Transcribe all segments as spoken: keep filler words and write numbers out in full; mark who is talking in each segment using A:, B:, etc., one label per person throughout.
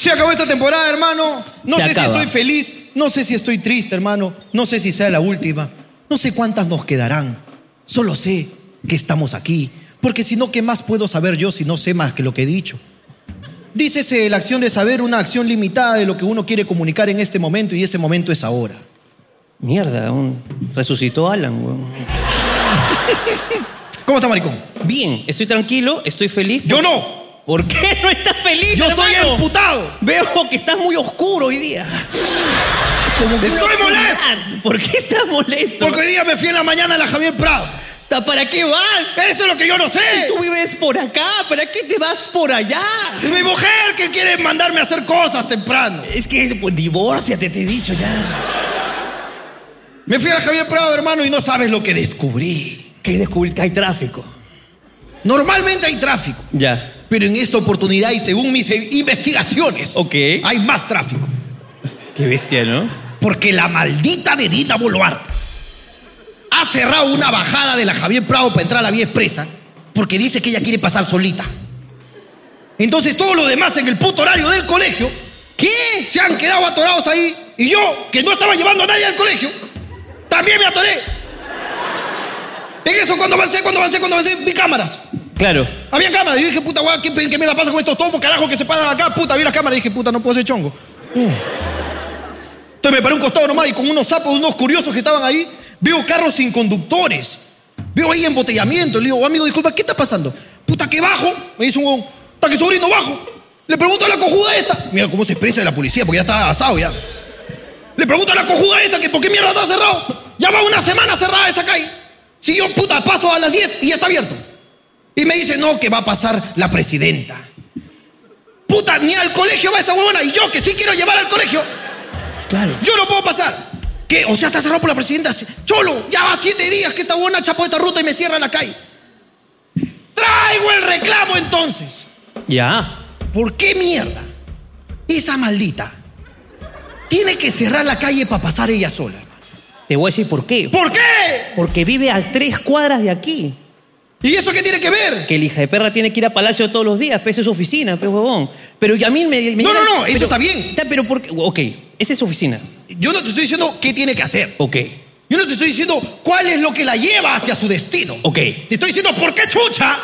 A: Se acabó esta temporada, hermano. No
B: Se
A: sé
B: acaba.
A: si estoy feliz, no sé si estoy triste, hermano. No sé si sea la última. No sé cuántas nos quedarán. Solo sé que estamos aquí. Porque si no, ¿qué más puedo saber yo si no sé más que lo que he dicho? Dícese la acción de saber, una acción limitada de lo que uno quiere comunicar en este momento, y ese momento es ahora.
B: Mierda, un... resucitó Alan, weón.
A: ¿Cómo está, maricón?
B: Bien, estoy tranquilo, estoy feliz.
A: Yo no.
B: ¿Por qué no estás feliz,
A: Yo
B: hermano?
A: estoy emputado.
B: Veo que estás muy oscuro hoy día. Como que
A: Estoy
B: una
A: molesto.
B: oscuridad. ¿Por qué estás molesto?
A: Porque hoy día me fui en la mañana a la Javier Prado.
B: ¿Para qué vas?
A: Eso es lo que yo no sé.
B: Si tú vives por acá, ¿para qué te vas por allá?
A: Es mi mujer que quiere mandarme a hacer cosas temprano.
B: Es que, pues, divórciate, te he dicho ya.
A: Me fui a la Javier Prado, hermano, y no sabes lo que descubrí.
B: ¿Qué descubrir? Que hay tráfico.
A: Normalmente hay tráfico.
B: Ya.
A: Pero en esta oportunidad, y según mis investigaciones,
B: Ok.
A: hay más tráfico.
B: Qué bestia, ¿no?
A: Porque la maldita de Dina Boluarte ha cerrado una bajada de la Javier Prado para entrar a la vía expresa porque dice que ella quiere pasar solita. Entonces todos los demás en el puto horario del colegio, ¿qué? Se han quedado atorados ahí. Y yo, que no estaba llevando a nadie al colegio, también me atoré. En eso, cuando avancé, cuando avancé, cuando avancé, vi cámaras.
B: Claro.
A: Había cámaras. Y yo dije, puta, guay, ¿qué, qué me la pasa con estos tomos, carajo, que se paran acá? Puta, vi las cámaras y dije, puta, no puedo ser chongo. Entonces me paré a un costado nomás y con unos sapos, unos curiosos que estaban ahí, veo carros sin conductores. Veo ahí embotellamiento. Le digo, oh, amigo, disculpa, ¿qué está pasando? Puta, que bajo. Me dice un huevón, puta, que sobrino, bajo. Le pregunto a la cojuda esta. Mira cómo se expresa de la policía, porque ya está asado ya. Le pregunto a la cojuda esta que por qué mierda está cerrado. Ya va una semana cerrada esa calle. Si yo, puta, paso a las diez y ya está abierto. Y me dice, no, que va a pasar la presidenta. Puta, ni al colegio va esa huevona. Y yo, que sí quiero llevar al colegio,
B: Claro.
A: yo no puedo pasar. ¿Qué? O sea, está cerrado por la presidenta. Cholo, ya va siete días que esta buena chapó esta ruta y me cierra la calle. Traigo el reclamo entonces.
B: Ya.
A: ¿Por qué mierda esa maldita tiene que cerrar la calle para pasar ella sola?
B: Te voy a decir por qué.
A: ¿Por qué?
B: Porque vive a tres cuadras de aquí.
A: ¿Y eso qué tiene que ver?
B: Que el hija de perra tiene que ir a Palacio todos los días, pese a su oficina, pe huevón. Pero a mí me... me
A: No,
B: llega-
A: no, no, eso
B: pero-
A: está bien.
B: Está, pero ¿por qué? Ok, esa es su oficina.
A: Yo no te estoy diciendo qué tiene que hacer.
B: Ok,
A: Yo no te estoy diciendo cuál es lo que la lleva hacia su destino.
B: ok.
A: Te estoy diciendo por qué chucha.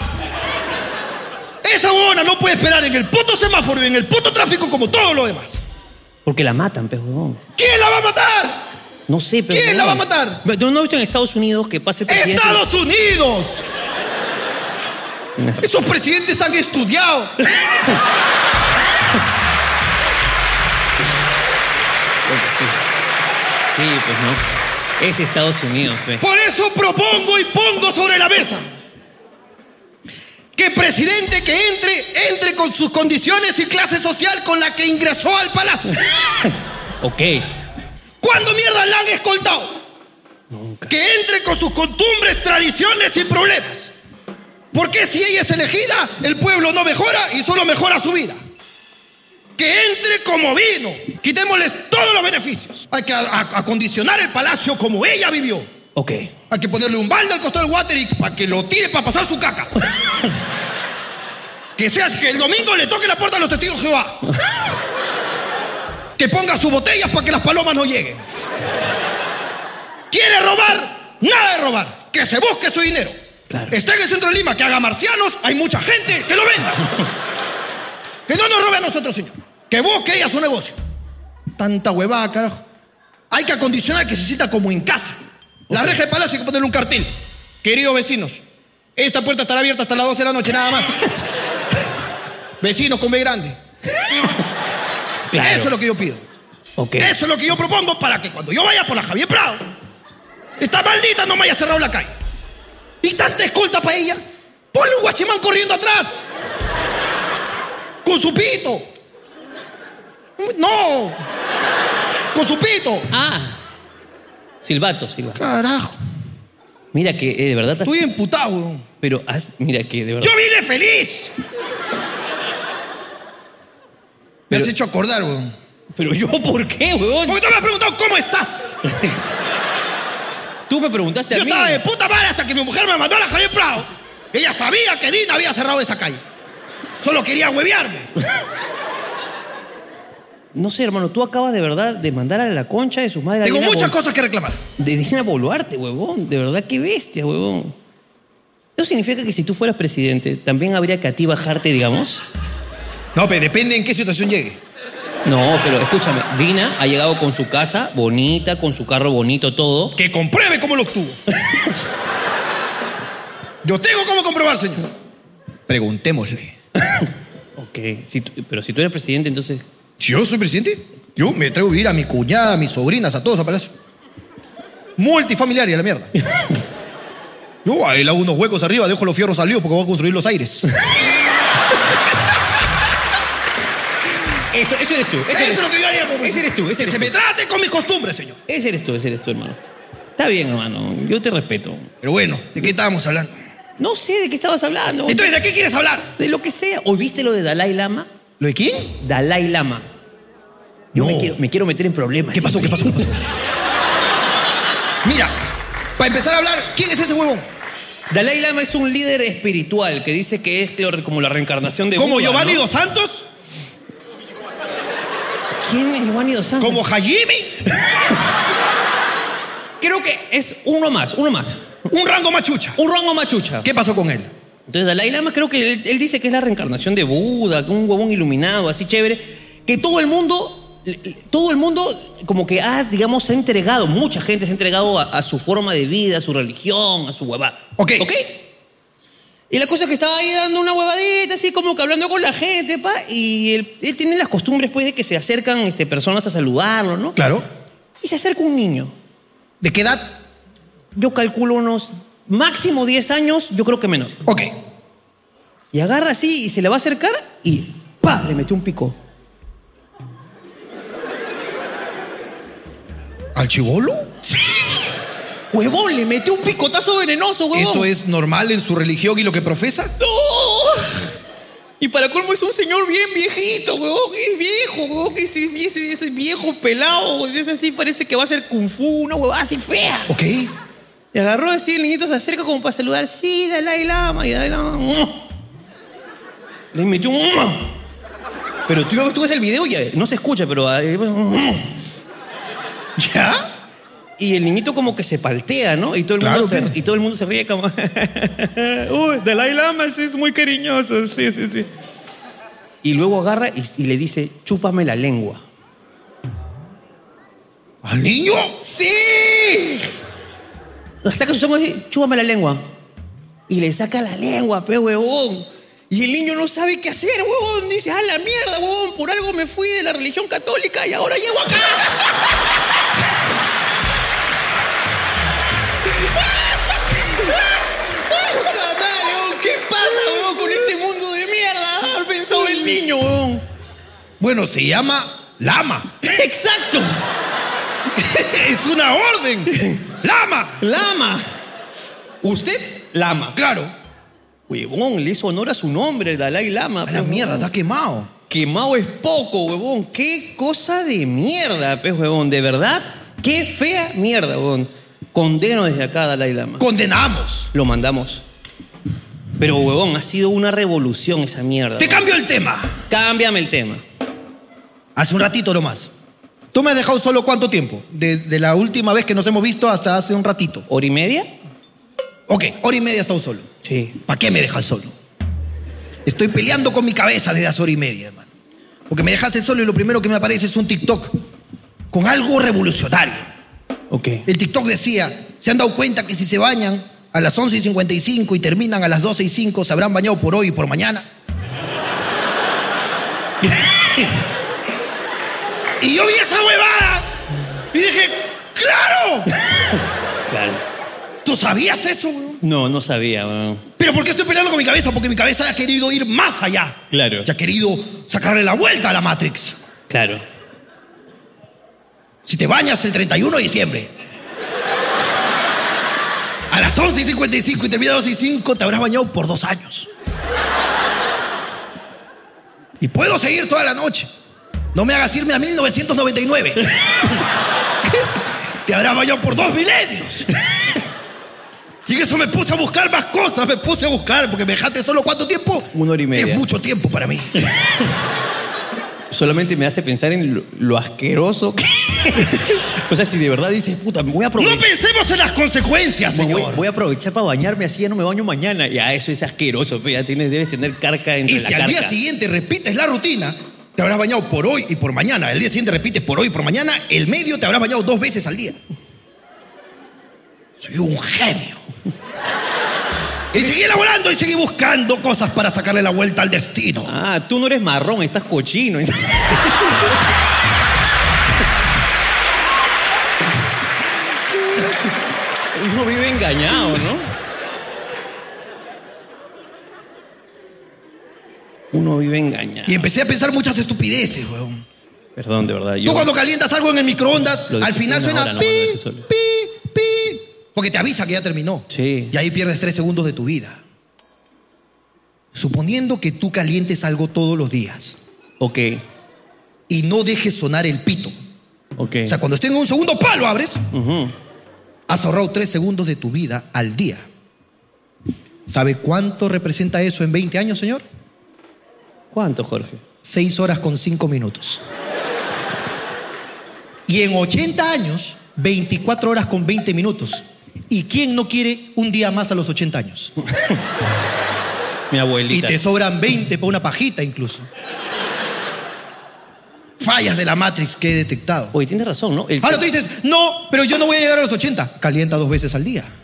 A: Esa huevona no puede esperar en el puto semáforo y en el puto tráfico como todo lo demás.
B: Porque la matan, pe huevón.
A: ¿Quién la va a matar?
B: No sé, pero...
A: ¿Quién la va a matar?
B: ¿No no has visto en Estados Unidos que pase el presidente?
A: ¡Estados Unidos! Esos presidentes han estudiado.
B: Sí. Sí, pues no. Es Estados Unidos, pe.
A: Por eso propongo y pongo sobre la mesa que presidente que entre, entre con sus condiciones y clase social con la que ingresó al palacio.
B: Ok.
A: ¿Cuándo mierda la han escoltado?
B: Nunca.
A: Que entre con sus costumbres, tradiciones y problemas. Porque si ella es elegida, el pueblo no mejora y solo mejora su vida. Que entre como vino. Quitémosles todos los beneficios. Hay que a- a- acondicionar el palacio como ella vivió.
B: Ok.
A: Hay que ponerle un balde al costado del water y para que lo tire para pasar su caca. Que sea que el domingo le toque la puerta a los testigos de Jehová. Que ponga sus botellas para que las palomas no lleguen. ¿Quiere robar? Nada de robar. Que se busque su dinero.
B: Claro.
A: Está en el centro de Lima, que haga marcianos, hay mucha gente, que lo venda. Que no nos robe a nosotros, señor. Que busque ella su negocio. Tanta huevada, carajo. Hay que acondicionar que se cita como en casa. La reja de palacio hay que ponerle un cartel. Queridos vecinos, esta puerta estará abierta hasta las doce de la noche, nada más. Vecinos con B grande.
B: Claro.
A: Eso es lo que yo pido.
B: Ok.
A: Eso es lo que yo propongo para que cuando yo vaya por la Javier Prado, esta maldita no me haya cerrado la calle. Y tanta escolta para ella. Ponle un guachimán corriendo atrás. Con su pito. No. Con su pito.
B: Ah. Silbato, silbato.
A: Carajo.
B: Mira que eh, de verdad... te has-
A: Estoy emputado, weón.
B: Pero haz- mira que de verdad...
A: Yo vine feliz. Me
B: Pero-
A: has hecho acordar, weón.
B: Pero yo, ¿por qué, weón?
A: Porque tú me has preguntado cómo estás.
B: Tú me preguntaste
A: Yo
B: a mí.
A: estaba de puta madre hasta que mi mujer me mandó a la Javier Prado. Ella sabía que Dina había cerrado esa calle. Solo quería huevearme.
B: No sé, hermano, tú acabas de verdad de mandar a la concha de sus madres.
A: Tengo
B: Dina
A: muchas
B: Bol...
A: cosas que reclamar.
B: De Dina Boluarte, huevón. De verdad, qué bestia, huevón. ¿Eso significa que si tú fueras presidente, también habría que a ti bajarte, digamos?
A: No, pero depende en qué situación llegue.
B: No, pero escúchame, Dina ha llegado con su casa bonita, con su carro bonito, todo.
A: Que compruebe cómo lo obtuvo. Yo tengo cómo comprobar, señor. Preguntémosle.
B: Ok, si tú, pero si tú eres presidente, entonces...
A: Si yo soy presidente, yo me traigo a vivir a mi cuñada, a mis sobrinas, a todos a palacio. Multifamiliar y a la mierda. Yo ahí le hago unos huecos arriba, dejo los fierros salidos porque voy a construir los aires.
B: Eso, eso eres tú. Eso,
A: Eso
B: eres,
A: es lo que yo haría. Como
B: ese eres tú, ese
A: que
B: eres
A: se
B: tú.
A: me trate con mis costumbres, señor.
B: Ese eres tú, ese eres tú, hermano. Está bien, hermano. Yo te respeto.
A: Pero bueno, ¿de qué estábamos hablando?
B: No sé de qué estabas hablando.
A: Entonces, ¿de qué quieres hablar?
B: De lo que sea. ¿O viste lo de Dalai Lama?
A: ¿Lo de quién?
B: Dalai Lama. Yo
A: No.
B: me, quiero, me quiero meter en problemas.
A: ¿Qué pasó? ¿Qué pasó? ¿Qué pasó? Mira, para empezar a hablar, ¿quién es ese huevón?
B: Dalai Lama es un líder espiritual que dice que es como la reencarnación de
A: ¿Como
B: Buda,
A: Giovanni
B: ¿no?
A: dos Santos?
B: ¿Quién es Giovanni dos Santos?
A: ¿Como Hajime?
B: Creo que es uno más, uno más.
A: Un rango machucha.
B: Un rango machucha.
A: ¿Qué pasó con él?
B: Entonces Dalai Lama creo que él, él dice que es la reencarnación de Buda, que un huevón iluminado, así chévere, que todo el mundo, todo el mundo como que ha, digamos, se ha entregado, mucha gente se ha entregado a, a su forma de vida, a su religión, a su huevada.
A: Ok.
B: ¿Ok? Y la cosa es que estaba ahí dando una huevadita, así como que hablando con la gente, pa, y él, él tiene las costumbres, pues, de que se acercan este, personas a saludarlo, ¿no?
A: Claro.
B: Y se acerca un niño.
A: ¿De qué edad?
B: Yo calculo unos máximo diez años, yo creo que menor.
A: Ok.
B: Y agarra así y se le va a acercar y ¡pa! Le metió un pico.
A: ¿Al chibolo?
B: ¡Huevón! Le metió un picotazo venenoso, huevón.
A: ¿Eso es normal en su religión y lo que profesa?
B: ¡No! Y para colmo es un señor bien viejito, huevón. Es viejo, huevón. Ese, ese, ese viejo pelado, ese así parece que va a hacer kung fu, una huevada así fea.
A: Ok.
B: Y agarró así, el niñito se acerca como para saludar. Sí, Dalai Lama. Y Dalai Lama... Le metió un... Pero tú, tú ves el video y no se escucha, pero...
A: ¿Ya?
B: Y el niñito como que se paltea, ¿no? Y todo el,
A: Claro,
B: mundo, se,
A: claro.
B: y todo el mundo se ríe como... Uy, Dalai Lama sí es muy cariñoso, sí, sí, sí. Y luego agarra y, y le dice, chúpame la lengua.
A: ¿Al niño?
B: ¡Sí! Hasta que sus así, chúpame la lengua. Y le saca la lengua, pe, huevón. Y el niño no sabe qué hacer, huevón. Dice, ah, la mierda, huevón. Por algo me fui de la religión católica y ahora llego acá. ¡Puta madre, huevón! ¿Qué pasa, huevón, con este mundo de mierda? Ha pensado el niño, huevón.
A: Bueno, se llama Lama.
B: ¡Exacto!
A: Es una orden. Lama.
B: Lama. ¿Usted? Lama.
A: Claro.
B: Huevón, le hizo honor a su nombre, el Dalai Lama.
A: A la mierda, está quemado.
B: Quemado es poco, huevón. Qué cosa de mierda, pues, huevón. De verdad, qué fea mierda, huevón. Condeno desde acá, Dalai Lama.
A: Condenamos.
B: Lo mandamos. Pero, huevón, ha sido una revolución esa mierda.
A: Te
B: huevón.
A: cambio el tema.
B: Cámbiame el tema.
A: Hace un ratito nomás. ¿Tú me has dejado solo cuánto tiempo? Desde la última vez que nos hemos visto hasta hace un ratito.
B: ¿Hora y media?
A: Ok, hora y media he estado solo.
B: Sí.
A: ¿Para qué me dejas solo? Estoy peleando con mi cabeza desde hace hora y media, hermano. Porque me dejaste solo y lo primero que me aparece es un TikTok con algo revolucionario.
B: Ok.
A: El TikTok decía, ¿se han dado cuenta que si se bañan a las once y cincuenta y cinco y terminan a las doce y cinco, se habrán bañado por hoy y por mañana? Y yo vi esa huevada y dije, ¡claro!
B: Claro.
A: ¿Tú sabías eso, weón?
B: No, no sabía, huevón.
A: ¿Pero por qué estoy peleando con mi cabeza? Porque mi cabeza ha querido ir más allá.
B: Claro.
A: Y ha querido sacarle la vuelta a la Matrix.
B: Claro.
A: Si te bañas el treinta y uno de diciembre a las once y cincuenta y cinco y termina a las doce y cinco, te habrás bañado por dos años. Y puedo seguir toda la noche. No me hagas irme a mil novecientos noventa y nueve. Te habrás bañado por dos milenios. Y en eso me puse a buscar más cosas, me puse a buscar, porque me dejaste solo ¿cuánto tiempo?
B: Una hora y media.
A: Es mucho tiempo para mí.
B: solamente me hace pensar en lo, lo asqueroso que... O sea, si de verdad dices, puta, me voy a aprovechar...
A: No pensemos en las consecuencias,
B: Voy,
A: señor.
B: voy a aprovechar para bañarme así, ya no me baño mañana. Ya, eso es asqueroso, pe, ya tienes, debes tener carca entre
A: Y
B: la
A: si al
B: carca.
A: día siguiente repites la rutina, te habrás bañado por hoy y por mañana. El día siguiente repites por hoy y por mañana. El medio te habrás bañado dos veces al día. Soy un genio. Y seguí elaborando y seguí buscando cosas para sacarle la vuelta al destino.
B: Ah, tú no eres marrón, estás cochino. Uno vive engañado, ¿no? Uno vive engañado.
A: Y empecé a pensar muchas estupideces, weón.
B: Perdón, de verdad. Yo...
A: Tú cuando calientas algo en el microondas,
B: Lo
A: al final
B: disfruté una
A: suena
B: hora, no,
A: pi,
B: no, no, eso solo.
A: pi, pi. Porque te avisa que ya terminó.
B: Sí.
A: Y ahí pierdes tres segundos de tu vida. Suponiendo que tú calientes algo todos los días
B: Ok,
A: y no dejes sonar el pito.
B: ok.
A: O sea, cuando esté en un segundo palo abres,
B: Ujú.
A: has ahorrado tres segundos de tu vida al día. ¿Sabe cuánto representa eso en veinte años, señor?
B: ¿Cuánto, Jorge?
A: seis horas con cinco minutos. Y en ochenta años, veinticuatro horas con veinte minutos. ¿Y quién no quiere un día más a los ochenta años?
B: Mi
A: Y
B: abuelita.
A: te sobran veinte para una pajita incluso. Fallas de la Matrix que he detectado.
B: Oye, tienes razón, ¿no? El
A: Ahora
B: que-
A: tú dices, no, pero yo no voy a llegar a los ochenta. Calienta dos veces al día.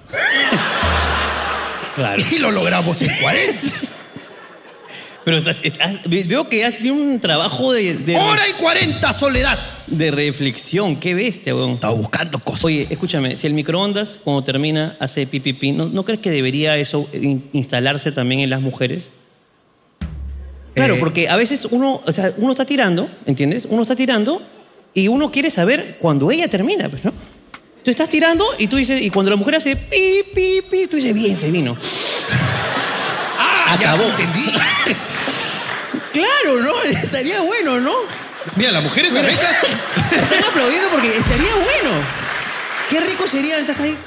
B: Claro.
A: Y lo logramos en cuarenta.
B: Pero estás- estás- veo que has tenido un trabajo de, de,
A: Hora y cuarenta, Soledad.
B: de reflexión. Qué bestia, weón.
A: Estaba buscando cosas.
B: Oye, escúchame, si el microondas cuando termina hace pipipi, ¿no, ¿no crees que debería eso in- instalarse también en las mujeres? Claro,
A: Eh.
B: porque a veces uno, o sea, uno está tirando, ¿entiendes? Uno está tirando y uno quiere saber cuando ella termina, pues, ¿no? Tú estás tirando y tú dices, y cuando la mujer hace pi, pi, pi, tú dices, bien, se vino.
A: Ah,
B: acabó.
A: ya entendí.
B: Claro, ¿no? Estaría bueno, ¿no?
A: Mira, las mujeres arrechas.
B: Están aplaudiendo porque estaría bueno. Qué rico sería, estás ahí.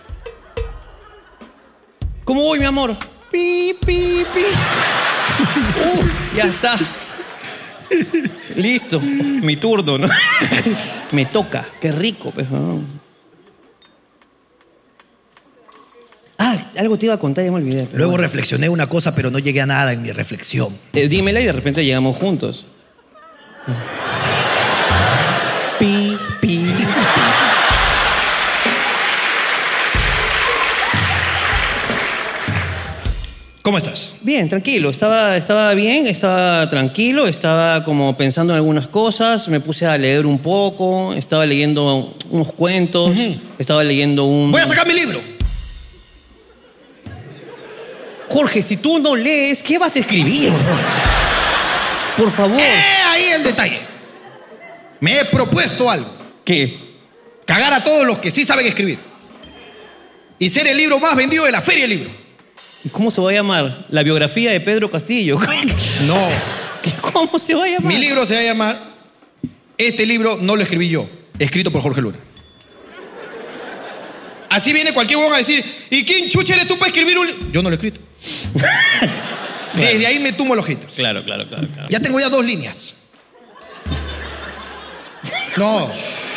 B: ¿Cómo voy, mi amor? Pi, pi, pi. Uh, ya está. Listo. Mi turno, ¿no? Me toca. Qué rico, pues. ¿no? Ah, algo te iba a contar, ya me olvidé. pero
A: Luego
B: bueno.
A: reflexioné una cosa, pero no llegué a nada en mi reflexión.
B: Eh, dímela y de repente llegamos juntos. Pi, pi, pi.
A: ¿Cómo estás?
B: Bien, tranquilo. Estaba, estaba bien, estaba tranquilo, estaba como pensando en algunas cosas, me puse a leer un poco, estaba leyendo unos cuentos, estaba leyendo un...
A: Voy a sacar mi libro.
B: Jorge, si tú no lees, ¿qué vas a escribir? Por favor.
A: Eh, ahí el detalle. Me he propuesto algo.
B: ¿Qué?
A: Cagar a todos los que sí saben escribir. Y ser el libro más vendido de la Feria del Libro.
B: ¿Cómo se va a llamar? La biografía de Pedro Castillo.
A: No.
B: ¿Cómo se va a llamar?
A: Mi libro se va a llamar... Este libro no lo escribí yo. Escrito por Jorge Luna. Así viene cualquier huevón a decir, ¿y quién chucha eres tú para escribir un libro? Yo no lo he escrito.
B: Claro.
A: Desde ahí me tumo los haters.
B: Claro, claro, claro, claro.
A: Ya tengo ya dos líneas. No.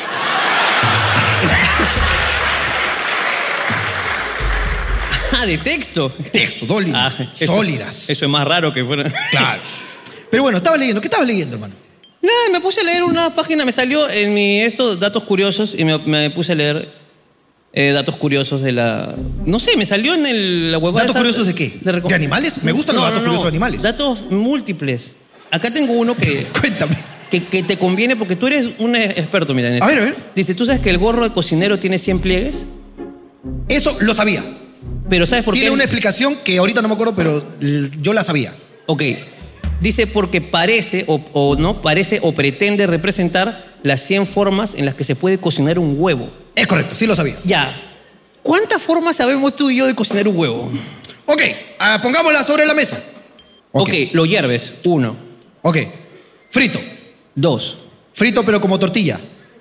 B: Ah, de texto.
A: Texto, dos líneas.
B: Ah, eso-
A: sólidas.
B: Eso es más raro que fuera.
A: Claro. Pero bueno, estaba leyendo. ¿Qué estabas leyendo, hermano?
B: Nada, me puse a leer una página, me salió en mi estos datos curiosos y me, me puse a leer eh, datos curiosos de la. No sé, me salió en el, la huevada.
A: ¿Datos
B: esa-
A: curiosos de qué?
B: reco-
A: ¿De animales? Me gustan los datos curiosos de animales.
B: Datos múltiples. Acá tengo uno que,
A: Cuéntame.
B: que, que te conviene porque tú eres un experto, mira. En esto.
A: A ver, a ver.
B: Dice, ¿tú sabes que el gorro de cocinero tiene cien pliegues?
A: Eso lo sabía.
B: Pero ¿sabes por
A: Tiene
B: qué?
A: una explicación que ahorita no me acuerdo, pero l- yo la sabía.
B: Ok. Dice porque parece o, o no parece o pretende representar las cien formas en las que se puede cocinar un huevo.
A: Es correcto, sí lo sabía.
B: Ya. ¿Cuántas formas sabemos tú y yo de cocinar un huevo?
A: Ok, ah, pongámosla sobre la mesa.
B: Ok, lo hierves. Uno.
A: Ok. Frito.
B: Dos.
A: Frito pero como tortilla.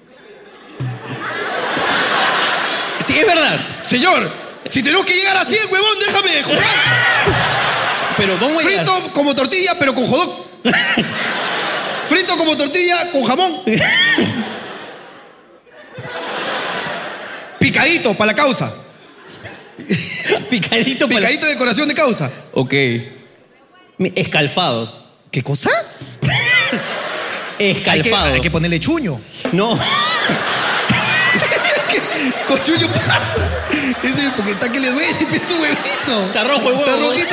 B: Sí, es verdad.
A: Señor, si tenemos que llegar a cien, huevón, déjame de jugar.
B: Pero vamos a llegar.
A: Frito como tortilla pero con jodón. Frito como tortilla con jamón. Picadito para la causa.
B: Picadito para...
A: Picadito de decoración de causa.
B: Ok. Mi- Escalfado.
A: ¿Qué cosa?
B: Escalfado.
A: Hay que, hay que ponerle chuño.
B: No.
A: Con chuño pasa. Ese, porque está que le duele, es su huevito.
B: Está rojo el huevo.
A: Está rojito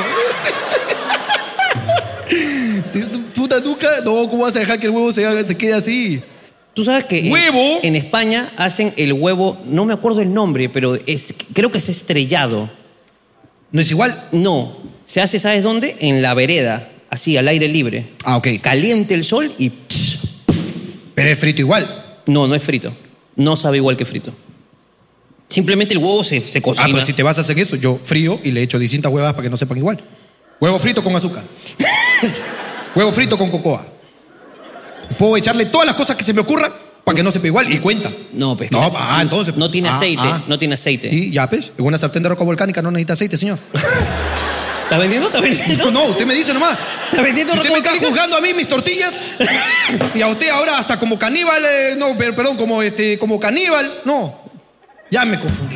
A: el huevo. Si es tu puta nuca, no, ¿cómo vas a dejar que el huevo se, haga, se quede así?
B: Tú sabes que en-
A: Huevo.
B: En, España hacen el huevo, no me acuerdo el nombre, pero es, creo que es estrellado.
A: ¿No es igual?
B: No, se hace, ¿sabes dónde? En la vereda, así, al aire libre.
A: Ah, ok.
B: Caliente el sol y...
A: Pero es frito igual.
B: No, no es frito. No sabe igual que frito. Simplemente el huevo se, se cocina.
A: Ah, pero si te vas a hacer eso, yo frío y le echo distintas huevas para que no sepan igual. Huevo frito con azúcar. Huevo frito con cocoa. Puedo echarle todas las cosas que se me ocurran para que no sepa igual y cuenta.
B: No, pues.
A: No,
B: que-
A: ah, entonces.
B: No tiene
A: ah,
B: aceite,
A: ah.
B: no tiene aceite.
A: Y ya, pues, en una sartén de roca volcánica no necesita aceite, señor.
B: ¿Estás vendiendo? ¿Estás vendiendo?
A: No, no, usted me dice nomás.
B: ¿Estás vendiendo
A: Si usted me
B: roca
A: está
B: volcánica?
A: juzgando a mí mis tortillas y a usted ahora hasta como caníbal, eh, no, per- perdón, como este, como caníbal, no. Ya me confundí.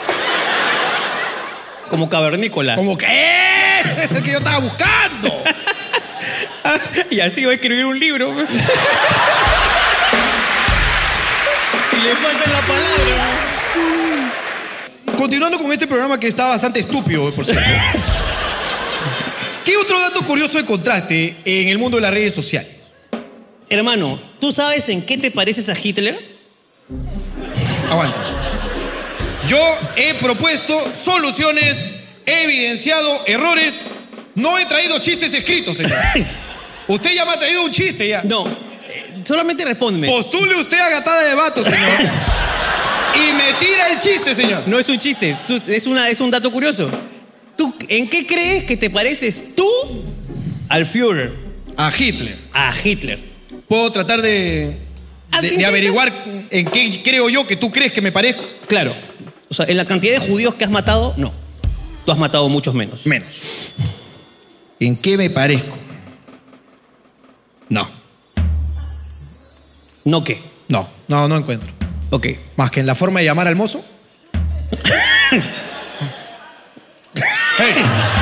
B: Como cavernícola.
A: Como que ese es el que yo estaba buscando.
B: Y así va a escribir un libro. Si le falta la palabra.
A: Continuando con este programa que está bastante estúpido, por cierto. ¿Qué otro dato curioso encontraste en el mundo de las redes sociales?
B: Hermano, ¿tú sabes en qué te pareces a Hitler?
A: Aguanta. Yo he propuesto soluciones, he evidenciado errores, no he traído chistes escritos, señor. Usted ya me ha traído un chiste ya.
B: No, eh, solamente respóndeme.
A: Postule usted a gatada de vato, señor. Y me tira el chiste, señor.
B: No es un chiste, tú- es, una, es un dato curioso. ¿Tú en qué crees que te pareces tú al Führer?
A: A Hitler.
B: A Hitler.
A: Puedo tratar de,
B: Ah,
A: de, de
B: intenta.
A: averiguar en qué creo yo que tú crees que me parezco.
B: Claro. O sea, en la cantidad de judíos que has matado, no. Tú has matado muchos menos.
A: Menos. ¿En qué me parezco? No.
B: ¿No qué?
A: No, no, no encuentro.
B: Ok.
A: Más que en la forma de llamar al mozo. Hey.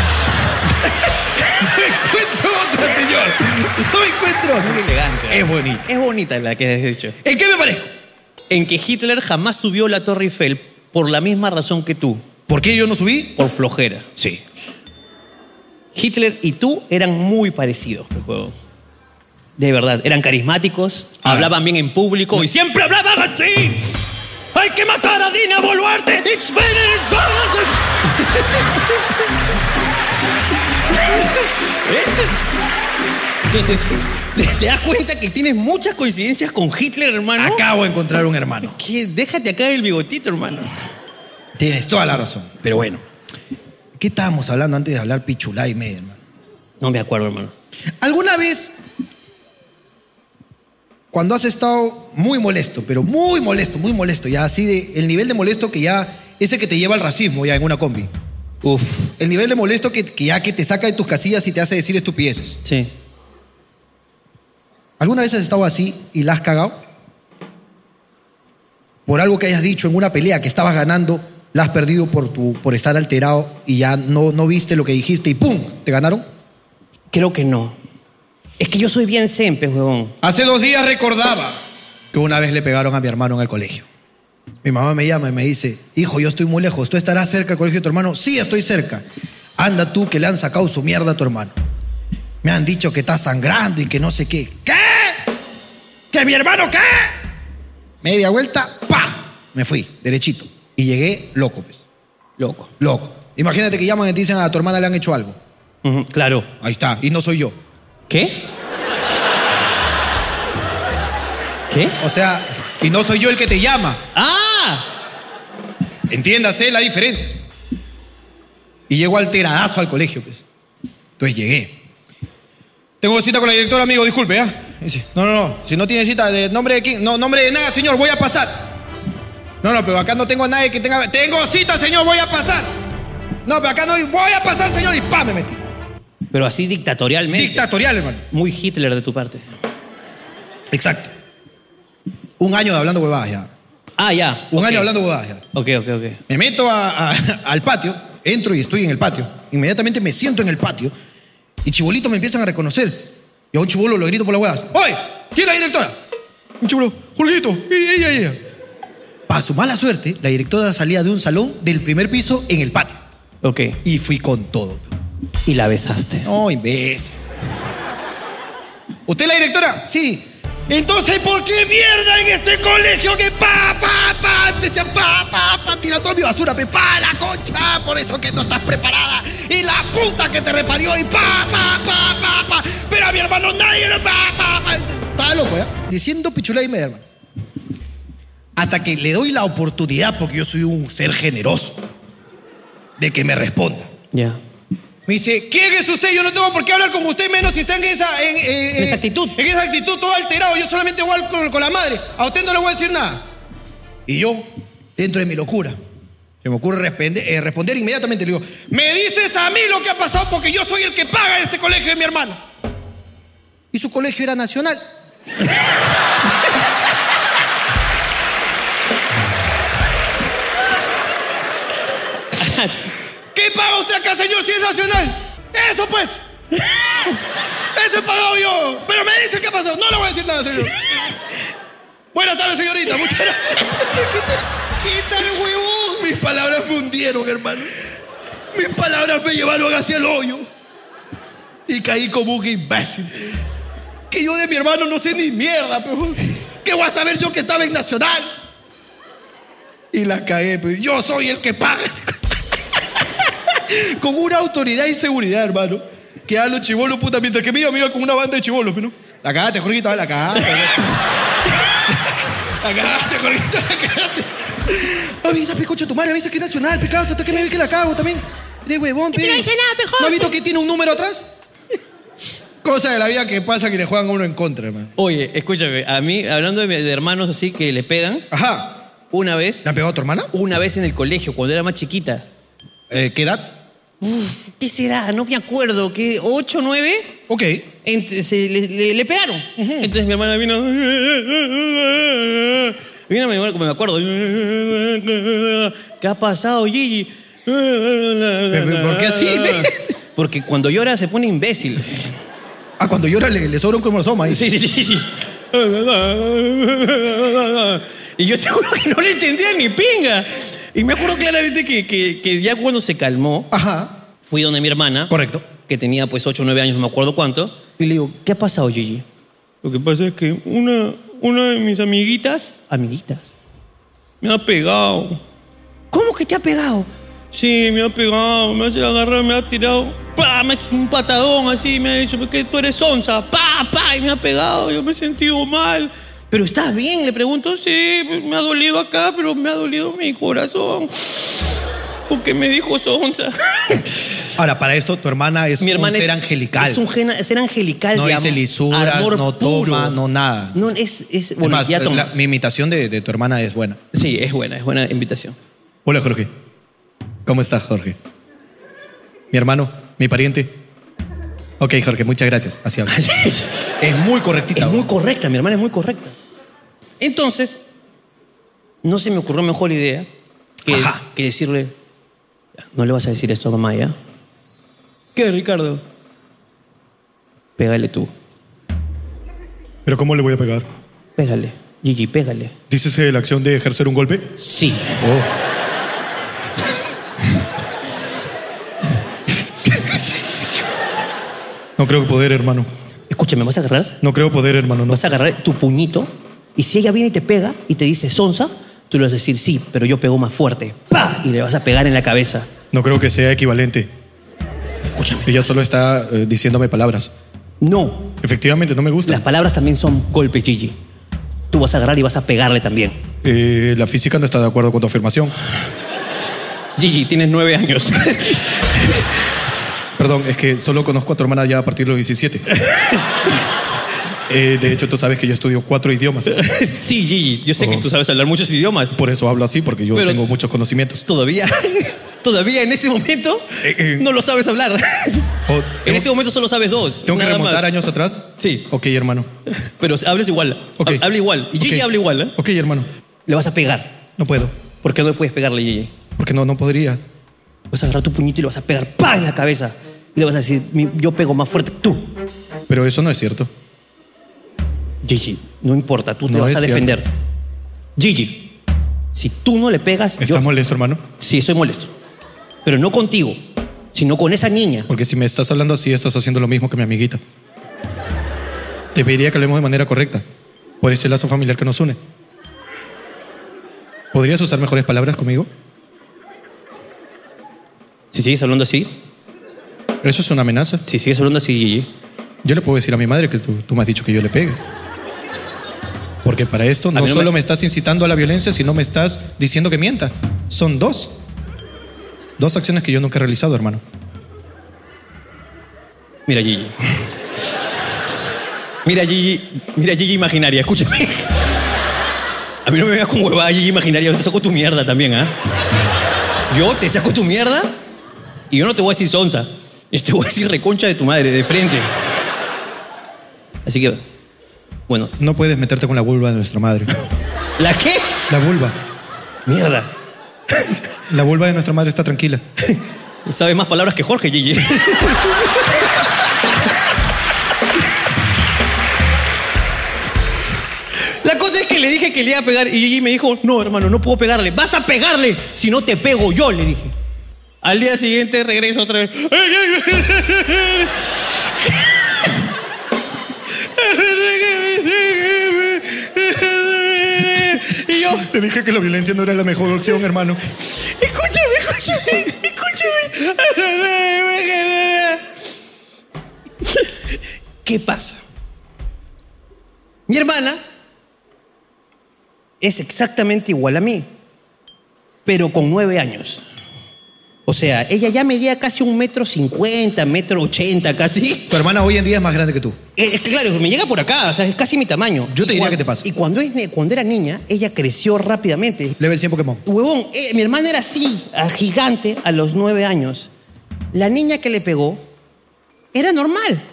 A: No encuentro otra, señor. No encuentro.
B: Muy elegante.
A: Es bonito.
B: Es bonita la que has dicho.
A: ¿En qué me parezco?
B: En que Hitler jamás subió la Torre Eiffel por la misma razón que tú.
A: ¿Por qué yo no subí?
B: Por flojera.
A: Sí.
B: Hitler y tú eran muy parecidos, pues, huevón. De verdad, eran carismáticos,
A: Ah.
B: hablaban bien en público y siempre hablaban así. ¡Hay que matar a Dina Boluarte! ¡It's better, it's better! ¿Ves? Entonces, ¿te, te das cuenta que tienes muchas coincidencias con Hitler, hermano?
A: Acabo de encontrar un hermano.
B: ¿Qué? Déjate acá el bigotito, hermano.
A: Tienes toda la razón. Pero bueno. ¿Qué estábamos hablando antes de hablar pichulá y media, hermano?
B: No me acuerdo, hermano.
A: ¿Alguna vez, cuando has estado muy molesto, pero muy molesto, muy molesto, ya así de el nivel de molesto que ya, ese que te lleva al racismo ya en una combi,
B: Uf,
A: el nivel de molesto que, que ya que te saca de tus casillas y te hace decir estupideces.
B: sí.
A: ¿Alguna vez has estado así y la has cagado? Por algo que hayas dicho en una pelea que estabas ganando, la has perdido por, tu, por estar alterado y ya no, no viste lo que dijiste y ¡pum! ¿Te ganaron?
B: Creo que no. Es que yo soy bien sempe, huevón.
A: Hace dos días recordaba que una vez le pegaron a mi hermano en el colegio. Mi mamá me llama y me dice, hijo, yo estoy muy lejos, ¿tú estarás cerca del colegio de tu hermano? Sí, estoy cerca. Anda tú que le han sacado su mierda a tu hermano. Me han dicho que está sangrando y que no sé qué. ¿Qué? ¿Que mi hermano qué? Media vuelta, ¡pa! Me fui, derechito. Y llegué loco, pues.
B: Loco.
A: Loco. Imagínate que llaman y te dicen a tu hermana le han hecho algo.
B: Ujú, claro.
A: Ahí está, y no soy yo.
B: ¿Qué? ¿Qué?
A: O sea, y no soy yo el que te llama.
B: ¡Ah!
A: Entiéndase la diferencia. Y llego alteradazo al colegio, pues. Entonces llegué. Tengo cita con la directora, amigo, disculpe, ¿ya? Dice, no, no, no, si no tiene cita de nombre de quién, no, nombre de nada, señor, voy a pasar. No, no, pero acá no tengo a nadie que tenga... Tengo cita, señor, voy a pasar. No, pero acá no, voy a pasar, señor, y ¡pam! Me metí.
B: Pero así dictatorialmente.
A: Dictatorial, hermano.
B: Muy Hitler de tu parte.
A: Exacto. Un año de hablando huevadas ya.
B: Ah, ya.
A: Un
B: ok.
A: año hablando huevadas ya.
B: Ok, ok, ok.
A: Me meto a- a- al patio, entro y estoy en el patio. Inmediatamente me siento en el patio y chibolitos me empiezan a reconocer. Y a un chibolo lo grito por las huevas. ¡Oye! ¿Quién es la directora? Un chibolo. Jorgito. Ella, ella, ella. Para su mala suerte, la directora salía de un salón del primer piso en el patio.
B: Ok.
A: Y fui con todo.
B: Y la besaste.
A: No, imbécil. ¿Usted es la directora? Sí. Entonces, ¿por qué mierda en este colegio que pa, pa, pa, empecé a pa, pa, pa, tira toda mi basura, pe, pa, la concha, por eso que no estás preparada, y la puta que te reparió, y pa, pa, pa, pa, pa, pero a mi hermano nadie lo pa, pa, pa. Estaba loco, ¿ya? Diciendo pichula y media, hermano. Hasta que le doy la oportunidad, porque yo soy un ser generoso, de que me responda.
B: Ya.
A: Me dice, ¿quién es usted? Yo no tengo por qué hablar con usted menos si está en esa... En, en-
B: En esa actitud.
A: En esa actitud, todo alterado. Yo solamente voy con, con la madre. A usted no le voy a decir nada. Y yo, dentro de mi locura, se me ocurre responder, eh, responder inmediatamente. Le digo, me dices a mí lo que ha pasado porque yo soy el que paga este colegio de mi hermano. Y su colegio era nacional. ¿Qué paga usted acá, señor, si es nacional? Eso, pues. Eso he pagado yo. Pero me dice qué pasó. No le voy a decir nada, señor. Buenas tardes, señorita. Muchas gracias. Quita el huevón. Mis palabras me hundieron, hermano. Mis palabras me llevaron hacia el hoyo. Y caí como un imbécil. Que yo de mi hermano no sé ni mierda, pero... ¿Qué voy a saber yo que estaba en Nacional? Y la cagué, pero yo soy el que paga. Con una autoridad y seguridad, hermano. Que a los chibolos, puta, mientras que me iba, me iba con una banda de chibolos, pero... La cagaste, Jorgito, la cagaste. La cagaste, Jorgito, la cagaste. Avisa, pe, coche, tu madre, avisa que es Nacional, pecado, hasta que me ve que la cago también. De huevón, pe.
C: Que no dice nada, pe, Jorge.
A: ¿No has visto que tiene un número atrás? Cosa de la vida que pasa que le juegan a uno en contra, hermano.
B: Oye, escúchame, a mí, hablando de, de hermanos así que le pegan,
A: Ajá.
B: una vez,
A: ¿Le han pegado a tu hermana?
B: una vez en el colegio, cuando era más chiquita.
A: Eh, ¿Qué edad?
B: Uf, ¿qué será? No me acuerdo, ¿qué? ¿Ocho, nueve?
A: Ok.
B: Ent- se le, le- le pegaron. Entonces mi hermana vino. Vino, me, me acuerdo. ¿Qué ha pasado, Gigi?
A: ¿Por qué así, ve?
B: Porque cuando llora se pone imbécil.
A: Ah, cuando llora le, le sobra un cromosoma ahí.
B: Sí, sí, sí, sí. Y yo te juro que no le entendía ni pinga. Y me acuerdo claramente que, que, que ya cuando se calmó,
A: Ajá.
B: fui donde mi hermana.
A: Correcto.
B: Que tenía pues ocho o nueve años, no me acuerdo cuánto. Y le digo, ¿qué ha pasado, Gigi? Lo que pasa es que una, una de mis amiguitas... Amiguitas. Me ha pegado. ¿Cómo que te ha pegado? Sí, me ha pegado, me ha agarrado, me ha tirado... ¡Pah! Me ha hecho un patadón así, me ha dicho, porque tú eres onza. ¡Pah, pah! Y me ha pegado, yo me he sentido mal. ¿Pero estás bien? Le pregunto, sí, me ha dolido acá, pero me ha dolido mi corazón. Porque me dijo sonza.
A: Ahora, para esto, tu hermana es
B: Mi hermana
A: un ser
B: es,
A: angelical.
B: Es un gena- ser angelical
A: No
B: de
A: dice
B: am-
A: lisuras,
B: amor
A: no
B: puro.
A: toma, no nada.
B: No, es... es
A: Es
B: bueno,
A: más,
B: ya toma.
A: la- mi imitación de, de tu hermana es buena.
B: Sí, es buena, es buena invitación.
A: Hola, Jorge. ¿Cómo estás, Jorge? Mi hermano, mi pariente. Ok, Jorge, muchas gracias. Así habla. Es muy correctita.
B: Es muy correcta, mi hermana es muy correcta. Entonces, no se me ocurrió mejor idea que,
A: Ajá.
B: que decirle, no le vas a decir esto a mamá, ¿ya? ¿Qué, Ricardo? Pégale tú,
D: ¿Pero cómo le voy a pegar?
B: pégale. Gigi, pégale.
D: ¿Dices eh, la acción de ejercer un golpe?
B: Sí.
D: No creo poder, hermano.
B: Escúchame, ¿vas a agarrar?
D: No creo poder, hermano. No.
B: Vas a agarrar tu puñito y si ella viene y te pega y te dice sonza, tú le vas a decir sí, pero yo pego más fuerte. ¡Pah! Y le vas a pegar en la cabeza.
D: No creo que sea equivalente.
B: Escúchame.
D: Ella solo está eh, diciéndome palabras.
B: No,
D: Efectivamente, no me gusta.
B: las palabras también son golpes, Gigi. Tú vas a agarrar y vas a pegarle también.
D: Eh, la física no está de acuerdo con tu afirmación.
B: Gigi, tienes nueve años.
D: Perdón, es que solo conozco a tu hermana ya a partir de los diecisiete. Eh, de hecho, tú sabes que yo estudio cuatro idiomas.
B: Sí, Gigi, yo sé que
D: Oh.
B: tú sabes hablar muchos idiomas.
D: Por eso hablo así, porque yo
B: Pero-
D: tengo muchos conocimientos.
B: Todavía, todavía en este momento
D: Eh, eh.
B: no lo sabes hablar.
D: Oh,
B: En
D: ¿tengo,
B: este momento solo sabes dos.
D: ¿tengo que
B: nada
D: remontar
B: más.
D: años atrás?
B: Sí.
D: Ok, hermano.
B: Pero hables igual.
D: Ok.
B: Ha- Habla igual. Y Gigi
D: Ok.
B: habla igual, ¿eh?
D: Ok, hermano.
B: Le vas a pegar.
D: No puedo.
B: ¿Por qué no le puedes pegarle, Gigi?
D: Porque no, no podría.
B: Vas a agarrar tu puñito y le vas a pegar ¡pam! En la cabeza. Y le vas a decir, "Mi- yo pego más fuerte que tú.
D: Pero eso no es cierto.
B: Gigi, no importa, tú te
D: No
B: vas
D: es
B: a
D: cierto.
B: defender. Gigi, si tú no le pegas,
D: ¿Estás
B: yo...
D: molesto, hermano?
B: Sí, estoy molesto. Pero no contigo, sino con esa niña.
D: Porque si me estás hablando así, estás haciendo lo mismo que mi amiguita. Te pediría que hablemos de manera correcta. Por ese lazo familiar que nos une. ¿Podrías usar mejores palabras conmigo?
B: Si sigues hablando así,
D: Eso es una amenaza.
B: si sigues hablando así, Gigi,
D: Yo le puedo decir a mi madre que tú, tú me has dicho que yo le pegue. Porque para esto no
B: mí no
D: solo
B: me-
D: me... estás incitando a la violencia, sino me estás diciendo que mienta. Son dos. Dos acciones que yo nunca he realizado, hermano.
B: mira Gigi. Mira Gigi, mira Gigi imaginaria, escúchame. A mí no me veas con huevada Gigi imaginaria, yo te saco tu mierda también, ¿ah? Yo te saco tu mierda y yo no te voy a decir sonza. Yo te voy a decir reconcha de tu madre, de frente. Así que, bueno.
D: No puedes meterte con la vulva de nuestra madre.
B: ¿La qué?
D: La vulva.
B: Mierda.
D: La vulva de nuestra madre está tranquila.
B: Sabes más palabras que Jorge, Gigi. La cosa es que le dije que le iba a pegar y Gigi me dijo, no, hermano, no puedo pegarle. Vas a pegarle, si no te pego yo, le dije. Al día siguiente regresa otra vez. Y yo,
D: Te dije que la violencia no era la mejor opción, hermano.
B: escúchame, escúchame, escúchame. ¿Qué pasa? Mi hermana es exactamente igual a mí, pero con nueve años. O sea, ella ya medía casi un metro cincuenta, metro ochenta casi.
A: Tu hermana hoy en día es más grande que tú.
B: Es que claro, me llega por acá, o sea, es casi mi tamaño.
A: Yo te
B: Y
A: diría
B: cuan-
A: que te pasa.
B: Y cuando, es, ne- cuando era niña, ella creció rápidamente.
A: Level cien Pokémon.
B: Huevón, eh, mi hermana era así, a gigante, a los nueve años. La niña que le pegó era normal.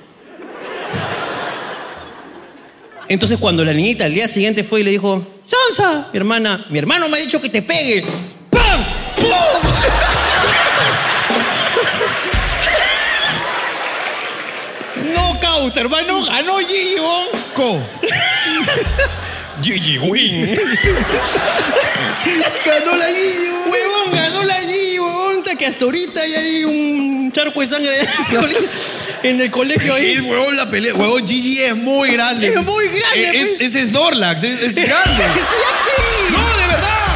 B: Entonces cuando la niñita al día siguiente fue y le dijo, Sonsa, mi hermana, mi hermano me ha dicho que te pegue. ¡Pam! ¡Pum! No, causa, hermano, ganó Gigi, huevón.
A: Co.
B: Gigi win.
A: Ganó la Gigi.
B: Huevón, ganó la Gigi, huevón. Que hasta ahorita hay ahí un charco de sangre allá en el colegio- en el colegio
A: Sí,
B: ahí.
A: huevón, la pelea. Huevón, Gigi es muy grande.
B: Es muy grande,
A: Es,
B: pues.
A: es, es Snorlax, es, es grande.
B: Estoy así.
A: No, de verdad.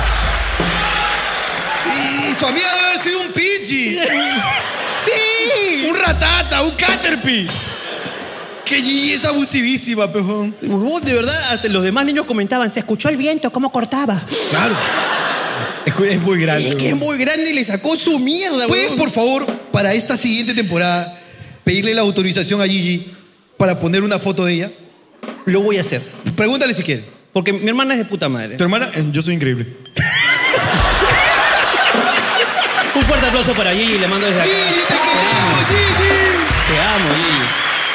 A: Y su amiga debe haber sido un Pidgey.
B: Sí.
A: Un Ratata, un Caterpie. Que Gigi es abusivísima, pejón.
B: Huevón, de verdad, hasta los demás niños comentaban, se escuchó el viento, cómo cortaba.
A: Claro. Es, es muy grande.
B: Es que es
A: huevón.
B: muy grande y le sacó su mierda,
A: ¿Puedes,
B: huevón.
A: por favor, para esta siguiente temporada, pedirle la autorización a Gigi para poner una foto de ella?
B: Lo voy a hacer.
A: Pregúntale si quiere.
B: Porque mi hermana es de puta madre.
D: Tu hermana, eh, yo soy increíble.
B: Un fuerte aplauso para Gigi, le mando desde acá.
A: Gigi, te queremos, Gigi.
B: Te amo, Gigi.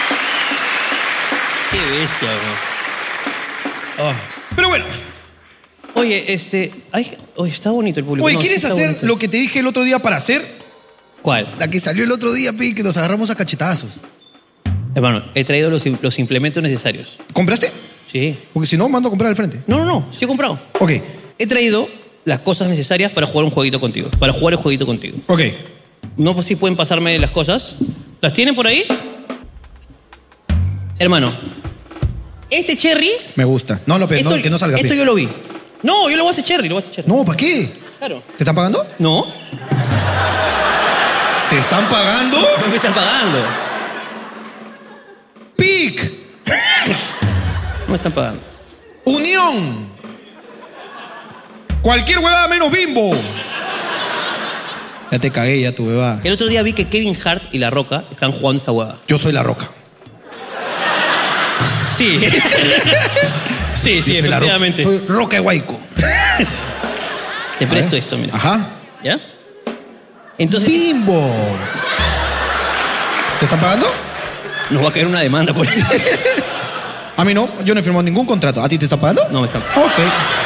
B: Qué bestia, weón.
A: Pero bueno,
B: Oye, este. Ay, oye, está bonito el público.
A: oye,
B: No,
A: ¿quieres
B: sí está
A: hacer
B: bonito.
A: lo que te dije el otro día para hacer?
B: ¿Cuál?
A: La que salió el otro día, pi, que nos agarramos a cachetazos.
B: Hermano, he traído los, los implementos necesarios.
A: ¿Compraste?
B: Sí.
A: Porque si no, mando a comprar al frente.
B: No, no, no, sí he comprado.
A: Ok,
B: He traído las cosas necesarias para jugar un jueguito contigo. Para jugar el jueguito contigo.
A: ok.
B: No, pues sí pueden pasarme las cosas. ¿Las tienen por ahí? Hermano, este cherry.
A: Me gusta. No, no, pero
B: esto,
A: no, que no salga.
B: Esto
A: pi.
B: yo lo vi. No, yo lo voy a hacer cherry, lo voy a hacer cherry.
A: No, ¿para qué?
B: Claro.
A: ¿Te están pagando?
B: No,
A: ¿Te están pagando?
B: no me están pagando.
A: ¡Pic!
B: No me están pagando.
A: ¡Unión! Cualquier huevada menos Bimbo. Ya te cagué, ya tu huevada.
B: El otro día vi que Kevin Hart y La Roca están jugando esa hueá.
A: Yo soy la roca.
B: Sí. sí, sí,
A: Yo soy la Roca.
B: efectivamente.
A: Soy Roca de Huayco.
B: Te presto esto, mira.
A: Ajá.
B: ¿Ya? Entonces,
A: Bimbo. ¿Te están pagando?
B: Nos va a caer una demanda por eso.
A: A mí no, yo no he firmado ningún contrato. ¿A ti te están pagando?
B: No me están.
A: Ok.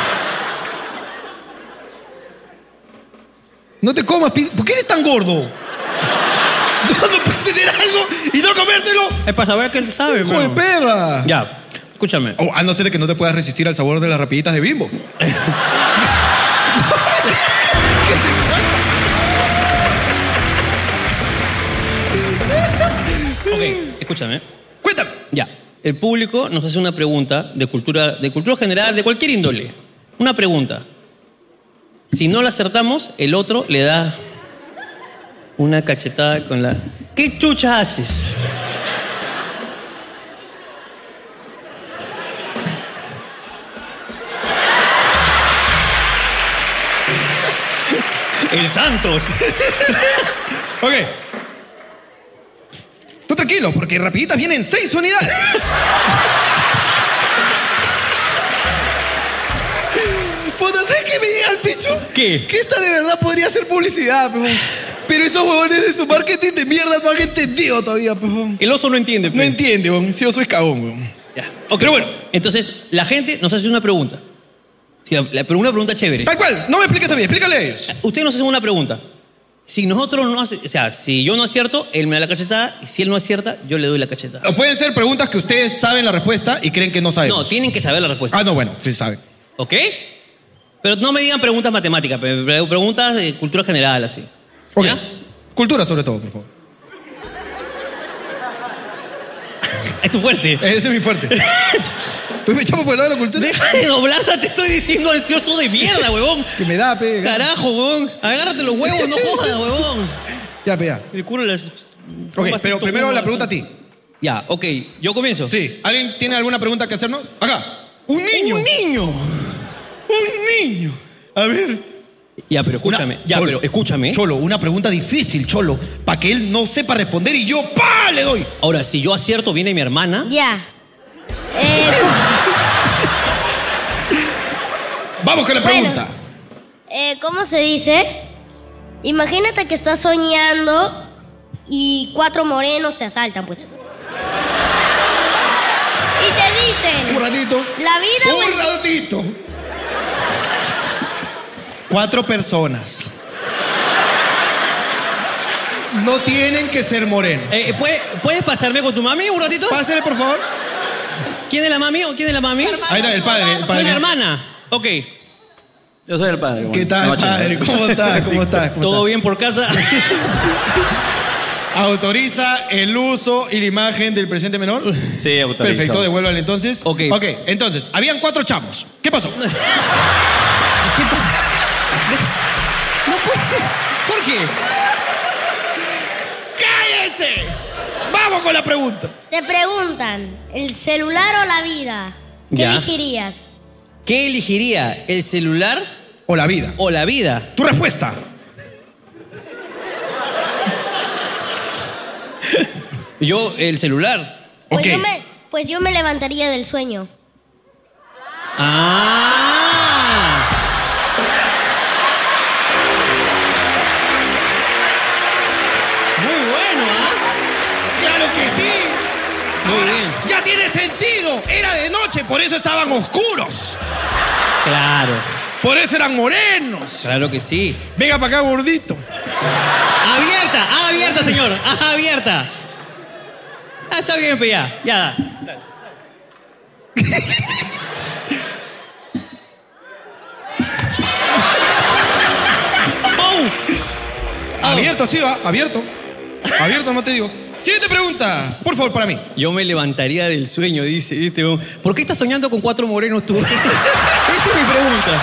A: No te comas, pi- ¿por qué eres tan gordo? No, no puedes tener algo y no comértelo.
B: Es para saber qué él sabe,
A: ¡Hijo de
B: hermano.
A: perra!
B: Ya, escúchame.
A: Oh, a no ser que no te puedas resistir al sabor de las rapiditas de Bimbo.
B: Ok, escúchame.
A: Cuéntame.
B: Ya, el público nos hace una pregunta de cultura, de cultura general, de cualquier índole. Una pregunta. Si no la acertamos, el otro le da una cachetada con la... ¿Qué chucha haces? El Santos.
A: Ok. Tú tranquilo, porque rapiditas vienen seis unidades. Puta, ¿sabes qué me llega al pecho?
B: ¿Qué?
A: Que esta de verdad podría ser publicidad, pejón. Pero esos huevones de su marketing de mierda no han entendido todavía, pejón.
B: El oso no entiende.
A: No
B: pues.
A: entiende, weón. Si oso es cagón, weón.
B: Ya. Ok, pero bueno, entonces la gente nos hace una pregunta. Sí, la- la- pero una pregunta chévere.
A: Tal cual, no me expliques a mí, explícale a ellos.
B: Usted nos hace una pregunta. Si nosotros no hace, o sea, si yo no acierto, él me da la cachetada, y si él no acierta, yo le doy la cachetada.
A: O pueden ser preguntas que ustedes saben la respuesta y creen que no saben.
B: No, tienen que saber la respuesta.
A: Ah, no, bueno, sí saben.
B: ¿Ok? Pero no me digan preguntas matemáticas, pe- pe- preguntas de cultura general, así.
A: Ok.
B: ¿Ya?
A: Cultura sobre todo, por favor.
B: Es tu fuerte.
A: Ese es mi fuerte. Tú me echamos por el lado de la cultura.
B: Deja de doblarla, te estoy diciendo ansioso de mierda, huevón.
A: Que me da, pe.
B: Carajo, huevón. Agárrate los huevos, no jodas, huevón.
A: Ya, pe, ya.
B: Me curo las...
A: Ok, pero primero la pregunta a ti.
B: Ya, ok. ¿Yo comienzo?
A: Sí. ¿Alguien tiene alguna pregunta que hacernos? Acá. Un niño.
B: ¡Un niño!
A: Un niño. A ver.
B: Ya, pero escúchame.
A: Una-
B: ya,
A: Cholo,
B: pero escúchame.
A: Cholo, una pregunta difícil, Cholo. Para que él no sepa responder y yo, ¡pa! Le doy.
B: Ahora, si yo acierto, viene mi hermana.
C: Ya. Eh,
A: Vamos con la
C: Bueno.
A: pregunta.
C: eh, ¿Cómo se dice? Imagínate que estás soñando y cuatro morenos te asaltan, pues. Y te
A: Un
C: dicen,
A: ratito.
C: la vida o
A: Un
C: el-
A: ratito. Cuatro personas. No tienen que ser morenos.
B: Eh, ¿puedes, ¿Puedes pasarme con tu mami un ratito?
A: Pásale, por favor.
B: ¿Quién es la mami o quién es la mami?
A: Ahí está, el padre. El
B: ¿Quién
A: padre.
B: es la hermana? Ok.
E: Yo soy el padre.
A: ¿Qué tal, padre? ¿Cómo estás? ¿Cómo estás? ¿Cómo
B: ¿Todo
A: estás?
B: bien por casa?
A: ¿Autoriza el uso y la imagen del presente menor?
E: Sí, autorizo.
A: Perfecto, devuélvale entonces.
B: Ok.
A: Ok, entonces, habían cuatro chamos. ¿Qué pasó?
B: ¿Qué pasa? No puedes. ¿Por qué?
A: ¡Cállese! Vamos con la pregunta.
C: te preguntan, ¿el celular o la vida? ¿Qué
B: Ya.
C: elegirías?
B: ¿Qué elegiría? ¿El celular
A: O la vida.
B: o la vida?
A: Tu respuesta.
B: Yo, el celular.
C: Pues,
A: Ok.
C: yo me, pues yo me levantaría del sueño.
B: ¡Ah! Muy bueno, ¿ah?
A: ¡Claro que sí!
B: Muy bien.
A: ¡Ya tiene sentido! Era de noche, por eso estaban oscuros.
B: Claro,
A: Por eso eran morenos.
B: claro que sí.
A: Venga para acá, gordito.
B: Abierta, ah, abierta, señor. Ah, abierta. Ah, está bien, pues ya. Ya. ¡Oh!
A: Abierto, sí, va. Abierto. Abierto, no te digo. Siguiente pregunta. Por favor, para mí.
B: Yo me levantaría del sueño, dice este hombre. ¿Por qué estás soñando con cuatro morenos tú? Esa es mi pregunta.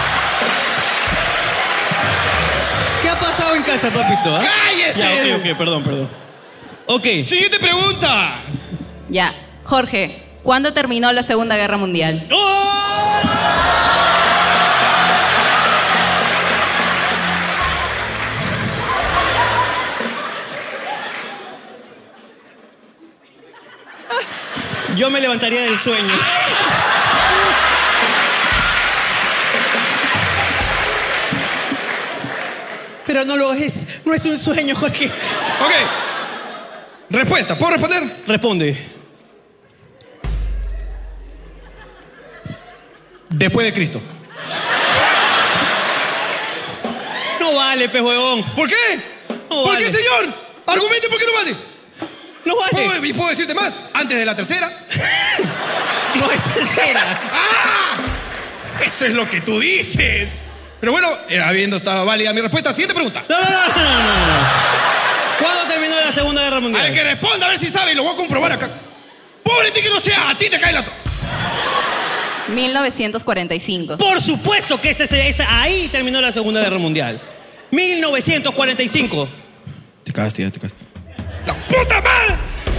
B: ¿Qué ha pasado en casa, papito? ah?
A: ¡Cállese!
B: Ya, ok, ok, perdón, perdón. Ok.
A: Siguiente pregunta.
F: Ya. Jorge, ¿cuándo terminó la Segunda Guerra Mundial?
B: Yo me levantaría del sueño. Pero no lo es. No es un sueño, Jorge.
A: Ok. Respuesta, ¿puedo responder?
B: Responde.
A: Después de Cristo.
B: No vale, pez huevón.
A: ¿Por qué?
B: No
A: ¿Por
B: vale.
A: qué, señor? Argumente por qué no vale.
B: No vale.
A: ¿Puedo, y puedo decirte más. Antes de la tercera.
B: No es tercera.
A: ¡Ah! Eso es lo que tú dices. Pero bueno, eh, habiendo estado válida mi respuesta, siguiente pregunta.
B: No, no, no, no, no, no. ¿Cuándo terminó la Segunda Guerra
A: A
B: Mundial?
A: ver que responda, a ver si sabe, y lo voy a comprobar acá. Pobre ti que no sea, a ti te cae la...
F: mil novecientos cuarenta y cinco.
B: Por supuesto que ese, ese, ahí terminó la Segunda Guerra Mundial. mil novecientos cuarenta y cinco.
D: Te cagaste, ya te cagaste.
A: ¡La puta madre!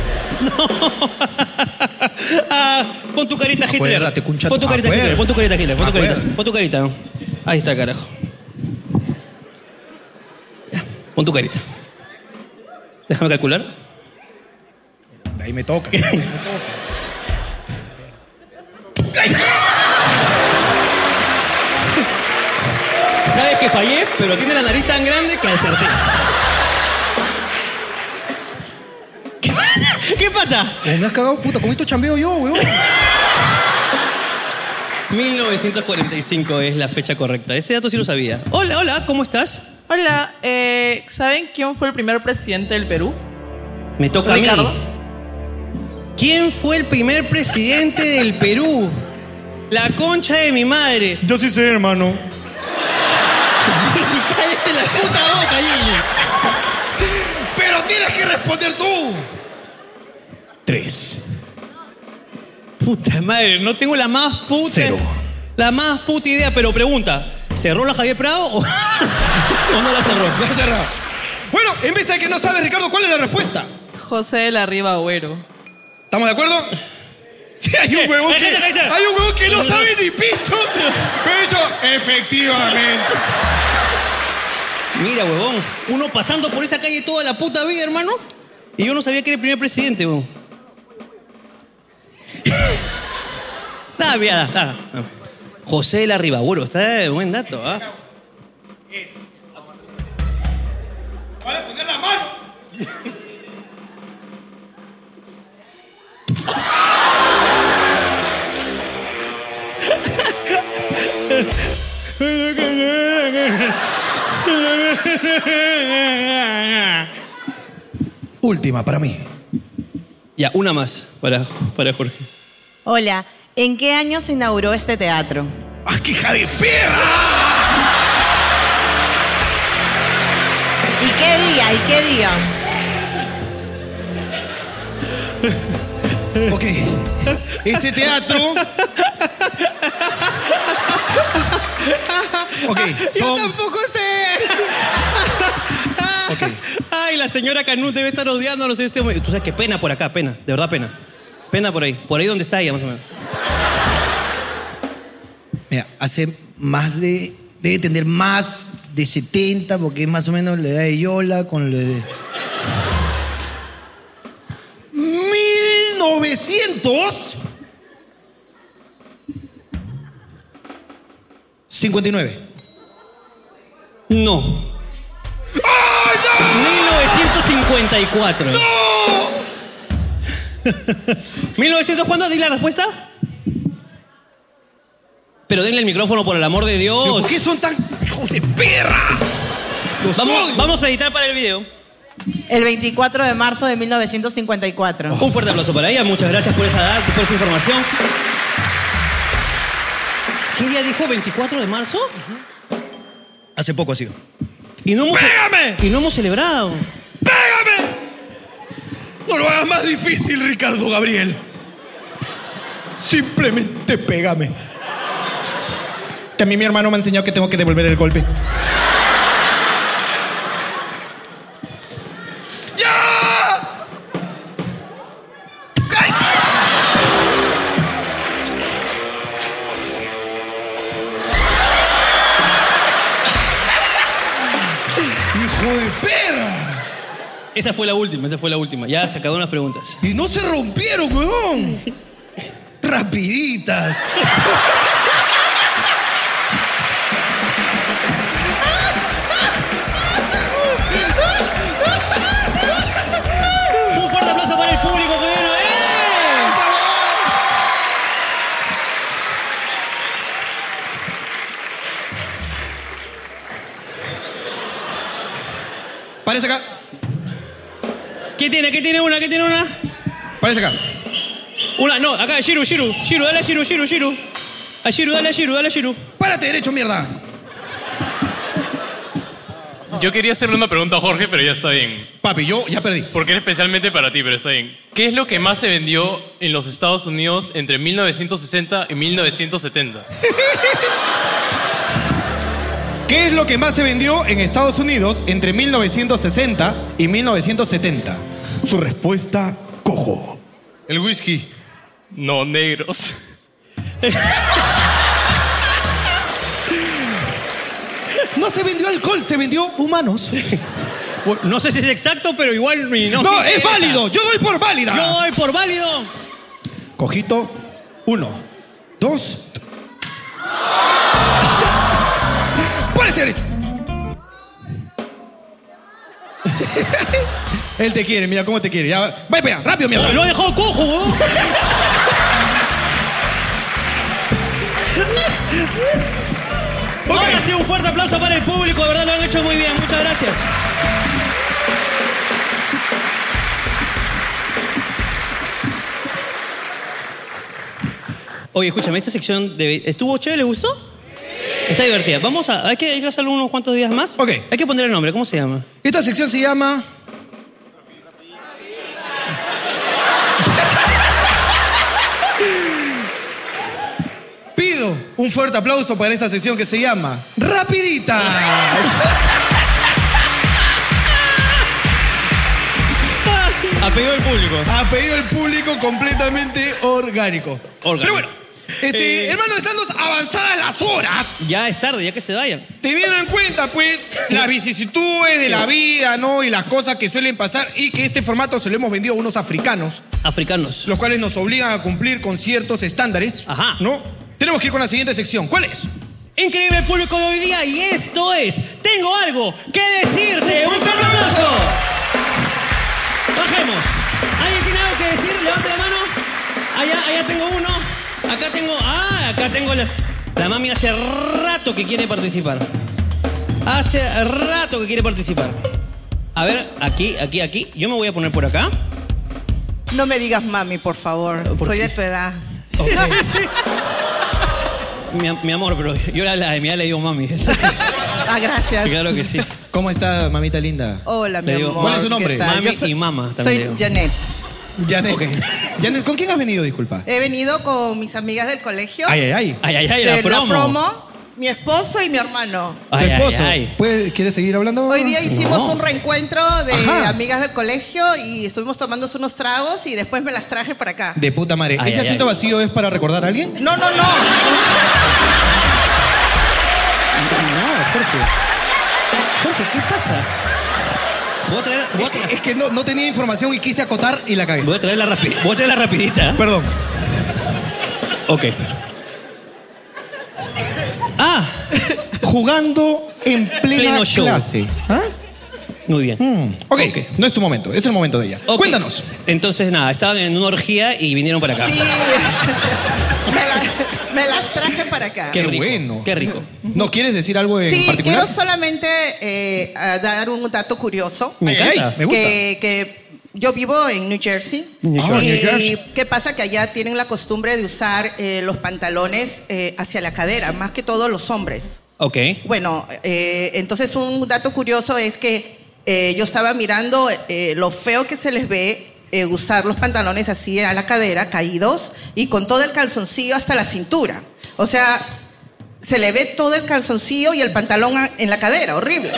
B: Ah, pon tu carita Hitler.
A: Acuérdate, concha
B: Pon tu
A: tu-
B: carita Hitler.
A: acuérdate.
B: Pon tu carita Hitler. Pon tu carita.
A: Acuérdate.
B: Pon tu carita. ¿no? Ahí está, carajo. Ya, pon tu carita. Déjame calcular.
A: Ahí me toca.
B: Sabes que fallé, pero tiene la nariz tan grande que acerté. ¿Qué pasa? ¿Qué pasa?
A: ¿Cómo me has cagado, puta? ¿Cómo esto chambeo yo, weón?
B: mil novecientos cuarenta y cinco es la fecha correcta. Ese dato sí lo sabía. Hola, hola, ¿cómo estás?
G: Hola, eh, ¿saben quién fue el primer presidente del Perú?
B: Me toca
G: Ricardo.
B: a mí. ¿Quién fue el primer presidente del Perú? La concha de mi madre.
D: Yo sí sé, hermano.
B: Cállate la puta boca, Gigi.
A: Pero tienes que responder tú.
D: Tres.
B: Puta madre, no tengo la más puta.
D: Cero.
B: La más puta idea, pero pregunta. ¿Cerró la Javier Prado o, o no la cerró?
A: Ya cerrado. Bueno, en vista de que no sabes, Ricardo, ¿cuál es la respuesta?
G: José de la Riva Agüero.
A: ¿Estamos de acuerdo? Sí, hay un huevón
B: Ahí
A: que,
B: está, ahí está.
A: hay un huevón que no sabe ni picho. Pecho, efectivamente.
B: Mira, huevón, uno pasando por esa calle toda la puta vida, hermano, y yo no sabía que era el primer presidente, huevón. Nada, nada, nada. José de la Ribagüero, está de buen dato, ¿ah?
A: Vale, poner la mano. Última para mí.
B: Ya, una más para, para Jorge.
H: Hola, ¿en qué año se inauguró este teatro?
A: ¡Ah, qué hija de perra!
H: ¿Y qué día? ¿Y qué día?
A: Ok. Este teatro. Ok.
B: Yo
A: Son...
B: tampoco sé.
A: Ok.
B: Ay, la señora Canut debe estar odiándonos en este momento. Tú sabes qué pena por acá, pena, de verdad pena. Pena por ahí, por ahí donde está ella, más o menos.
A: Mira, hace más de. Debe tener más de setenta, porque es más o menos la edad de Yola con la de. mil novecientos cincuenta y nueve.
B: No.
A: ¡Ay,
B: mil novecientos cincuenta y cuatro.
A: no!
B: ¿mil novecientos cuándo? ¿Di la respuesta? Pero denle el micrófono por el amor de
A: ¿Pero
B: Dios.
A: ¿Por qué son tan hijos de perra? Los
B: Vamos,
A: odio.
B: vamos a editar para el video.
H: El veinticuatro de marzo de mil novecientos cincuenta y cuatro.
B: Un fuerte aplauso para ella. Muchas gracias por esa edad, por esa información. ¿Qué día dijo? ¿veinticuatro de marzo?
A: Hace poco ha sido.
B: Y no hemos,
A: ¡Pégame!
B: y no hemos celebrado.
A: ¡Pégame! No lo hagas más difícil, Ricardo Gabriel. Simplemente pégame.
D: Que a mí mi hermano me ha enseñado que tengo que devolver el golpe.
A: ¡Ya! ¡Ay! ¡Hijo de perra!
B: Esa fue la última, esa fue la última. Ya se acabaron las preguntas.
A: Y no se rompieron, weón. Rapiditas.
B: Un fuerte
A: Parece acá.
B: ¿Qué tiene? ¿Qué tiene una? ¿Qué tiene una?
A: Parece acá.
B: Una, no, acá, Shiru, Shiru. Shiru, dale a Shiru, Shiru, Shiru. A Shiru, dale a Shiru, dale a Shiru.
A: Párate derecho, mierda.
I: Yo quería hacerle una pregunta a Jorge, pero ya está bien.
A: Papi, yo ya perdí.
I: Porque era especialmente para ti, pero está bien. ¿Qué es lo que más se vendió en los Estados Unidos entre mil novecientos sesenta y mil novecientos setenta?
D: ¿Qué es lo que más se vendió en Estados Unidos entre mil novecientos sesenta y mil novecientos setenta? Su respuesta, cojo.
A: El whisky.
I: No, negros.
A: No se vendió alcohol, se vendió humanos.
B: Bueno, no sé si es exacto, pero igual no.
A: No,
B: me
A: es
B: interesa.
A: válido. Yo doy por válida.
B: Yo doy por válido.
A: Cojito. Uno. Dos. Párese derecho. Él te quiere, mira cómo te quiere. Ya, vaya para allá, rápido, mierda.
B: Oh, lo ha dejado cojo, weón. Ahora sí, un fuerte aplauso para el público, de verdad lo han hecho muy bien, muchas gracias. Oye, escúchame, esta sección de... ¿estuvo chévere? ¿Le gustó? Está divertida. Vamos a... Hay que, hay que hacerlo unos cuantos días más.
A: Ok.
B: Hay que poner el nombre, ¿cómo se llama?
A: Esta sección se llama... Pido un fuerte aplauso para esta sección que se llama Rapidita.
B: A pedido del público.
A: Ha pedido el público completamente orgánico.
B: Orgánico.
A: Pero bueno, este,
B: Eh.
A: hermano, estando avanzadas las horas,
B: Ya es tarde, ya que se vayan.
A: teniendo en cuenta, pues, las vicisitudes de la vida, ¿no? Y las cosas que suelen pasar y que este formato se lo hemos vendido a unos africanos,
B: Africanos.
A: los cuales nos obligan a cumplir con ciertos estándares,
B: Ajá.
A: ¿no? Tenemos que ir con la siguiente sección. ¿Cuál es?
B: Increíble el público de hoy día y esto es Tengo algo que decirte. ¡Un fuerte aplauso! Bajemos. ¿Alguien tiene algo que decir? Levante la mano. Allá, allá tengo uno. Acá tengo... Ah, acá tengo las... La mami hace rato que quiere participar. Hace rato que quiere participar. A ver, aquí, aquí, aquí. Yo me voy a poner por acá.
H: No me digas mami, por favor.
B: ¿Por
H: Soy
B: qué?
H: de tu edad.
B: Ok. mi, mi amor, pero yo a la de mi edad le digo mami.
H: Ah, gracias.
B: Claro que sí.
A: ¿Cómo está, mamita linda?
H: Hola, mi
B: Le digo,
H: amor.
A: ¿cuál es su nombre?
H: ¿qué tal?
B: Mami
H: Yo soy-
B: y mamá también
H: Soy
B: le digo.
H: Janet.
A: Janet.
B: Ok.
A: Janet, ¿con quién has venido, disculpa?
H: He venido con mis amigas del colegio.
A: Ay, ay, ay.
B: Ay, ay, ay,
H: de
B: la promo.
H: mi esposo y mi hermano.
A: ¿Tu
B: Ay, ay,
A: esposo?
B: ay.
A: ¿Puede- ¿Quieres seguir hablando?
H: Hoy día hicimos
B: No.
H: un reencuentro de
A: Ajá.
H: amigas del colegio y estuvimos tomando unos tragos y después me las traje para acá.
A: De puta madre.
B: Ay,
A: ¿Ese
B: ay,
A: asiento
B: ay.
A: vacío es para recordar a alguien?
H: No, no, no.
B: No, Jorge. Jorge, ¿qué pasa? Voy a traer, voy a traer,
A: Es que no, no tenía información y quise acotar y la cagué.
B: voy a traer la rapi- voy a traer la rapidita.
A: Perdón.
B: Ok. Ah,
A: Jugando en plena
B: Pleno show.
A: clase. ¿Ah?
B: muy bien.
A: Mm, ok, no es tu momento, es el momento de ella.
B: Ok.
A: Cuéntanos.
B: Entonces, nada, estaban en una orgía y vinieron para acá.
H: Sí. me, la- me las traje para acá.
B: Qué
A: Qué
B: rico.
A: bueno.
B: Qué rico.
A: ¿No quieres decir algo en
H: Sí,
A: particular?
H: quiero solamente eh, a dar un dato curioso.
B: Me
A: Ay, ay,
B: encanta.
A: me gusta.
H: Que, que yo vivo en New Jersey.
B: New
H: y
A: Jersey. New Jersey.
H: qué pasa que allá tienen la costumbre de usar eh, los pantalones eh, hacia la cadera, más que todos los hombres.
B: Ok.
H: Bueno, eh, entonces un dato curioso es que eh, yo estaba mirando eh, lo feo que se les ve eh, usar los pantalones así a la cadera, caídos, y con todo el calzoncillo hasta la cintura. O sea, se le ve todo el calzoncillo y el pantalón a- en la cadera, horrible.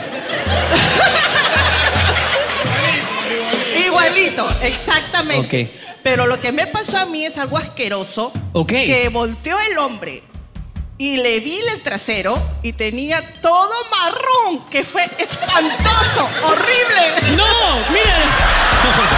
H: Igualito, exactamente.
B: Ok.
H: Pero lo que me pasó a mí es algo asqueroso.
B: Ok.
H: Que volteó el hombre y le vi el trasero y tenía todo marrón, que fue espantoso, horrible.
B: ¡No! ¡Mira! No, Jorge.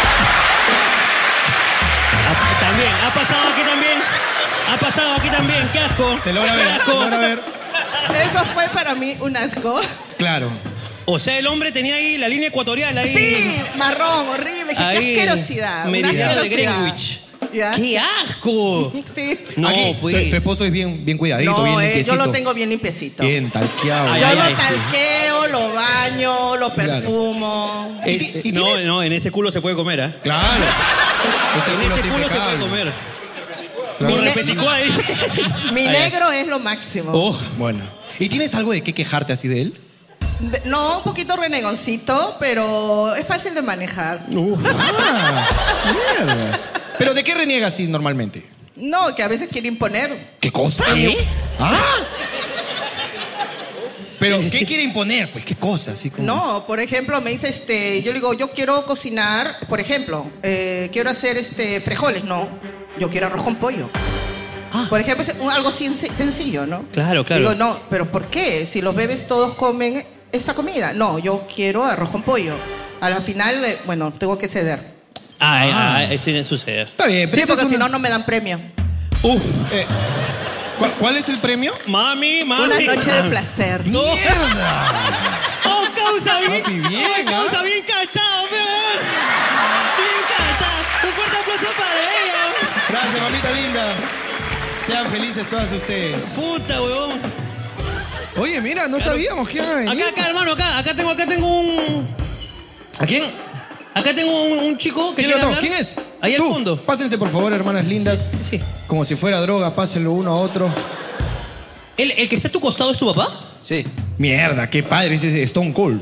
B: Ah, también, ha pasado aquí también. Ha pasado aquí también. ¡Qué asco!
A: Se logra ver,
B: ¡Qué
A: se
B: asco!
A: logra ver.
H: Eso fue para mí un asco.
A: Claro.
B: O sea, el hombre tenía ahí la línea ecuatorial ahí.
H: Sí, marrón, horrible. Dije,
B: Ahí,
H: qué asquerosidad. una
B: Meridiano de
H: asquerosidad.
B: Greenwich.
H: ¿Ya?
B: ¡Qué asco!
H: Sí.
B: No,
A: Aquí, tu-
B: pues.
A: Tu, esposo es bien, bien cuidadito,
H: No,
A: bien
H: eh,
A: limpiecito.
H: yo lo tengo bien limpiecito.
A: Bien talqueado.
B: Ay,
H: Yo
B: ay,
H: lo
B: ay.
H: talqueo, lo baño, lo perfumo.
B: Eh,
A: ¿Y- y
B: no,
A: tienes-
B: no, en ese culo se puede comer, ¿ah?
A: Claro.
B: En ese culo se puede comer. Con repeticó ahí.
H: Mi
B: Ay,
H: negro es lo máximo.
B: Oh,
A: Bueno. ¿Y tienes algo de qué quejarte así de él?
H: De- no, un poquito renegoncito, pero es fácil de manejar.
A: Ah, mierda. ¿Pero de qué reniegas así normalmente?
H: No, que a veces quiere imponer.
A: ¿Qué cosa?
B: ¿Eh?
A: Ah. ¿Pero qué quiere imponer? Pues, ¿qué cosa? Así como...
H: No, por ejemplo, me dice, este, yo le digo, yo quiero cocinar, por ejemplo, eh, quiero hacer este frijoles, no, yo quiero arroz con pollo. Por ejemplo, es un- algo sen- sencillo, ¿no?
B: Claro, claro.
H: Digo, no, pero ¿por qué? Si los bebés todos comen esa comida. No, yo quiero arroz con pollo. A la final, eh, bueno, tengo que ceder.
B: ah, ah, eso sucede.
A: Está bien, pero
H: Sí,
A: esa
H: porque
A: es
H: si
A: una-
H: no, no me dan premio.
B: Uf,
A: Eh, ¿cuál, cuál es el premio?
B: mami, mami.
H: Una noche de placer.
A: ¡Mierda!
B: Oh, causa bien.
A: Papi, bien,
B: oh, causa
A: ¿ah?
B: bien cachado, weón. Bien cachado. Un fuerte aplauso para ella.
A: Gracias, mamita linda. Sean felices todas ustedes.
B: Puta, weón.
A: Oye, mira, no sabíamos que iban a venir.
B: Acá, acá, hermano, acá, acá tengo, acá tengo un.
A: ¿A quién?
B: Acá tengo un, un chico que
A: ¿Quién,
B: quiere
A: lo-
B: hablar.
A: ¿Quién es?
B: Ahí al
A: Tú.
B: fondo.
A: Pásense, por favor, hermanas lindas.
B: Sí.
A: Como si fuera droga, pásenlo uno a otro.
B: ¿El, el que está a tu costado es tu papá?
E: Sí.
A: Mierda, qué padre ese es Stone Cold.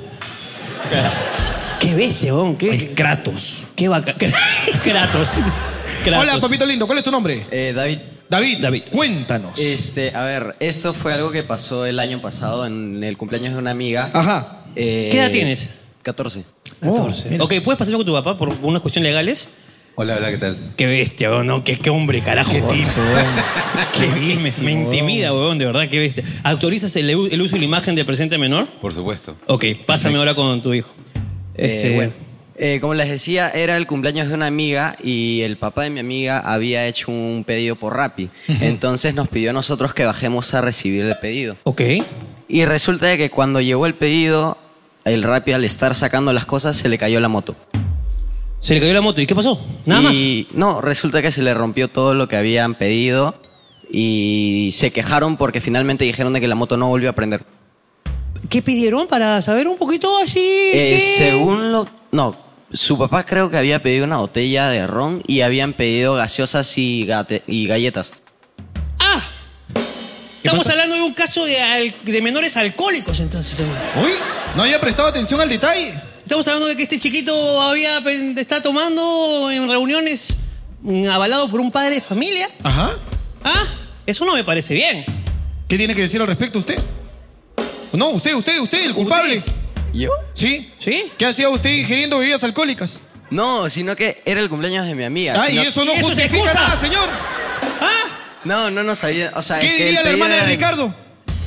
B: Qué bestia, weón. Qué,
A: Ay, Kratos.
B: qué vaca. Kratos. Kratos.
A: Hola, papito lindo, ¿cuál es tu nombre?
E: Eh, David,
A: David.
B: David.
A: Cuéntanos.
E: este, a ver, esto fue algo que pasó el año pasado en el cumpleaños de una amiga.
A: Ajá.
E: Eh,
B: ¿Qué edad tienes?
E: catorce.
A: catorce.
B: Ok, ¿puedes pasarme con tu papá por unas cuestiones legales?
E: Hola, hola, ¿qué tal?
B: Qué bestia, weón, ¿no? Qué, qué hombre, carajo.
A: Qué
B: weón.
A: tipo, weón.
B: Qué me, me
A: Buenísimo,
B: intimida, weón, de verdad, qué bestia. ¿Autorizas el, el uso y la imagen del presente menor?
J: Por supuesto.
B: Ok, pásame ahora con tu hijo. Este,
E: Eh, bueno, eh, como les decía, era el cumpleaños de una amiga y el papá de mi amiga había hecho un pedido por Rappi. Entonces nos pidió a nosotros que bajemos a recibir el pedido.
B: Ok.
E: Y resulta de que cuando llegó el pedido, el Rappi al estar sacando las cosas se le cayó la moto.
B: Se le cayó la moto. ¿Y qué pasó? Nada
E: y, No, resulta que se le rompió todo lo que habían pedido y se quejaron porque finalmente dijeron de que la moto no volvió a prender.
B: más. ¿Qué pidieron para saber un poquito así?
E: Eh,
B: qué?
E: según lo... No, su papá creo que había pedido una botella de ron y habían pedido gaseosas y, gate- y galletas.
B: ¡Ah! Estamos
A: pasa?
B: hablando de un caso de, al- de menores alcohólicos, entonces.
A: Uy, no había prestado atención al detalle.
B: Estamos hablando de que este chiquito había pen- está tomando en reuniones mm, avalado por un padre de familia.
A: Ajá.
B: ¿Ah? Eso no me parece bien.
A: ¿Qué tiene que decir al respecto usted? No, usted, usted, usted, el culpable.
E: ¿Yo?
A: ¿Sí?
B: ¿Sí?
A: ¿Qué hacía usted ingiriendo bebidas alcohólicas?
E: No, sino que era el cumpleaños de mi amiga.
A: Ay,
E: sino-
A: eso no
B: ¿Y eso es
A: justifica
B: excusa?
A: nada, señor.
B: ¿Ah?
E: No, no nos sabía. O sea,
A: ¿Qué
E: es que
A: diría
E: el
A: la
E: pedido
A: hermana de
E: era
A: Ricardo?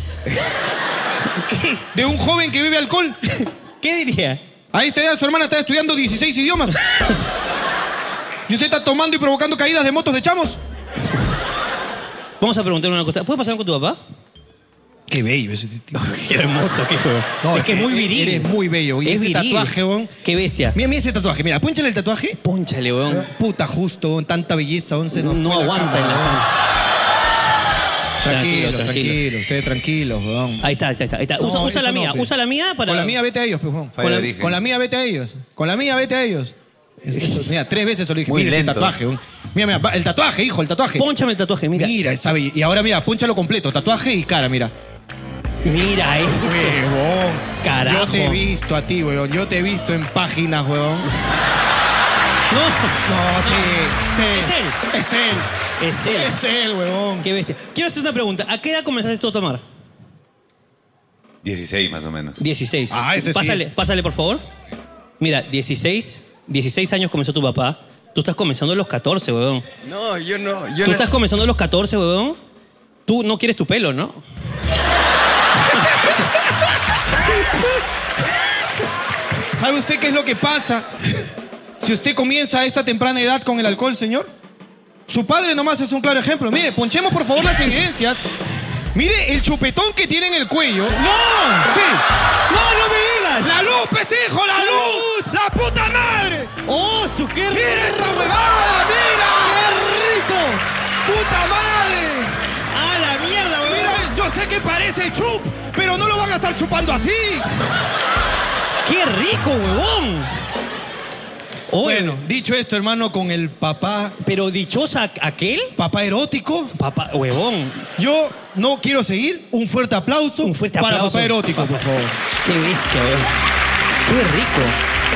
B: ¿Qué?
A: De un joven que bebe alcohol.
B: ¿Qué diría?
A: A esta edad su hermana está estudiando dieciséis idiomas. ¿Y usted está tomando y provocando caídas de motos de chamos?
B: Vamos a preguntarle una cosa. ¿Puedes pasar con tu papá?
A: Qué bello ese tío.
B: Qué hermoso, qué joven.
A: No,
B: es que es muy viril.
A: Eres muy bello. Y
B: Es
A: ese
B: viril.
A: tatuaje, weón.
B: Qué bestia.
A: Mira, mira ese tatuaje. Mira, pónchale el tatuaje.
B: Pónchale, weón.
A: Puta, justo, weón, tanta belleza, once nos
B: No
A: fue la
B: aguanta
A: cama,
B: en la
A: weón.
B: cama.
A: Tranquilo,
B: Tranquilo,
A: tranquilo, ustedes tranquilos, weón.
B: Ahí está, ahí está, ahí está. Usa,
A: No,
B: usa la
A: eso no,
B: mía,
A: pe.
B: usa la mía para...
A: Con la mía vete a ellos, pues, weón.
J: Falla
A: Con
J: de
A: la,
J: origen.
A: con la mía vete a ellos. Con la mía vete a ellos. Eso, eso, mira, tres veces se lo dije.
J: Muy
A: Mira ese
J: lento.
A: tatuaje, weón. Mira, mira, va- el tatuaje, hijo, el tatuaje.
B: Pónchame el tatuaje, mira.
A: Mira, esa bella- Y ahora mira, pónchalo completo, tatuaje y cara, mira.
B: Mira eso.
A: Huevón.
B: Carajo.
A: Yo te he visto a ti, weón. Yo te he visto en páginas, weón.
B: No,
A: No, sí, sí.
B: Es él.
A: Es él.
B: es él.
A: Es él, huevón.
B: Qué bestia. Quiero hacer una pregunta. ¿A qué edad comenzaste tú a tomar?
J: dieciséis más o menos.
B: dieciséis.
A: Ah, ese sí.
B: Pásale, pásale, por favor. Mira, dieciséis, dieciséis años comenzó tu papá. Tú estás comenzando a los catorce, weón.
E: No, yo no. Yo
B: Tú
E: no-
B: estás comenzando a los catorce, weón. Tú no quieres tu pelo, ¿no?
A: ¿Sabe usted qué es lo que pasa si usted comienza a esta temprana edad con el alcohol, señor? Su padre nomás es un claro ejemplo. Mire, ponchemos por favor las evidencias. Mire el chupetón que tiene en el cuello. ¡No! Sí.
B: ¡No, no me digas!
A: ¡La luz, pues, hijo! ¡La,
B: ¡La
A: luz!
B: luz!
A: ¡La puta madre!
B: ¡Oh, su qué rico!
A: ¡Mira esa huevada! ¡Mira!
B: ¡Qué rico!
A: ¡Puta madre!
B: ¡Ah, la mierda, weón!
A: Mira, yo Yo sé que parece chup, pero no lo van a estar chupando así.
B: ¡Qué rico, huevón!
A: Bueno, dicho esto, hermano, con el papá...
B: ¿Pero dichosa aquel?
A: Papá erótico.
B: Papá, huevón.
A: Yo no quiero seguir. Un fuerte aplauso.
B: Un fuerte
A: para
B: aplauso.
A: papá erótico, por favor.
B: Qué bestia, huevón. Qué rico.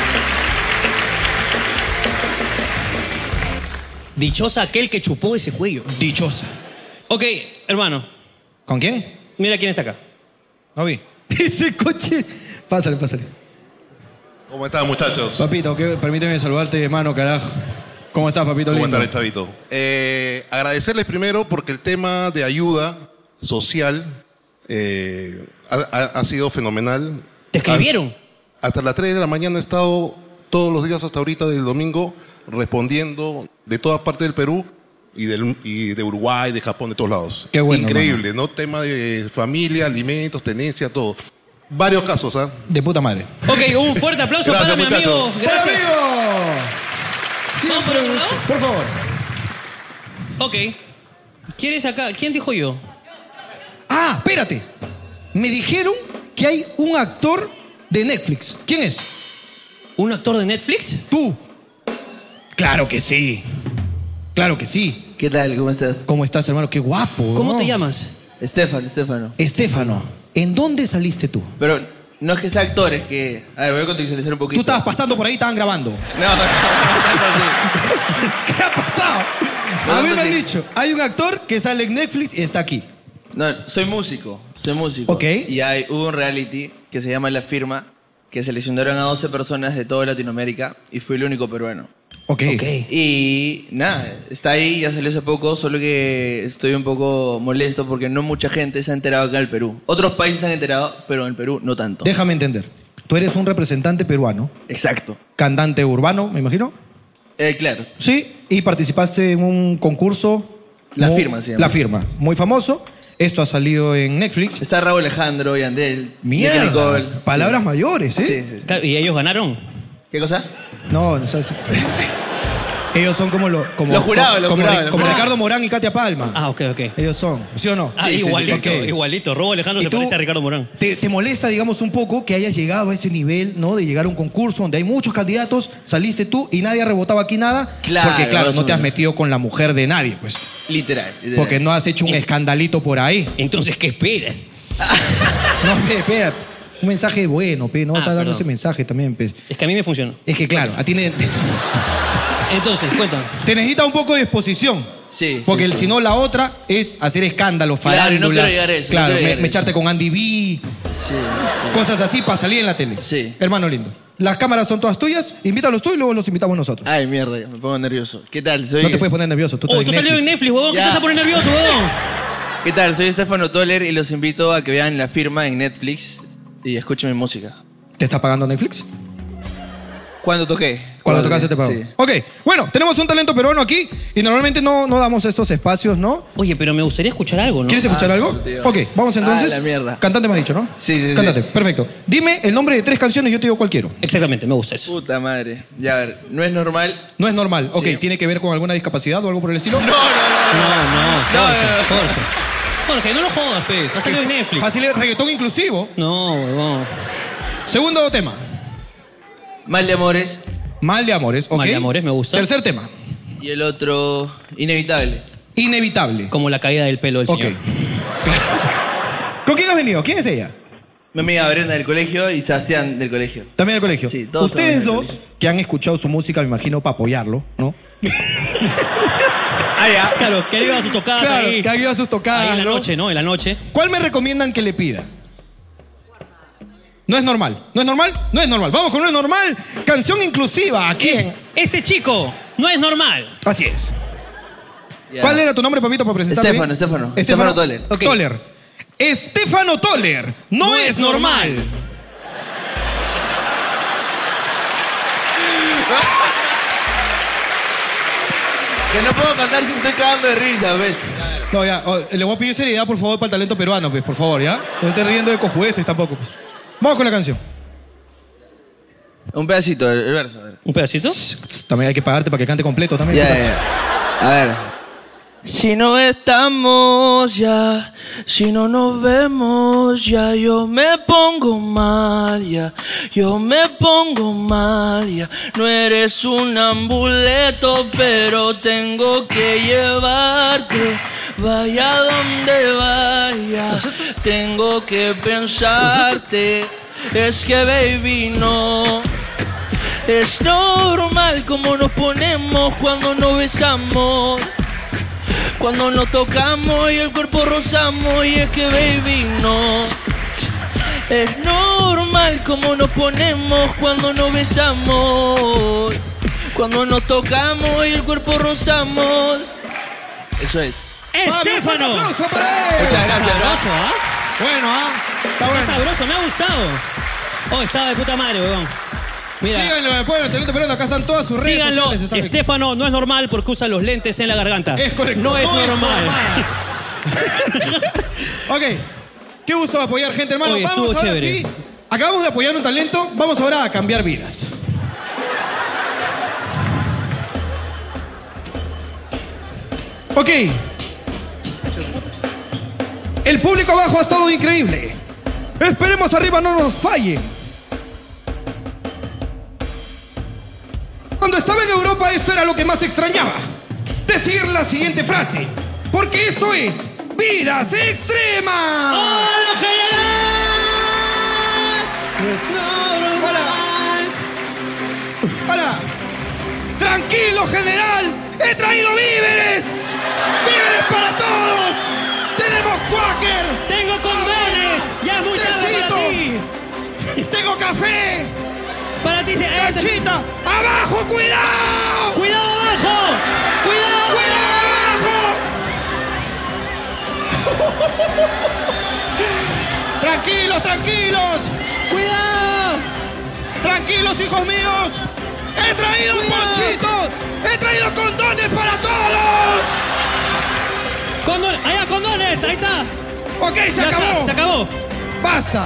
B: Dichosa aquel que chupó ese cuello.
A: Dichosa.
B: Ok, hermano.
A: ¿Con quién?
B: Mira quién está acá.
A: No vi. Ese coche... Pásale, pásale.
J: ¿Cómo están, muchachos?
A: Papito, que, permíteme saludarte, hermano, carajo. ¿Cómo estás, papito
J: ¿Cómo
A: lindo?
J: están, Chavito? Eh, agradecerles primero porque el tema de ayuda social eh, ha, ha- ha sido fenomenal.
B: ¿Te escribieron?
J: Hasta, hasta las tres de la mañana he estado todos los días hasta ahorita del domingo respondiendo de todas partes del Perú y, del, y de Uruguay, de Japón, de todos lados.
A: Qué bueno,
J: Increíble, ¿no? Tema de familia, alimentos, tenencia, todo. Varios casos, ¿ah?
A: De puta madre.
B: Ok, un fuerte aplauso
J: Gracias,
B: para mi
J: muchachos.
B: amigo. Gracias.
A: ¡Amigo!
B: ¿Vamos por otro lado?
A: Por favor.
B: Ok. ¿Quién es acá? ¿Quién dijo yo?
A: Ah, espérate. Me dijeron que hay un actor de Netflix. ¿Quién es?
B: ¿Un actor de Netflix?
A: Tú. Claro que sí. Claro que sí.
K: ¿Qué tal? ¿Cómo estás?
A: ¿Cómo estás, hermano? Qué guapo.
B: ¿Cómo
A: ¿no?
B: te llamas?
K: Estefano, Estefano.
A: Estéfano. ¿En dónde saliste tú?
K: Pero no es que sea actor, es que... A ver, voy a contextualizar un poquito.
A: Tú estabas pasando por ahí y estaban grabando.
K: No, no, no, no, tanto así.
A: ¿Qué ha pasado?
K: No,
A: A mí
K: no,
A: me han
K: sí.
A: dicho, hay un actor que sale en Netflix y está aquí.
K: No, soy músico, soy músico.
A: Ok.
K: Y hay, hubo un reality que se llama La Firma, que seleccionaron a doce personas de toda Latinoamérica y fui el único peruano.
A: Ok.
B: Ok.
K: Y nada, está ahí, ya salió hace poco, solo que estoy un poco molesto porque no mucha gente se ha enterado acá en el Perú. Otros países se han enterado, pero en el Perú no tanto.
A: Déjame entender. Tú eres un representante peruano,
K: Exacto.
A: cantante urbano, me imagino.
K: Eh, claro.
A: Sí, y participaste en un concurso.
K: La
A: muy-
K: Firma se llama.
A: La Firma, muy famoso. Esto ha salido en Netflix.
K: Está Raúl Alejandro, Yandel,
A: Mierda.
K: Nicky Nicole.
A: Palabras
K: Sí.
A: mayores, ¿eh?
K: Sí, sí, sí.
B: Claro, ¿y ellos ganaron?
K: ¿Qué cosa?
A: No, no sé. Ellos son como los. Como,
K: Los jurados, los
A: como,
K: jurados, los
A: como
K: jurados.
A: Ricardo Morán y Katia Palma.
B: Ah, ok, ok.
A: Ellos son, ¿sí o no?
B: Ah,
K: Sí, sí,
B: igualito,
A: sí, ok.
B: igualito. Robo Alejandro
A: ¿Y
B: se
A: tú?
B: parece a Ricardo Morán.
A: ¿Te, te molesta, digamos, un poco que hayas llegado a ese nivel, ¿no? De llegar a un concurso donde hay muchos candidatos, saliste tú y nadie ha rebotado aquí nada.
K: Claro,
A: Porque, claro,
K: más
A: no
K: o
A: te has
K: menos.
A: metido con la mujer de nadie, pues.
K: Literal. literal.
A: Porque no has hecho un escandalito por ahí.
B: Entonces, ¿qué esperas?
A: No, pe, espera. Un mensaje bueno, pe. No
B: Ah,
A: estás dando
B: perdón.
A: ese mensaje también, pe.
B: Es que a mí me funcionó.
A: Es que, claro, a ti ne-
B: Entonces, cuéntame.
A: te necesita un poco de exposición.
K: Sí.
A: Porque
K: sí,
A: el-
K: sí.
A: si no, la otra es hacer escándalo,
K: Claro,
A: farándula.
K: no quiero llegar a eso, no
A: Claro,
K: quiero
A: me,
K: llegar a
A: me
K: eso.
A: echarte con Andy B,
K: Sí, sí.
A: cosas así para salir en la tele.
K: Sí.
A: Hermano lindo. Las cámaras son todas tuyas, invítalos tú y luego los invitamos nosotros.
K: Ay, mierda, me pongo nervioso. ¿Qué tal? Soy
A: no te puedes poner nervioso, tú estás
B: Oh,
A: en
B: tú salió en Netflix, huevón. ¿Qué
K: Ya.
B: te vas a poner nervioso, huevón?
K: ¿Qué tal? Soy Estefano Toller y los invito a que vean La Firma en Netflix y escuchen mi música.
A: ¿Te está pagando Netflix?
K: ¿Cuándo toqué?
A: Cuando tocaste te pago.
K: Sí.
A: Ok, bueno, tenemos un talento peruano aquí y normalmente no, no damos estos espacios, ¿no?
B: Oye, pero me gustaría escuchar algo, ¿no?
A: ¿Quieres escuchar
K: Ah,
A: algo?
K: tío.
A: Ok, vamos entonces.
K: Ah, la mierda.
A: Cantante me has dicho, ¿no?
K: Sí, sí, sí.
A: Cántate, perfecto. Dime el nombre de tres canciones y yo te digo cuál quiero.
B: Exactamente, me gusta eso.
K: Puta madre. Ya, a ver, no es normal.
A: No es normal. Ok,
K: Sí.
A: ¿tiene que ver con alguna discapacidad o algo por el estilo?
K: No, no, no.
B: No, no,
K: No,
B: Jorge,
K: no, no.
B: Jorge. Jorge, no lo jodas, pez. Ha salido en Netflix.
A: Fácil es reggaetón inclusivo.
B: No, huevón.
A: Segundo tema.
K: Mal de amores.
A: Mal de amores, ok.
B: Mal de amores, me gusta.
A: Tercer tema.
K: Y el otro, inevitable.
A: Inevitable.
B: Como la caída del pelo del
A: Ok.
B: señor.
A: ¿Con quién has venido? ¿Quién es ella?
K: Mi amiga Brenda del colegio y Sebastián del colegio.
A: También del colegio.
K: Sí, todos
A: Ustedes
K: somos del
A: dos, que han escuchado su música, me imagino, para apoyarlo, ¿no?
B: Ah, ya. Claro, que han ido a sus tocadas
A: Claro,
B: ahí.
A: que han ido a sus tocadas,
B: Ahí en la
A: ¿no?
B: noche, ¿no? En la noche.
A: ¿Cuál me recomiendan que le pida? No es normal. ¿No es normal? No es normal. Vamos con no es normal. Canción inclusiva. ¿A quién?
B: Este chico no es normal.
A: Así es.
K: Ya.
A: ¿Cuál era tu nombre, papito, para presentarte?
K: Estefano,
A: bien?
K: Estefano. Estefano Toller.
A: Ok. Toller. Estefano Toller. No,
B: No
A: es
B: es
A: normal.
B: normal.
K: Que no puedo cantar si me estoy cagando de risa, ¿ves?
A: No, ya. oh, le voy a pedir seriedad, por favor, para el talento peruano, pues, por favor, ¿ya? No estén riendo de cojudeces tampoco. Pues. Vamos con la canción.
K: Un pedacito, el, el verso, a ver.
B: ¿Un pedacito?
A: También hay que pagarte para que cante completo también.
K: Ya,
A: puta.
K: ya, ya. A ver. Si no estamos ya, si no nos vemos ya, yo me pongo mal ya, yo me pongo mal ya. No eres un amuleto, pero tengo que llevarte, vaya donde vaya, tengo que pensarte. Es que baby no es normal como nos ponemos cuando nos besamos, cuando nos tocamos y el cuerpo rozamos. Y es que baby no es normal como nos ponemos cuando nos besamos, cuando nos tocamos y el cuerpo rozamos. Eso es.
B: ¡Estéfano!
A: ¡Un aplauso para él!
K: Muchas gracias, bro.
B: Sabroso, ¿ah?
A: Bueno, ¿ah? Está bueno.
B: Está sabroso, me ha gustado. Oh, estaba de puta madre, weón. Mira.
A: Síganlo después, el talento peruano, acá están todas sus redes
B: Síganlo.
A: sociales. están aquí.
B: Estéfano no es normal porque usa los lentes en la garganta.
A: Es correcto.
B: No es
A: No es
B: normal.
A: Ok. Qué gusto apoyar gente, hermano.
B: Oye,
A: Vamos
B: estuvo
A: ahora
B: chévere.
A: sí. Acabamos de apoyar un talento. Vamos ahora a cambiar vidas. Ok. El público abajo ha estado increíble. Esperemos arriba no nos falle. Cuando estaba en Europa, esto era lo que más extrañaba. Decir la siguiente frase. Porque esto es Vidas Extremas.
B: ¡Hola,
A: Hola. Hola. Tranquilo, general. He traído víveres. Víveres para todos. Tenemos Quaker.
B: Tengo condones. Ya es muy tarde para ti.
A: Tengo café.
B: Para ti,
A: Canchita. ¡Abajo, cuidado!
B: ¡Cuidado abajo! ¡Cuidado!
A: ¡Cuidado abajo! Tranquilos, tranquilos.
B: ¡Cuidado!
A: Tranquilos, hijos míos. He traído ponchitos. He traído condones para todos.
B: ¡Condones! ¡Allá, condones! ¡Ahí está!
A: Ok, se
B: Ya
A: acabó.
B: está, se acabó.
A: Basta.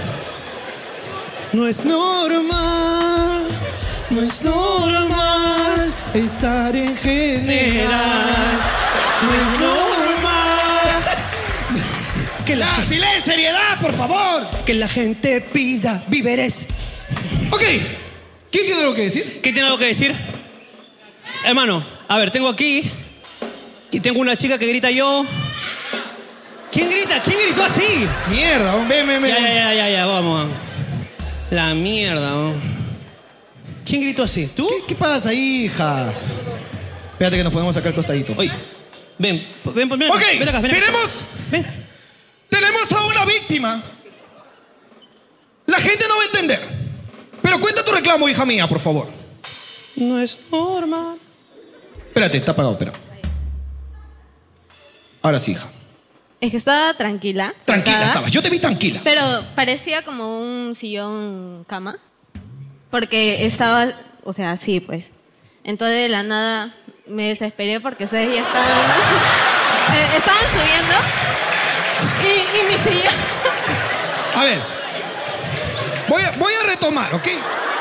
L: No es normal, no es normal estar en general. No es normal
A: que la ah, silencio, seriedad, por favor.
L: Que la gente pida víveres.
A: Ok, ¿quién tiene algo que decir?
B: ¿Quién tiene algo que decir? Hermano, a ver, tengo aquí y tengo una chica que grita yo. ¿Quién grita? ¿Quién gritó así?
A: Mierda, ven, ven, ven.
B: Ya, ya, ya, ya, ya, vamos. La mierda, ¿no? ¿Quién gritó así? ¿Tú?
A: ¿Qué, qué pasa, hija? Espérate que nos podemos sacar el costadito.
B: Oye, ven, ven, ven, ven.
A: Ok,
B: ven acá, ven acá.
A: tenemos,
B: ven.
A: tenemos a una víctima. La gente no va a entender. Pero cuenta tu reclamo, hija mía, por favor.
B: No es normal.
A: Espérate, está apagado, espera. Ahora sí, hija.
M: Es que estaba tranquila.
A: Tranquila
M: sentada,
A: estabas, yo te vi tranquila.
M: Pero parecía como un sillón cama. Porque estaba, o sea, así pues. Entonces de la nada me desesperé porque ustedes ya estaban, eh, estaban subiendo y, y mi sillón.
A: A ver, voy a, voy a retomar, ¿ok?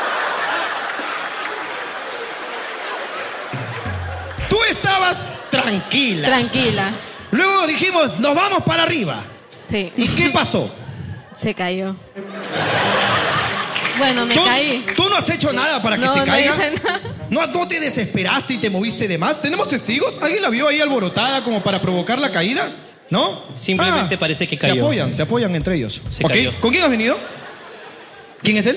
A: Tú estabas tranquila.
M: Tranquila.
A: Luego dijimos, nos vamos para arriba.
M: Sí.
A: ¿Y qué pasó?
M: Se cayó. Bueno, me
A: ¿Tú,
M: caí.
A: ¿Tú no has hecho nada para que
M: no,
A: se caiga?
M: No hice nada.
A: ¿No, ¿No te desesperaste y te moviste de más? ¿Tenemos testigos? ¿Alguien la vio ahí alborotada como para provocar la caída? ¿No?
B: Simplemente
A: Ah,
B: parece que
A: Se
B: cayó.
A: apoyan, se apoyan entre ellos.
B: Se
A: ¿Ok?
B: cayó.
A: ¿Con quién has venido? ¿Quién es él?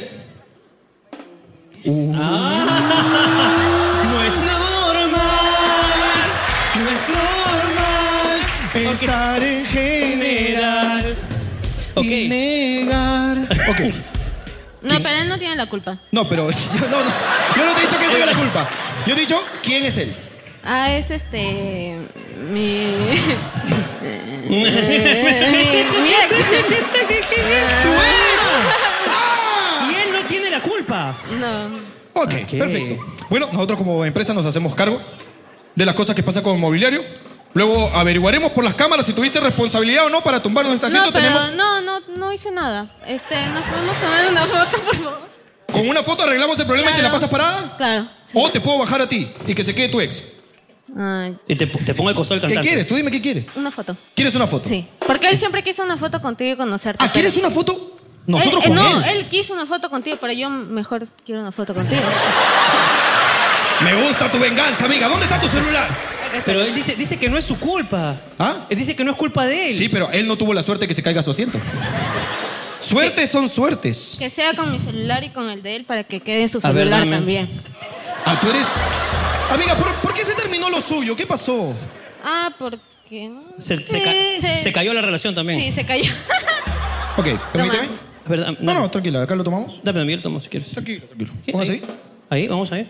A: Uh.
B: Ah,
L: no es normal, no es normal estar en general.
B: Ok.
L: Y negar.
A: Ok.
M: No, pero él no tiene la culpa.
A: No, pero yo no, no, yo no te he dicho que él tenga la culpa. Yo he dicho quién es él.
M: Ah, es este... Mi... mi, mi ex.
A: ¡Tu ex! ¡Ah!
B: Y él no tiene la culpa.
M: No.
A: Ok, perfecto. Bueno, nosotros como empresa nos hacemos cargo de las cosas que pasan con el mobiliario. Luego averiguaremos por las cámaras si tuviste responsabilidad o no para tumbar nuestro asiento.
M: No, pero
A: Tenemos...
M: no, no, no hice nada. Este, nos podemos tomar una foto, por favor.
A: Con una foto arreglamos el problema
M: Claro.
A: y te la pasas parada.
M: Claro.
A: O te puedo bajar a ti y que se quede tu ex.
M: Ah,
B: Y te, te pongo al costado del
A: ¿Qué
B: cantante.
A: quieres? Tú dime qué quieres.
M: una foto.
A: ¿Quieres una foto?
M: Sí. Porque él siempre quiso una foto contigo y conocerte.
A: Ah, ¿quieres
M: pero-
A: una foto? Nosotros
M: Él- eh,
A: con
M: no,
A: él.
M: él quiso una foto contigo, pero yo mejor quiero una foto contigo.
A: Me gusta tu venganza, amiga. ¿Dónde está tu celular?
B: Pero él dice, dice que no es su culpa.
A: ¿Ah?
B: Él dice que no es culpa de él.
A: Sí, pero él no tuvo la suerte de que se caiga su asiento. Suertes son suertes.
M: Que sea con mi celular y con el de él para que quede en su
B: A ver,
M: celular
B: dame.
M: también.
A: Ah, tú eres... Amiga, ¿por, por qué se terminó lo suyo? ¿Qué pasó?
M: Ah, porque... no
B: Se, se,
M: sé.
B: ca- se cayó la relación también.
M: Sí, se cayó.
A: Ok, permíteme.
B: A ver, dame,
A: No, no, tranquila, acá lo tomamos.
B: Dame, Miguel, toma si quieres.
A: Tranquilo, tranquilo.
B: ¿Qué?
A: Póngase ahí.
B: Ahí, vamos a ver.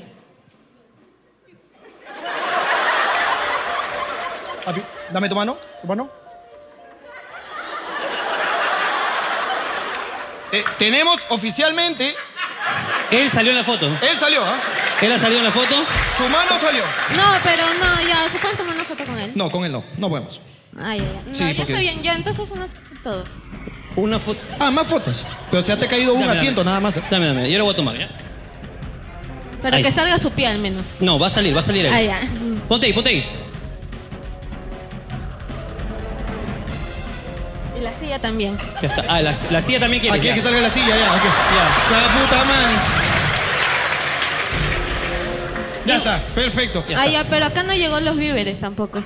A: Papi, dame tu mano, tu mano. Eh, tenemos oficialmente...
B: Él salió en la foto.
A: Él salió, ¿ah?
B: Él ha salido en la foto.
A: Su mano salió.
M: No, pero no, ya, ¿se pueden tomar una foto con él?
A: No, con él no, no podemos.
M: Ah, ya, ya. No,
A: Sí,
M: ya
A: porque-
M: está bien, ya, entonces unas todos.
B: Una foto.
A: Ah, más fotos. Pero se te ha caído un
B: Dame,
A: asiento
B: dame.
A: nada más.
B: Dame, dame, yo lo voy a tomar, ¿ya?
M: Pero
B: Ahí.
M: que salga su pie al menos.
B: No, va a salir, va a salir él.
M: Ah, ya.
B: Ponte ahí, ponte ahí.
M: Y la silla también.
B: Ya está. Ah, la, la silla también quiere.
A: Aquí hay
B: ya.
A: que salga la silla, ya. ok.
B: Ya.
A: La puta madre. Ya está, perfecto.
M: Ah, ya, pero acá no llegó los víveres tampoco.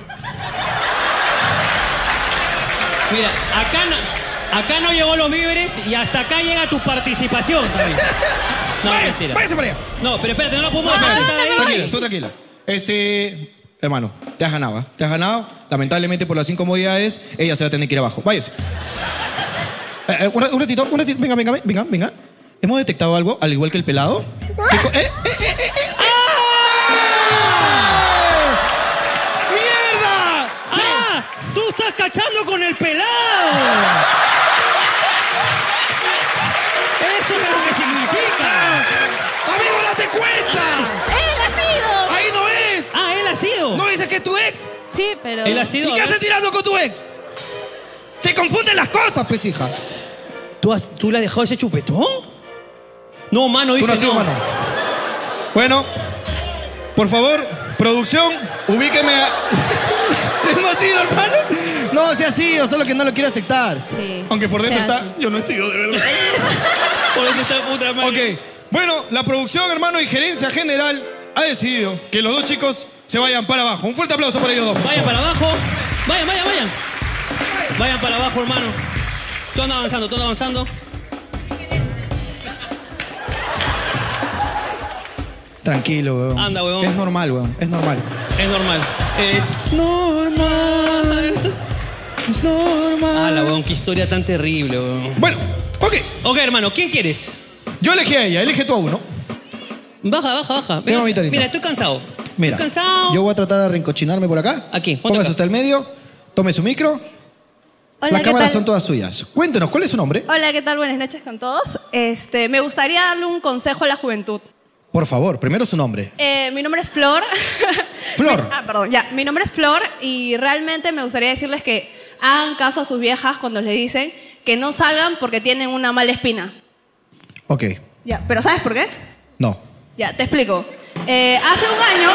B: Mira, acá no, acá no llegó los víveres y hasta acá llega tu participación también. No,
A: Váyase,
B: mentira.
A: váyase para allá.
B: No, pero espérate, no lo podemos
M: Ah,
B: dejar
M: ¿dónde
B: sentada ahí.
M: voy?
A: Tranquila, tú tranquila. Este, hermano, te has ganado, ¿ah? Te has ganado. Lamentablemente por las incomodidades, ella se va a tener que ir abajo. Váyase. Eh, eh, un, ra- un ratito, un ratito. Venga, venga, venga, venga. ¿Hemos detectado algo, al igual que el pelado? ¿Qué co- eh, eh, eh, eh, eh, ¡Ah! ¡Mierda!
B: ¡Ah! ¡Tú estás cachando con el pelado! ¡Eso es lo que significa!
A: ¡Amigo, date cuenta!
M: ¡Él ha sido!
A: ¡Ahí no es!
B: ¡Ah, él ha sido!
A: ¿No dices que es tu ex?
M: Sí, pero...
B: Él ha sido.
A: ¿Y qué
B: a ver.
A: haces tirando con tu ex? Se confunden las cosas, pues, hija.
B: ¿Tú, has- ¿Tú le has dejado ese chupetón? No, mano,
A: Tú
B: dice
A: no has sido,
B: no.
A: mano. Bueno, por favor, producción, ubíqueme a... ¿No ha sido, hermano? No, se ha sido, solo que no lo quiere aceptar.
M: Sí.
A: Aunque por dentro
M: Se
A: está...
M: hace.
A: Yo no he sido, de verdad.
B: Por eso está puta madre.
A: Ok, bueno, la producción, hermano, y gerencia general ha decidido que los dos chicos se vayan para abajo. Un fuerte aplauso para ellos dos.
B: Vayan para abajo. Vayan, vayan, vayan. Vayan para abajo, hermano. Tú andas avanzando, tú andas avanzando.
A: Tranquilo, weón.
B: Anda, weón.
A: Es normal, weón, es normal.
B: Es normal. Es
A: Normal. Es normal.
B: Ah, la weón, qué historia tan terrible, weón.
A: Bueno, ok.
B: Ok, hermano, ¿quién quieres?
A: Yo elegí a ella, elige tú a uno.
B: Baja, baja, baja.
A: Venga, mamita linda.
B: Mira, estoy cansado.
A: Mira,
B: Estoy cansado.
A: yo voy a tratar de rincochinarme por acá.
B: Aquí, ponte
A: Póngase
B: acá.
A: usted al medio, tome su micro.
N: Hola,
A: Las
N: ¿qué
A: cámaras
N: tal?
A: son todas suyas. Cuéntenos, ¿cuál es su nombre?
N: Hola, ¿qué tal? Buenas noches con todos. Este, me gustaría darle un consejo a la juventud.
A: Por favor, primero su nombre.
N: Eh, mi nombre es Flor.
A: Flor.
N: ah, perdón, ya. Mi nombre es Flor y realmente me gustaría decirles que hagan caso a sus viejas cuando les dicen que no salgan porque tienen una mala espina.
A: Ok,
N: Ya, pero ¿sabes por qué?
A: no.
N: Ya, te explico. Eh, hace un año...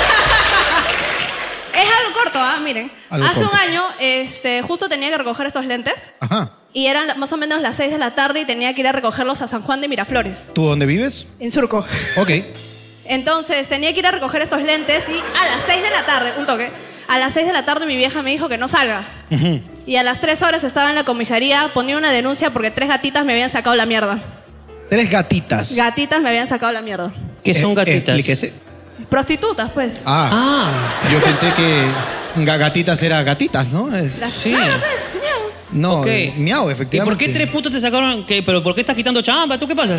N: es algo corto, ¿ah? Miren.
A: Algo
N: hace
A: corto.
N: un año, este, justo tenía que recoger estos lentes
A: Ajá.
N: y eran la- más o menos las seis de la tarde y tenía que ir a recogerlos a San Juan de Miraflores,
A: ¿Tú dónde vives?
N: en Surco.
A: Ok.
N: Entonces tenía que ir a recoger estos lentes y a las seis de la tarde, un toque, a las seis de la tarde mi vieja me dijo que no salga.
A: Ujú.
N: Y a las tres horas estaba en la comisaría, ponía una denuncia porque tres gatitas me habían sacado la mierda.
A: Tres gatitas.
N: Gatitas me habían sacado la mierda.
B: ¿Qué son
A: Eh,
B: gatitas?
A: explíquese.
N: Prostitutas, pues.
A: Ah,
B: Ah,
A: yo pensé que ga- gatitas era gatitas, ¿no? Es-
N: Las-
B: sí.
N: Claro, pues, miau.
A: No,
B: Ok.
A: eh, miau,
B: ¿y
A: efectivamente.
B: por qué tres putos te sacaron? ¿Qué? ¿Pero por qué estás quitando chamba? ¿Tú qué pasa?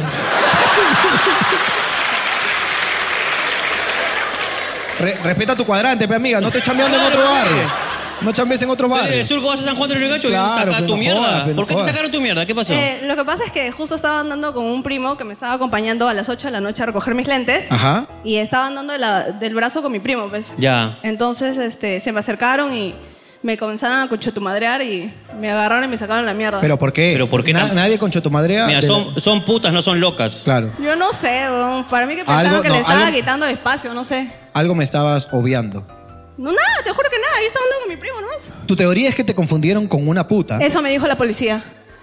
A: Re- respeta tu cuadrante, pe, amiga. No te chambeando en
B: Claro,
A: otro
B: pe.
A: barrio. No chambees en otro
B: Pero
A: barrio.
B: de Surco vas a San Juan de Lurigancho y
A: Claro,
B: saca
A: pero
B: tu
A: no
B: mierda.
A: jodas, pero no
B: ¿Por qué te
A: jodas.
B: sacaron tu mierda? ¿Qué pasó?
N: Eh, lo que pasa es que justo estaba andando con un primo que me estaba acompañando a las ocho de la noche a recoger mis lentes.
A: Ajá.
N: Y estaba andando de la- del brazo con mi primo, pues.
B: Ya.
N: Entonces, este, se me acercaron y me comenzaron a conchetumadrear y me agarraron y me sacaron la mierda.
A: ¿Pero por qué?
B: ¿Pero por qué
A: Na-
B: tan-
A: nadie con chotomadrea.
B: Mira,
A: de la-
B: son, son putas, no son locas.
A: Claro.
N: Yo no sé, weón. Para mí que pensaron
A: Algo-
N: que
A: no,
N: le estaba
A: algo-
N: quitando espacio, no sé.
A: Algo me estabas obviando.
N: No, nada, te juro que nada. Yo estaba hablando con mi primo nomás.
A: Tu teoría es que te confundieron con una puta.
N: Eso me dijo la policía.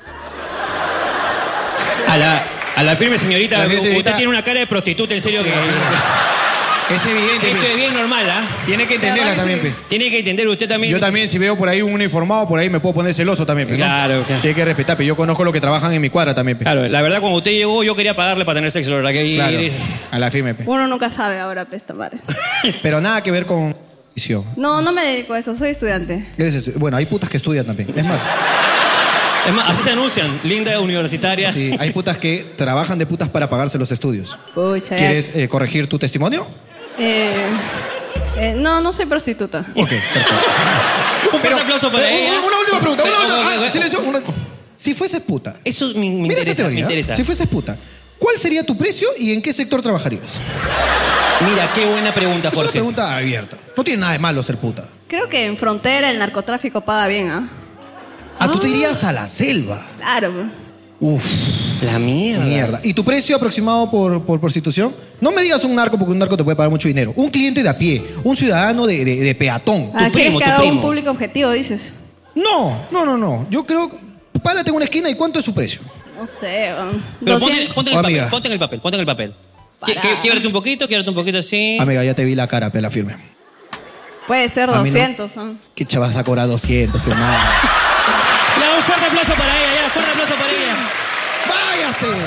B: A la, a la firme señorita,
D: La firme
B: usted
D: señorita.
B: tiene una cara de prostituta, en serio. que
D: Es evidente.
B: Esto es bien normal, ¿ah?
D: Tiene que entenderla también, pe.
B: Tiene que entender usted también.
D: Yo también, si veo por ahí un uniformado, por ahí me puedo poner celoso también, pe, ¿no?
B: Claro, claro.
D: Tiene que respetar, pero yo conozco los que trabajan en mi cuadra también, pe.
B: Claro, la verdad, cuando usted llegó, yo quería pagarle para tener sexo, la verdad que...
D: Claro, a la firme, pe.
N: Uno nunca sabe ahora, pesta madre.
A: Pero nada que ver con...
N: No, no me dedico a eso, soy estudiante.
A: Eres estu- Bueno, hay putas que estudian también. Es más,
B: Es más, así se anuncian, linda universitaria.
A: sí, hay putas que trabajan de putas para pagarse los estudios.
N: Pucha, ya.
A: ¿Quieres eh, corregir tu testimonio?
N: Eh, eh, no, no soy prostituta.
A: Ok, perfecto.
B: Un fuerte aplauso para
A: Eh,
B: ella.
A: una, una última pregunta. Una,
B: Pero,
A: última-
B: ok,
A: ah,
B: ok.
A: silencio, una- Si fueses puta.
B: Eso me, me
A: Mira
B: interesa,
A: esta teoría.
B: me interesa.
A: Si fueses puta, ¿cuál sería tu precio y en qué sector trabajarías?
B: Mira, qué buena pregunta,
A: Es una
B: Jorge.
A: pregunta abierta. No tiene nada de malo ser puta.
N: Creo que en frontera el narcotráfico paga bien, ¿ah?
A: Ah, tú te irías a la selva.
N: Claro.
A: Uf.
B: La mierda.
A: Mierda. ¿Y tu precio aproximado por, por prostitución? No me digas un narco porque un narco te puede pagar mucho dinero. Un cliente de a pie, un ciudadano de, de- de peatón.
N: Ah, ¿quieres que haga un público objetivo, dices?
A: No, no, no, no. Yo creo... Párate en una esquina y ¿cuánto es su precio?
N: No sé, um,
B: Pero ponte,
N: doscientos.
B: ponte en
A: Oh,
B: el papel,
A: amiga.
B: ponte en el papel, ponte en el papel. Qui-
N: Pará.
B: qui- Quiebrate un poquito, quiebrate un poquito así.
A: Amiga, ya te vi la cara, pela firme.
N: Puede ser
A: A mí no.
N: doscientos. ¿no?
A: ¿Qué chavas a cobrar doscientos? Qué mal.
B: Ya, un fuerte aplauso para ella, ya, fuerte aplauso para ella.
A: ¡Váyase!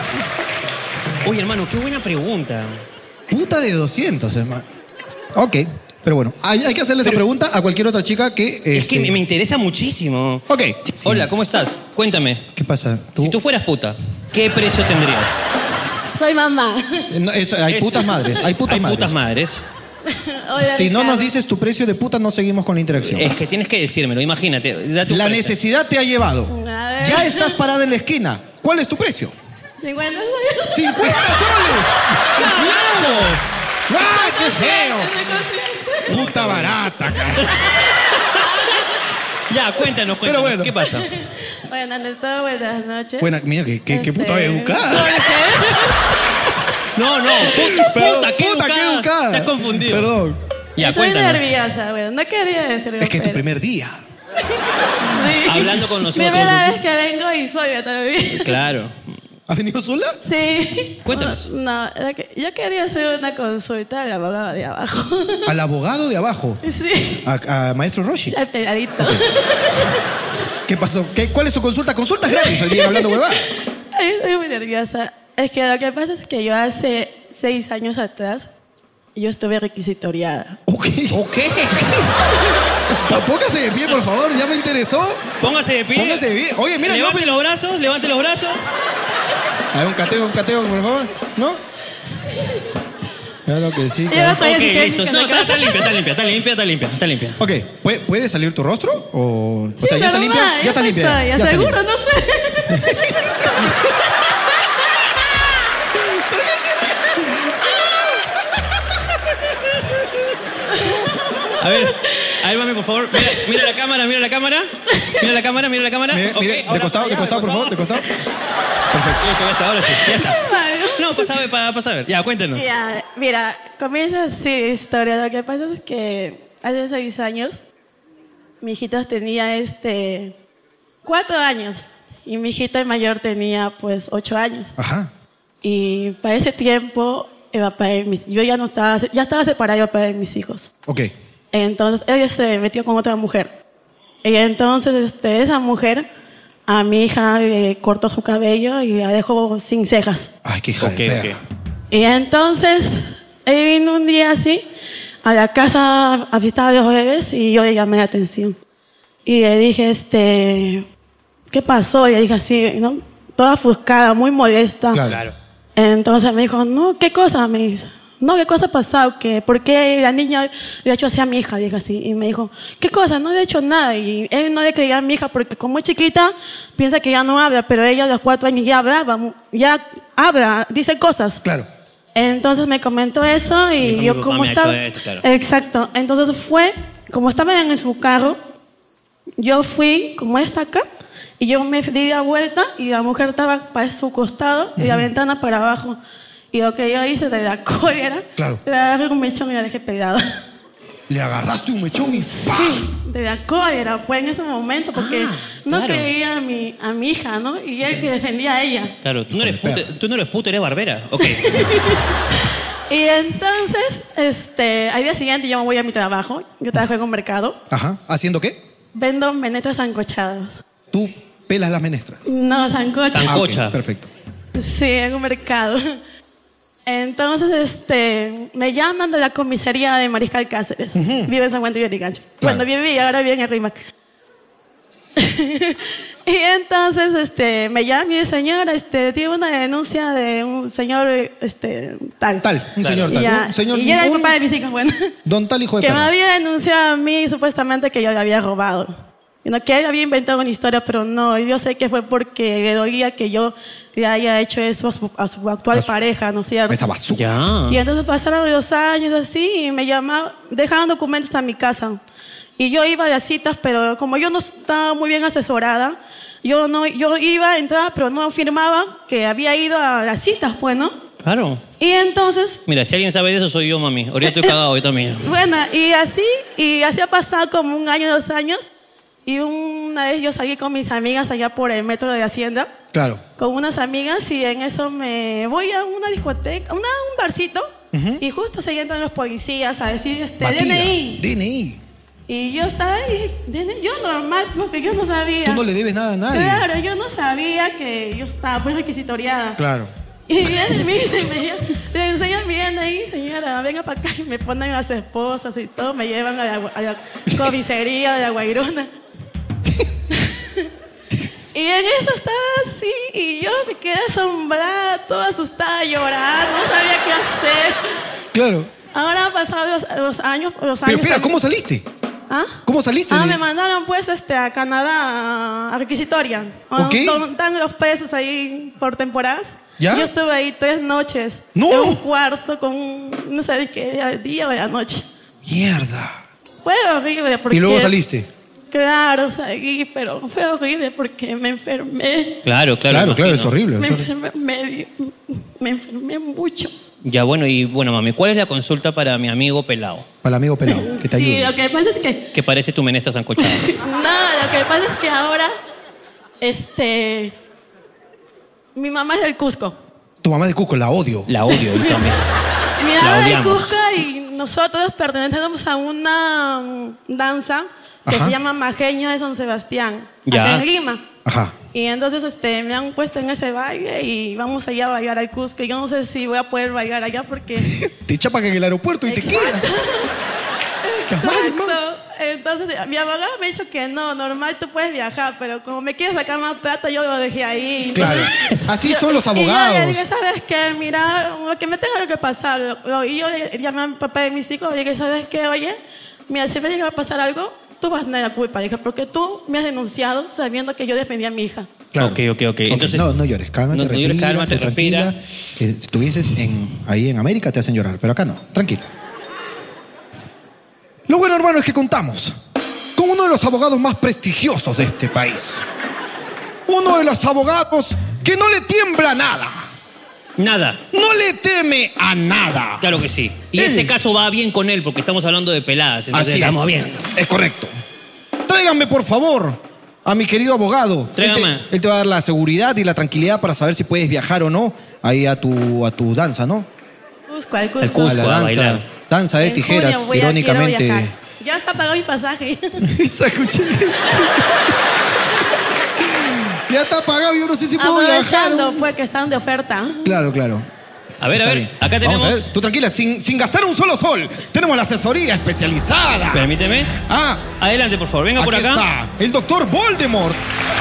B: Oye, hermano, qué buena pregunta.
A: Puta de doscientos, hermano. Ok, pero bueno. Hay, hay que hacerle esa pregunta a cualquier otra chica que...
B: Es que
A: este,
B: me, me interesa muchísimo.
A: Ok.
B: Hola, ¿cómo estás? Cuéntame.
A: ¿Qué pasa?
B: Si tú fueras puta, ¿qué precio tendrías?
O: Soy mamá.
A: Eh, no, eso, hay
B: Es-
A: putas madres, hay putas
B: Hay
A: madres.
B: putas madres.
O: Hola,
A: Si no
O: Ricardo.
A: nos dices tu precio de puta, no seguimos con la interacción.
B: Es que tienes que decírmelo, imagínate. Date un
A: La
B: precio.
A: necesidad te ha llevado.
O: A ver.
A: Ya estás parada en la esquina. ¿Cuál es tu precio?
O: cincuenta soles.
A: ¡cincuenta soles! ¡Claro! ¡Ah, qué feo! Puta barata, cara.
B: Ya, cuéntanos, cuéntanos.
A: Pero bueno.
B: ¿Qué pasa?
O: Bueno, ante todo, buenas noches.
A: Buena, mira, qué, qué, qué puta
O: Este,
A: educada.
B: No, no, puta,
A: Perdón,
B: puta, qué
A: puta, qué
B: educada.
A: educada.
B: Te has confundido.
A: Perdón.
B: Ya,
O: Estoy
B: cuéntanos.
O: nerviosa, bueno, no quería decirlo.
A: Es que es tu
O: pero-
A: primer día.
O: Sí.
B: Hablando con nosotros.
O: Primera vez que vengo y soy también.
B: Claro.
A: ¿Has venido sola?
O: Sí.
B: Cuéntanos.
O: No, era que yo quería hacer una consulta al abogado de abajo.
A: Al abogado de abajo.
O: Sí.
A: A, a maestro Roshi.
O: Al pegadito.
A: ¿Qué pasó? ¿Qué- ¿Cuál es tu consulta? Consultas gratis hoy día hablando huevadas.
O: Ay, estoy muy nerviosa. Es que lo que pasa es que yo hace seis años atrás yo estuve requisitoriada.
A: Ok.
B: Ok.
A: Póngase de pie, por favor. Ya me interesó.
B: Póngase de pie.
A: Póngase de pie. Oye, mira, yo
B: Levante
A: me-
B: los brazos, levante los brazos.
A: A ver, un cateo, un cateo, por favor. ¿No? Claro que sí.
O: Yo
A: claro.
O: estoy
B: Ok,
O: así que-
B: listo. No, está, está limpia, está limpia, está limpia, está limpia, está limpia.
A: Ok, ¿puede, puede salir tu rostro? O,
O: Sí,
A: o sea, ¿ya está
O: normal,
A: limpia? Ya está
O: pues
A: limpia.
O: soy,
A: ya está
O: seguro,
A: limpia.
O: no sé.
B: A ver, a ver, mami, por favor. Mira, mira la cámara, mira la cámara. Mira la cámara, mira la cámara.
A: Mire,
B: Ok,
A: mire, de
B: ahora
A: costado, de
B: para allá,
A: costado, por favor, de costado. Perfecto.
B: Listo, ya está, ahora sí, ya está. No, pasa a ver, pa- pasa a ver. Ya, cuéntanos.
O: Ya, mira, comienza así la historia. Lo que pasa es que hace seis años mi hijita tenía este cuatro años y mi hijita mayor tenía pues ocho años.
A: Ajá.
O: Y para ese tiempo el papá de mis, yo ya no estaba, ya estaba separada del papá de mis hijos.
A: Ok.
O: Entonces ella se metió con otra mujer. Y entonces este, esa mujer a mi hija le cortó su cabello y la dejó sin cejas.
A: Ay, qué hija
B: Ok,
A: de perra.
B: ok.
O: Y entonces él vino un día así a la casa a visitar a los bebés y yo le llamé la atención. Y le dije, este, ¿qué pasó? Y le dije así, ¿no? Toda ofuscada, muy molesta.
A: Claro.
O: Entonces me dijo, no, ¿qué cosa? Me dice, no, ¿qué cosa ha pasado? ¿Qué, ¿Por qué la niña le ha hecho así a mi hija? Dije así. Y me dijo, ¿qué cosa? No le he hecho nada. Y él no le creía a mi hija porque como es chiquita, piensa que ya no habla, pero ella a los cuatro años ya hablaba, ya habla, dice cosas.
A: Claro.
O: Entonces me comentó eso y
B: Dijo, mi
O: yo
B: papá
O: como
B: me ha
O: estaba...
B: hecho esto, claro.
O: Exacto. Entonces fue, como estaba en su carro, yo fui, como está acá, y yo me di la vuelta y la mujer estaba para su costado y la ventana para abajo. Y lo que yo hice de la cólera,
A: Claro.
O: le agarré un mechón y la dejé pegada.
A: Le agarraste un mechón y ¡pah!
O: Sí, de la cólera, fue en ese momento, porque
B: Ah,
O: no
B: claro.
O: quería a mi, a mi hija, ¿no? Y él que defendía a ella.
B: Claro, tú no eres puto, tú no eres puto, eres barbera. Ok.
O: Y entonces, este, al día siguiente yo me voy a mi trabajo. Yo trabajo en un mercado.
A: Ajá. ¿Haciendo qué?
O: Vendo menestras sancochadas.
A: Tú pelas las menestras.
O: No, sancocha.
A: Ah, ok, perfecto.
O: Sí, en un mercado. Entonces, este, me llaman de la comisaría de Mariscal Cáceres. Vive en San Juan de Yorigancho.
A: Claro.
O: Cuando viví, ahora vive en el Rímac. Y entonces, este, me llama y dice, señora, este, tiene una denuncia de un señor, este, tal.
A: Tal, un señor tal.
O: Ya,
A: Un señor,
O: y era el
A: un-
O: papá de mis hijas, bueno.
A: Don tal hijo de
O: Que me
A: perra.
O: había denunciado a mí supuestamente que yo le había robado. Y no, que él había inventado una historia, pero no, yo sé que fue porque le dolía que yo le haya hecho eso a su, a su actual
A: A su-
O: pareja, ¿no es cierto?
A: Esa basura.
B: Ya.
O: Y entonces pasaron los años así y me llamaban, dejaban documentos a mi casa. Y yo iba a citas, pero como yo no estaba muy bien asesorada, yo no, yo iba, entraba, pero no firmaba que había ido a las citas, pues, ¿no?
B: Claro.
O: Y entonces,
B: Mira, si alguien sabe de eso, soy yo, mami. Ahorita estoy cagado yo también.
O: bueno, y así, y así ha pasado como un año, dos años. Y una vez yo salí con mis amigas allá por el metro de Hacienda,
A: Claro.
O: con unas amigas, y en eso me voy a una discoteca, una, un barcito, y justo se entran los policías a decir, este,
A: Batida.
O: D N I.
A: D N I.
O: Y yo estaba ahí, D N I, yo normal, porque yo no sabía.
A: Tú no le debes nada a nadie.
O: Claro, yo no sabía que yo estaba pues requisitoriada.
A: Claro.
O: Y viene, me dice, me, le enseñan mi D N I, señora, venga para acá, y me ponen las esposas y todo, me llevan a la, a la comisaría de la Guairona. Y en eso estaba así, y yo me quedé asombrada, toda asustada, llorando, no sabía qué hacer.
A: Claro.
O: Ahora han pasado los, los años, los
A: Pero
O: años.
A: espera, ¿cómo saliste?
O: ¿Ah?
A: ¿Cómo saliste?
O: Ah,
A: de-
O: me mandaron pues este, a Canadá, a- a requisitoria.
A: Ok.
O: Están los presos ahí por temporadas.
A: ¿Ya?
O: Yo estuve ahí tres noches.
A: ¡No!
O: En un cuarto con un, no sé de qué, era el día o de la noche.
A: Mierda.
O: Fue horrible porque...
A: Y luego saliste.
O: Claro, salí, pero fue horrible porque me enfermé.
B: Claro, claro.
A: Claro, claro,
B: imagino.
A: es horrible.
O: Me
A: es horrible.
O: enfermé, me, me enfermé mucho.
B: Ya, bueno, y bueno, mami, ¿cuál es la consulta para mi amigo pelado?
A: Para el amigo pelado, que te
O: Sí,
A: ayude.
O: lo que pasa es que...
B: Que parece tu menestra sancochada.
O: No, lo que pasa es que ahora, este... Mi mamá es del Cusco.
A: Tu mamá de Cusco, la odio.
B: La odio, yo también.
O: Mi
B: La
O: mamá es del
B: odiamos.
O: Cusco y nosotros pertenecemos a una mm, danza que
A: Ajá.
O: se llama Majeña de San Sebastián,
B: Ya.
O: acá en Lima.
A: Ajá.
O: Y entonces este, me han puesto en ese baile y vamos allá a bailar al Cusco. Y yo no sé si voy a poder bailar allá porque...
A: Te chapan en el aeropuerto y te quedas.
O: Exacto. Entonces mi abogado me ha dicho que no, normal tú puedes viajar, pero como me quieres sacar más plata, yo lo dejé ahí.
A: Claro.
O: Entonces,
A: Así
O: yo-
A: son los
O: Y yo le
A: abogados.
O: dije, ¿sabes qué? Mira, lo que me tenga que pasar. Lo- lo- Y yo le llamé a mi papá de mis hijos y dije, ¿sabes qué? Oye, mira, si me llega a pasar algo, tú vas a tener la culpa. Dije, porque tú me has denunciado sabiendo que yo defendía a mi hija.
A: Claro.
B: Ok, ok, ok. Entonces,
A: no, no llores, cálmate,
B: No, no llores,
A: respira,
B: cálmate,
A: tú tranquila.
B: respira.
A: Que si estuvieses en, ahí en América te hacen llorar, pero acá no, tranquilo. Lo bueno, hermano, es que contamos con uno de los abogados más prestigiosos de este país. Uno de los abogados que no le tiembla nada.
B: Nada.
A: No le teme a nada.
B: Claro que sí. Y
A: Él-
B: este caso va bien con él porque estamos hablando de peladas. Entonces
A: Así
B: estamos
A: es.
B: viendo.
A: Es correcto. Tráiganme, por favor, a mi querido abogado.
B: Tráigame.
A: Él te, él te va a dar la seguridad y la tranquilidad para saber si puedes viajar o no ahí a tu, a tu danza, ¿no?
O: Cusco, al Cusco.
B: Al Cusco,
A: a la
B: a
A: danza,
B: bailar.
A: danza de
O: En
A: tijeras,
O: junio voy a-
A: irónicamente.
O: quiero viajar. Ya está pagado mi pasaje.
A: Esa cuchilla. Ya está pagado, yo no sé si puedo viajar.
O: Aprovechando, pues, que están de oferta.
A: Claro, claro.
B: A ver, a
A: Está
B: ver.
A: bien.
B: Acá
A: Vamos a
B: tenemos.
A: ver, tú tranquila, sin, sin gastar un solo sol. Tenemos la asesoría especializada.
B: Permíteme.
A: Ah,
B: Adelante, por favor. Venga por
A: aquí
B: acá.
A: está el doctor Voldemort.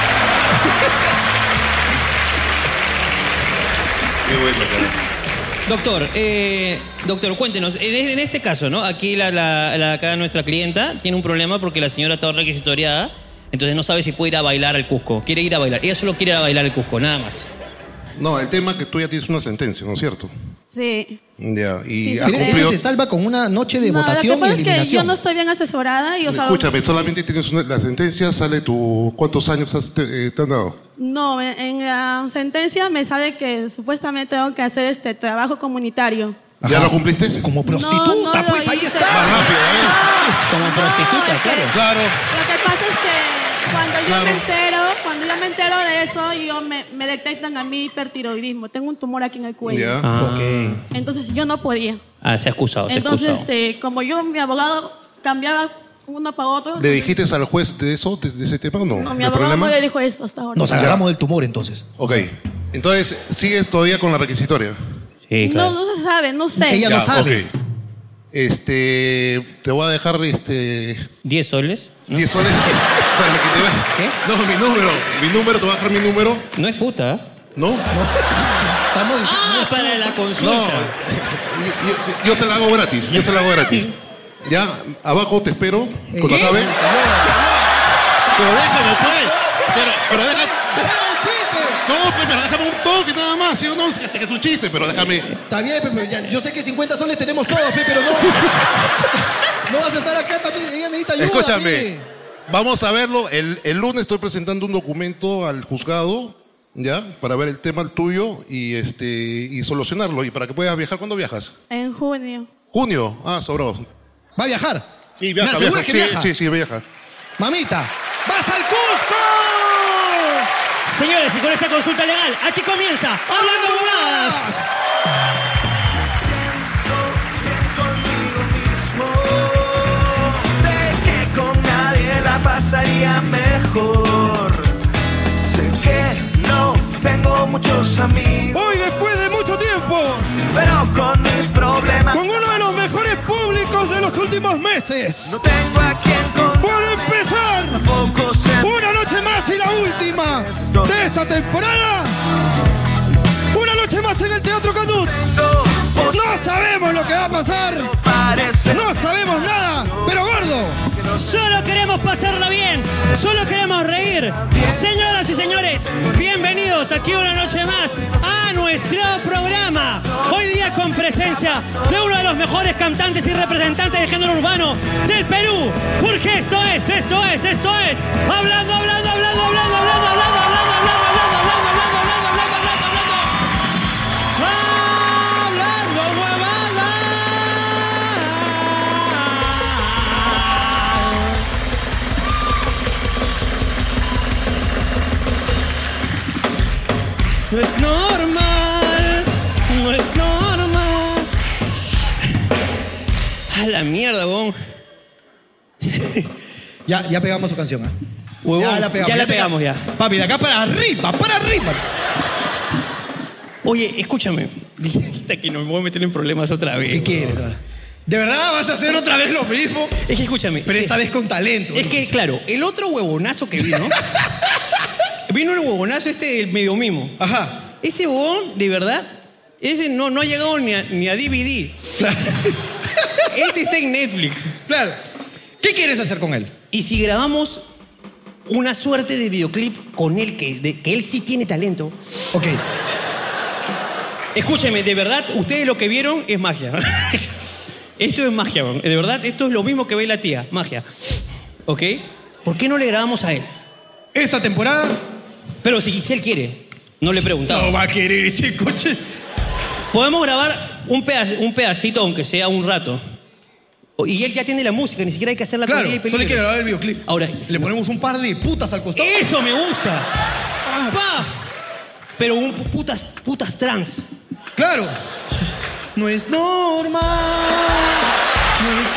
J: Qué bueno, carajo.
B: Doctor, eh, doctor, cuéntenos, en, en este caso, ¿no? Aquí la, la- la- acá nuestra clienta tiene un problema porque la señora está requisitoriada, entonces no sabe si puede ir a bailar al Cusco. Quiere ir a bailar. Ella solo quiere ir a bailar al Cusco, nada más.
J: No, el tema es que tú ya tienes una sentencia, ¿no es cierto?
O: Sí.
J: Ya, y
O: Sí,
J: has
O: sí,
A: Ella
J: cumplido...
A: se salva con una noche de
O: No, lo que
A: votación y
O: pasa es que yo
A: eliminación.
O: no estoy bien asesorada y, o sea,
J: Escúchame, solamente tienes una- la sentencia, sale tu... ¿Cuántos años has- te, eh, te han dado?
O: no, en, en la sentencia me sale que supuestamente tengo que hacer este trabajo comunitario.
J: ¿Ya lo cumpliste?
A: Como prostituta,
O: No, no lo
A: pues ahí
O: hice.
A: está.
J: Más rápido, ¿eh?
B: Como prostituta, claro.
J: Claro.
O: Lo que pasa es que cuando yo
J: Claro.
O: me entero, cuando yo me entero de eso, yo me, me detectan a mí hipertiroidismo. Tengo un tumor aquí en el cuello.
J: Ya.
B: Ah.
J: Ok.
O: Entonces yo no podía.
B: Ah, se ha excusado, se ha
O: Entonces,
B: excusado.
O: este, como yo, mi abogado cambiaba uno para otro.
J: ¿Le dijiste al juez de eso, de, de ese tema o no?
O: No, mi
J: ¿El
O: abogado
J: problema?
O: no le dijo eso hasta ahora.
A: Nos agarramos del tumor entonces.
J: Ok. Entonces, ¿sigues todavía con la requisitoria?
B: Sí,
O: No, no se sabe, no sé.
A: Ella
J: Ya,
A: no sabe.
J: ok. Este, te voy a dejar este
B: ¿diez soles?
J: diez soles. Espérame, que te va-
B: ¿Qué?
J: No, mi número, mi número, te voy a dejar mi número.
B: No es puta, ¿eh?
J: ¿No?
A: Estamos diciendo.
B: Ah, para la consulta.
J: No. Yo, yo- yo se la hago gratis, yo se la hago gratis. Ya, abajo te espero, cuando
A: ¿Qué?
J: acabe. Pero déjame, pues. Pero, pero déjame. No, pues, pero déjame un toque nada más, ¿sí o no? Este que es un chiste, pero déjame.
A: Está bien, pe, pero ya- yo sé que cincuenta soles tenemos todos, pe, pero no. No vas a estar acá también. Ella necesita ayuda.
J: Escúchame,
A: pe.
J: vamos a verlo. El, el lunes estoy presentando un documento al juzgado, ¿ya? Para ver el tema el tuyo y este y solucionarlo. Y para que puedas viajar, ¿cuándo viajas?
O: En junio.
J: Junio. Ah, sobró.
A: ¿Va a viajar?
J: Sí,
A: ¿Me
J: viaja,
A: aseguras
J: viaja.
A: que
J: Sí,
A: viaja?
J: sí, sí, viaja.
A: Mamita, ¡vas al Cusco!
P: Señores, y con esta consulta legal, aquí comienza Hablando Huevadas.
L: Sé que con nadie la pasaría mejor. Sé que no tengo muchos amigos.
Q: Hoy, después de mucho tiempo,
L: pero con mis problemas,
Q: con uno de los mejores públicos de los últimos meses.
L: no tengo a quien con.
Q: Por empezar,
L: Tampoco sé.
Q: una noche más y la última de esta temporada. Una noche más en el Teatro Canut. No sabemos lo que va a pasar. No sabemos nada. Pero gordo,
P: Solo queremos pasarla bien, solo queremos reír. Señoras y señores, bienvenidos aquí una noche más a nuestro programa. Hoy día con presencia de uno de los mejores cantantes y representantes de género urbano del Perú. Porque esto es, esto es, esto es. Hablando, hablando, hablando, hablando, hablando, hablando, hablando, hablando, hablando, hablando, hablando, hablando, hablando, hablando, hablando, hablando. Hablando huevadas. No es normal, no es normal. A la mierda, huevón.
A: Ya, ya pegamos su canción, ¿ah?
P: Huevón,
A: ya la pegamos,
P: ya la
A: pega-
P: pegamos ya.
A: Papi, de acá para arriba, para arriba.
B: Oye, escúchame. Hasta que no me voy a meter en problemas otra vez.
A: ¿Qué quieres ahora? ¿De verdad vas a hacer otra vez lo mismo?
B: Es que escúchame.
A: Pero
B: sí.
A: esta vez con talento.
B: Es que, claro, el otro huevonazo que vino. Vino el huevonazo este del medio mimo.
A: Ajá.
B: Ese huevón, de verdad, ese no, no ha llegado ni a, ni a D V D.
A: Claro.
B: Este está en Netflix.
A: Claro. ¿Qué quieres hacer con él?
B: Y si grabamos una suerte de videoclip con él, que, de- que él sí tiene talento.
A: Ok.
B: Escúcheme, de verdad, ustedes lo que vieron es magia. Esto es magia, weón. De verdad, esto es lo mismo que ve la tía, magia. ¿Ok? ¿Por qué no le grabamos a él?
A: Esta temporada
B: Pero si Giselle quiere, no le he preguntado.
A: no va a querer ese coche.
B: Podemos grabar un, pedac- un pedacito, aunque sea un rato. O- Y él ya tiene la música, ni siquiera hay que hacerla
A: Claro,
B: con él.
A: solo hay que grabar el videoclip.
B: Ahora,
A: Le ponemos un par de putas al costado.
B: ¡eso me gusta! ¡Pa! Pero un pu- putas, putas trans.
A: Claro. No es normal. No es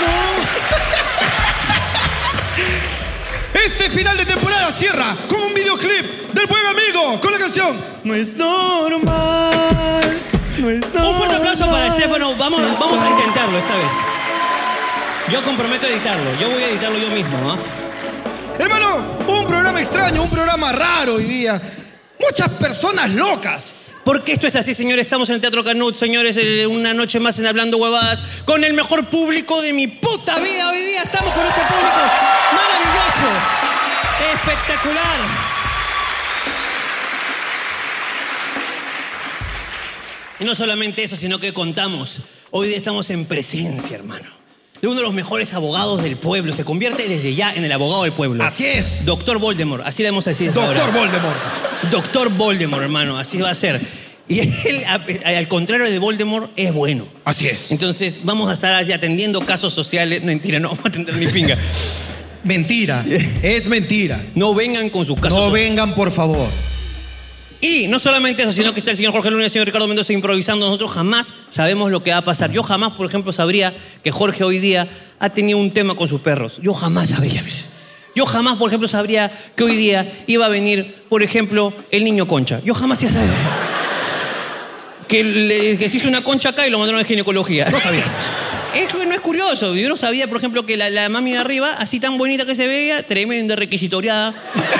A: normal. Este final de temporada cierra con un videoclip del buen amigo con la canción No es normal. No es normal.
P: Un fuerte aplauso para Estefano. Vamos, vamos a intentarlo esta vez. Yo comprometo a editarlo. Yo voy a editarlo yo mismo, ¿ah?
A: Hermano, un programa extraño, un programa raro hoy día. Muchas personas locas.
B: Porque esto es así, señores. Estamos en el Teatro Canut, señores. eh, Una noche más en Hablando Huevadas. Con el mejor público de mi puta vida. Hoy día estamos con este público maravilloso. Espectacular. Y no solamente eso, sino que contamos. Hoy día estamos en presencia, hermano, de uno de los mejores abogados del pueblo. Se convierte desde ya en el abogado del pueblo.
A: Así es.
B: Doctor Voldemort, así le vamos a decir.
A: Doctor
B: ahora.
A: Voldemort.
B: Doctor Voldemort, hermano, así va a ser. Y él, a- al contrario de Voldemort, es bueno.
A: Así es.
B: Entonces, vamos a estar así atendiendo casos sociales. No, mentira, no vamos a atender ni pinga.
A: Mentira. Es mentira.
B: No vengan con sus casos
A: No
B: sociales.
A: vengan, por favor.
B: Y no solamente eso, sino que está el señor Jorge Luna y el señor Ricardo Mendoza improvisando. Nosotros jamás sabemos lo que va a pasar. Yo jamás, por ejemplo, sabría que Jorge hoy día ha tenido un tema con sus perros. Yo jamás sabría. ¿ves? Yo jamás, por ejemplo, sabría que hoy día iba a venir, por ejemplo, el niño Concha. Yo jamás iba a saber. Que, le, que se hizo una concha acá y lo mandaron a ginecología. No sabía. Es que no es curioso. Yo no sabía, por ejemplo, que la, la mami de arriba, así tan bonita que se veía, tremenda requisitoriada.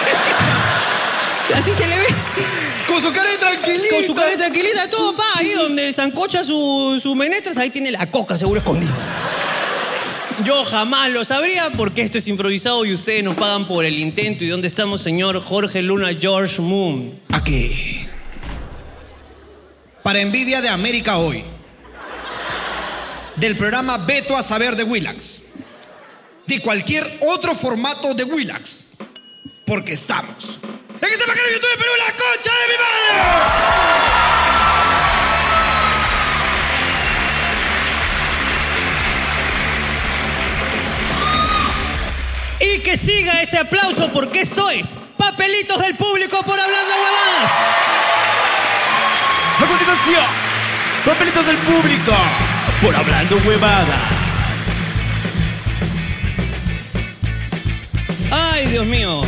B: Así se le ve.
A: Con su cara de tranquilita.
B: Con su cara de tranquilita, todo, pa, ahí donde zancocha su, su menestras, ahí tiene la coca seguro escondida. Yo jamás lo sabría porque esto es improvisado y ustedes nos pagan por el intento. ¿Y dónde estamos, señor Jorge Luna, George Moon?
A: Aquí. Para envidia de América Hoy. Del programa Veto a Saber de Willax. De cualquier otro formato de Willax. Porque estamos en este bacano YouTube de Perú, la concha de mi madre.
P: Y que siga ese aplauso porque esto es Papelitos del Público por Hablando Huevadas.
L: A continuación, Papelitos del Público por Hablando Huevadas.
B: Ay, Dios mío.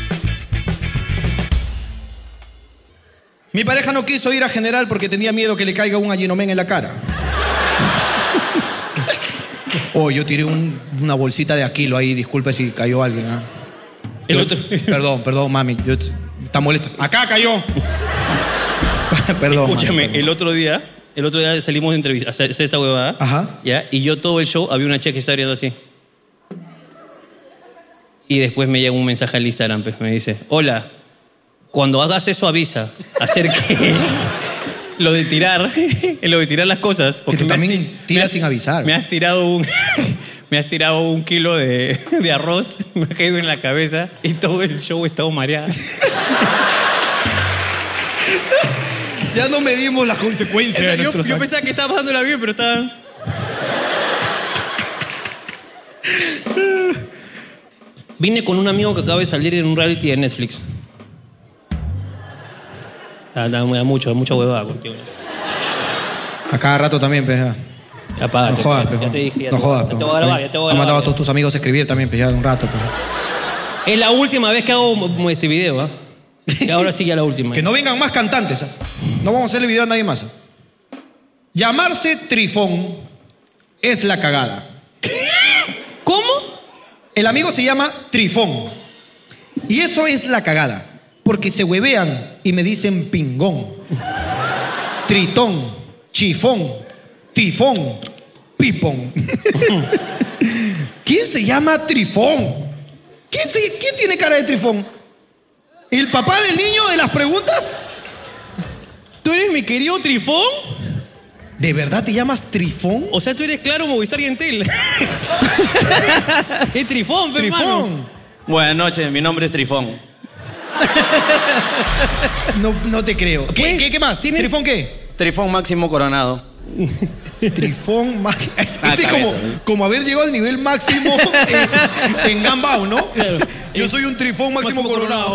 A: Mi pareja no quiso ir a General porque tenía miedo que le caiga un allinomen en la cara. Oh, yo tiré un- una bolsita de Aquilo ahí, disculpe si cayó alguien. ¿ah?
B: El
A: Yo-
B: otro.
A: Perdón, perdón, mami. Yo, está molesto. Acá cayó. Perdón.
B: Escúchame,
A: mami.
B: el otro día, el otro día salimos de entrevista, a hacer hacer esta huevada.
A: Ajá.
B: ¿Ya? Y yo todo el show había una chica que estaba viendo así. Y después me llega un mensaje al Instagram, pues, me dice, hola, cuando hagas eso avisa, hacer que lo de tirar, lo de tirar las cosas. Porque
A: Que tú
B: me has
A: también
B: ti-
A: tiras
B: me has-
A: sin avisar.
B: Me has tirado un, me has tirado un kilo de, de arroz, me ha caído en la cabeza y todo el show he estado mareado.
A: Ya no medimos las consecuencias de
B: yo,
A: nuestros
B: yo
A: actos.
B: pensaba que estaba pasándola bien, pero estaba... Vine con un amigo que acaba de salir en un reality de Netflix. Da, da, da mucho, mucha huevada contigo.
A: A cada rato también, pues. Ya.
B: Ya, pa,
A: No
B: ya-
A: jodas,
B: ya-
A: pues.
B: ya te dije, ya
A: No
B: te-
A: jodas,
B: ya te
A: pues.
B: voy a grabar, ya te voy a
A: Ha mandado
B: grabar,
A: a todos tus amigos a escribir también, pues ya de un rato, pues.
B: Es la última vez que hago mo- este video, ¿ah? Y ahora sí ya la última.
A: Que no vengan más cantantes, ¿ah? No vamos a hacerle video a nadie más. ¿ah? Llamarse Trifón es la cagada.
B: ¿Cómo?
A: El amigo se llama Trifón. Y eso es la cagada. Porque se huevean y me dicen pingón, tritón, chifón, tifón, pipón. ¿Quién se llama Trifón? ¿Quién, se- quién tiene cara de Trifón? ¿El papá del niño de las preguntas?
B: ¿Tú eres mi querido Trifón?
A: ¿De verdad te llamas Trifón?
B: O sea, tú eres Claro, Movistar y Entel. Es Trifón, pe, hermano.
A: Trifón.
R: Buenas noches, mi nombre es Trifón.
A: No, no te creo. ¿Qué, qué, qué más? ¿Trifón qué?
R: Trifón Máximo Coronado.
A: Trifón máximo.
R: Ah,
A: Es como,
R: cabeza.
A: como haber llegado al nivel máximo en, en Gambao, ¿no? Yo soy un Trifón máximo,
B: Máximo
A: coronado.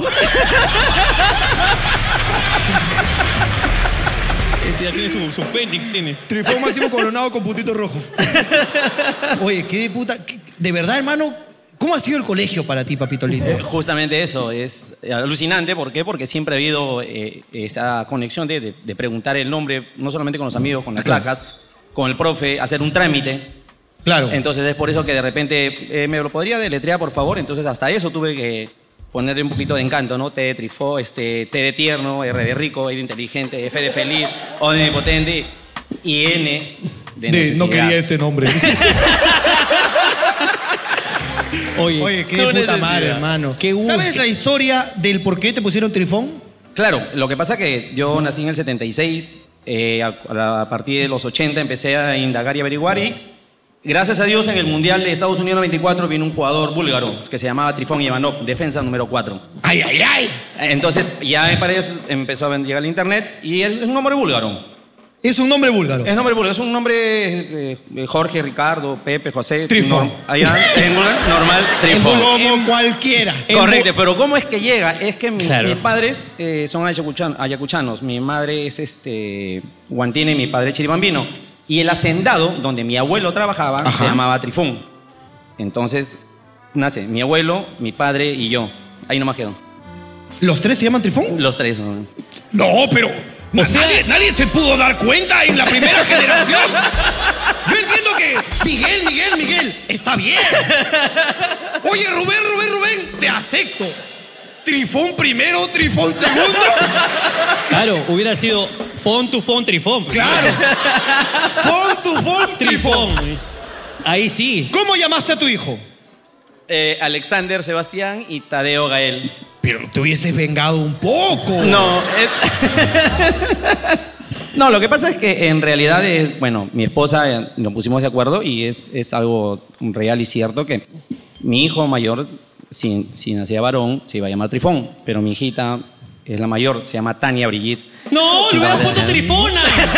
B: Este ya tiene su, su Fénix, tiene.
A: Trifón máximo coronado con puntito rojo. Oye, qué de puta. qué- de verdad, hermano, ¿cómo ha sido el colegio para ti, papito lindo?
R: Eh, Justamente eso, es alucinante. ¿Por qué? Porque siempre ha habido eh, esa conexión de, de- de preguntar el nombre, no solamente con los amigos, con las
A: Claro.
R: placas, con el profe, hacer un trámite.
A: Claro.
R: Entonces es por eso que de repente, eh, ¿me lo podría deletrear, por favor? Entonces hasta eso tuve que ponerle un poquito de encanto, ¿no? T de Trifó, este, T de tierno, R de rico, E de inteligente, F de feliz, O de omnipotente y N de,
A: De-
R: necesidad.
A: no quería este nombre.
B: Oye,
A: Oye, qué
R: tu
A: de puta
R: necesidad.
A: madre, hermano.
B: Qué gusto.
A: ¿Sabes la historia del por qué te pusieron Trifón?
R: Claro, lo que pasa que yo nací en el setenta y seis, eh, a, a partir de los ochenta empecé a indagar y averiguar y Gracias a Dios, en el Mundial de Estados Unidos noventa y cuatro vino un jugador búlgaro que se llamaba Trifón Ivanov, defensa número cuatro.
A: ¡Ay, ay, ay!
R: Entonces, ya me parece, empezó a llegar al internet y es un nombre búlgaro.
A: Es un nombre búlgaro.
R: Es nombre búlgaro, es un nombre eh, Jorge, Ricardo, Pepe, José.
A: Trifón.
R: Norm, allá en búlgaro, normal, Trifón.
A: Como cualquiera.
R: Correcto, pero ¿cómo es que llega? Es que mi-
B: Claro.
R: mis padres eh, son ayacuchan- ayacuchanos. Mi madre es este guantina y mi padre chiribambino. Y el hacendado, donde mi abuelo trabajaba,
A: Ajá.
R: se llamaba Trifón. Entonces, nace mi abuelo, mi padre y yo. Ahí nomás quedó.
A: ¿Los tres se llaman Trifón?
R: Los tres. ¿no?
A: No, pero na-
B: sea-
A: nadie, nadie se pudo dar cuenta en la primera generación. Yo entiendo que Miguel, Miguel, Miguel, está bien. Oye, Rubén, Rubén, Rubén, te acepto. Trifón primero, Trifón segundo.
B: Claro, hubiera sido fon tu fon trifón.
A: Claro. Fon tu fon Trifón.
B: Ahí sí.
A: ¿Cómo llamaste a tu hijo?
R: Eh, Alexander Sebastián y Tadeo Gael.
A: Pero te hubieses vengado un poco.
R: No. eh, No, lo que pasa es que en realidad, es, bueno, mi esposa eh, nos pusimos de acuerdo y es, es algo real y cierto que mi hijo mayor, si, si nacía varón, se iba a llamar Trifón, pero mi hijita es la mayor, se llama Tania Brigitte.
B: No, le hubieras puesto Trifona.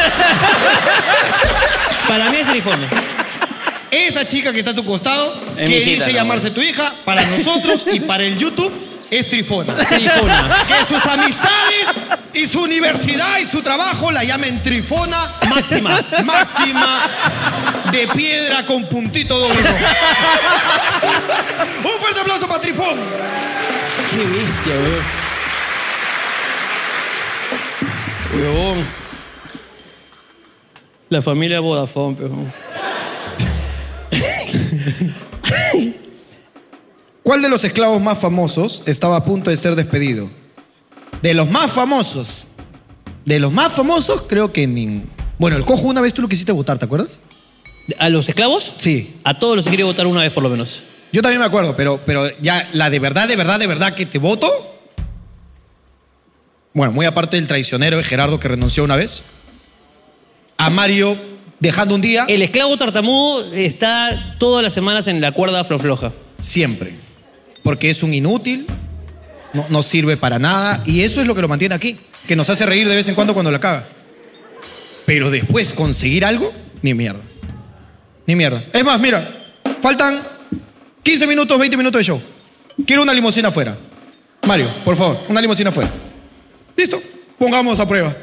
B: Para mí es Trifona.
A: Esa chica que está a tu costado,
R: Es
A: que
R: mi hijita,
A: dice
R: ¿no?
A: llamarse tu hija, para nosotros y para el YouTube, es Trifona.
B: Trifona.
A: Que sus amistades y su universidad y su trabajo la llamen Trifona
B: Máxima.
A: Máxima de piedra con puntito doble rojo. Un fuerte aplauso para Trifón.
B: Qué bestia, weón. Huevón. La familia Vodafone, peón.
A: ¿Cuál de los esclavos más famosos estaba a punto de ser despedido? De los más famosos. De los más famosos, creo que ni... Bueno, el cojo una vez tú lo quisiste votar, ¿te acuerdas?
B: ¿A los esclavos?
A: Sí.
B: A todos los he querido votar una vez por lo menos.
A: Yo también me acuerdo, pero, pero ya la de verdad, de verdad, de verdad que te voto. Bueno, muy aparte del traicionero de Gerardo que renunció una vez. A Mario dejando un día.
B: El esclavo tartamudo está todas las semanas en la cuerda floja.
A: Siempre. Porque es un inútil, no, no sirve para nada, y eso es lo que lo mantiene aquí, que nos hace reír de vez en cuando cuando la caga. Pero después conseguir algo, ni mierda. Ni mierda. Es más, mira, faltan quince minutos, veinte minutos de show. Quiero una limusina afuera. Mario, por favor, una limusina afuera. Listo, pongamos a prueba.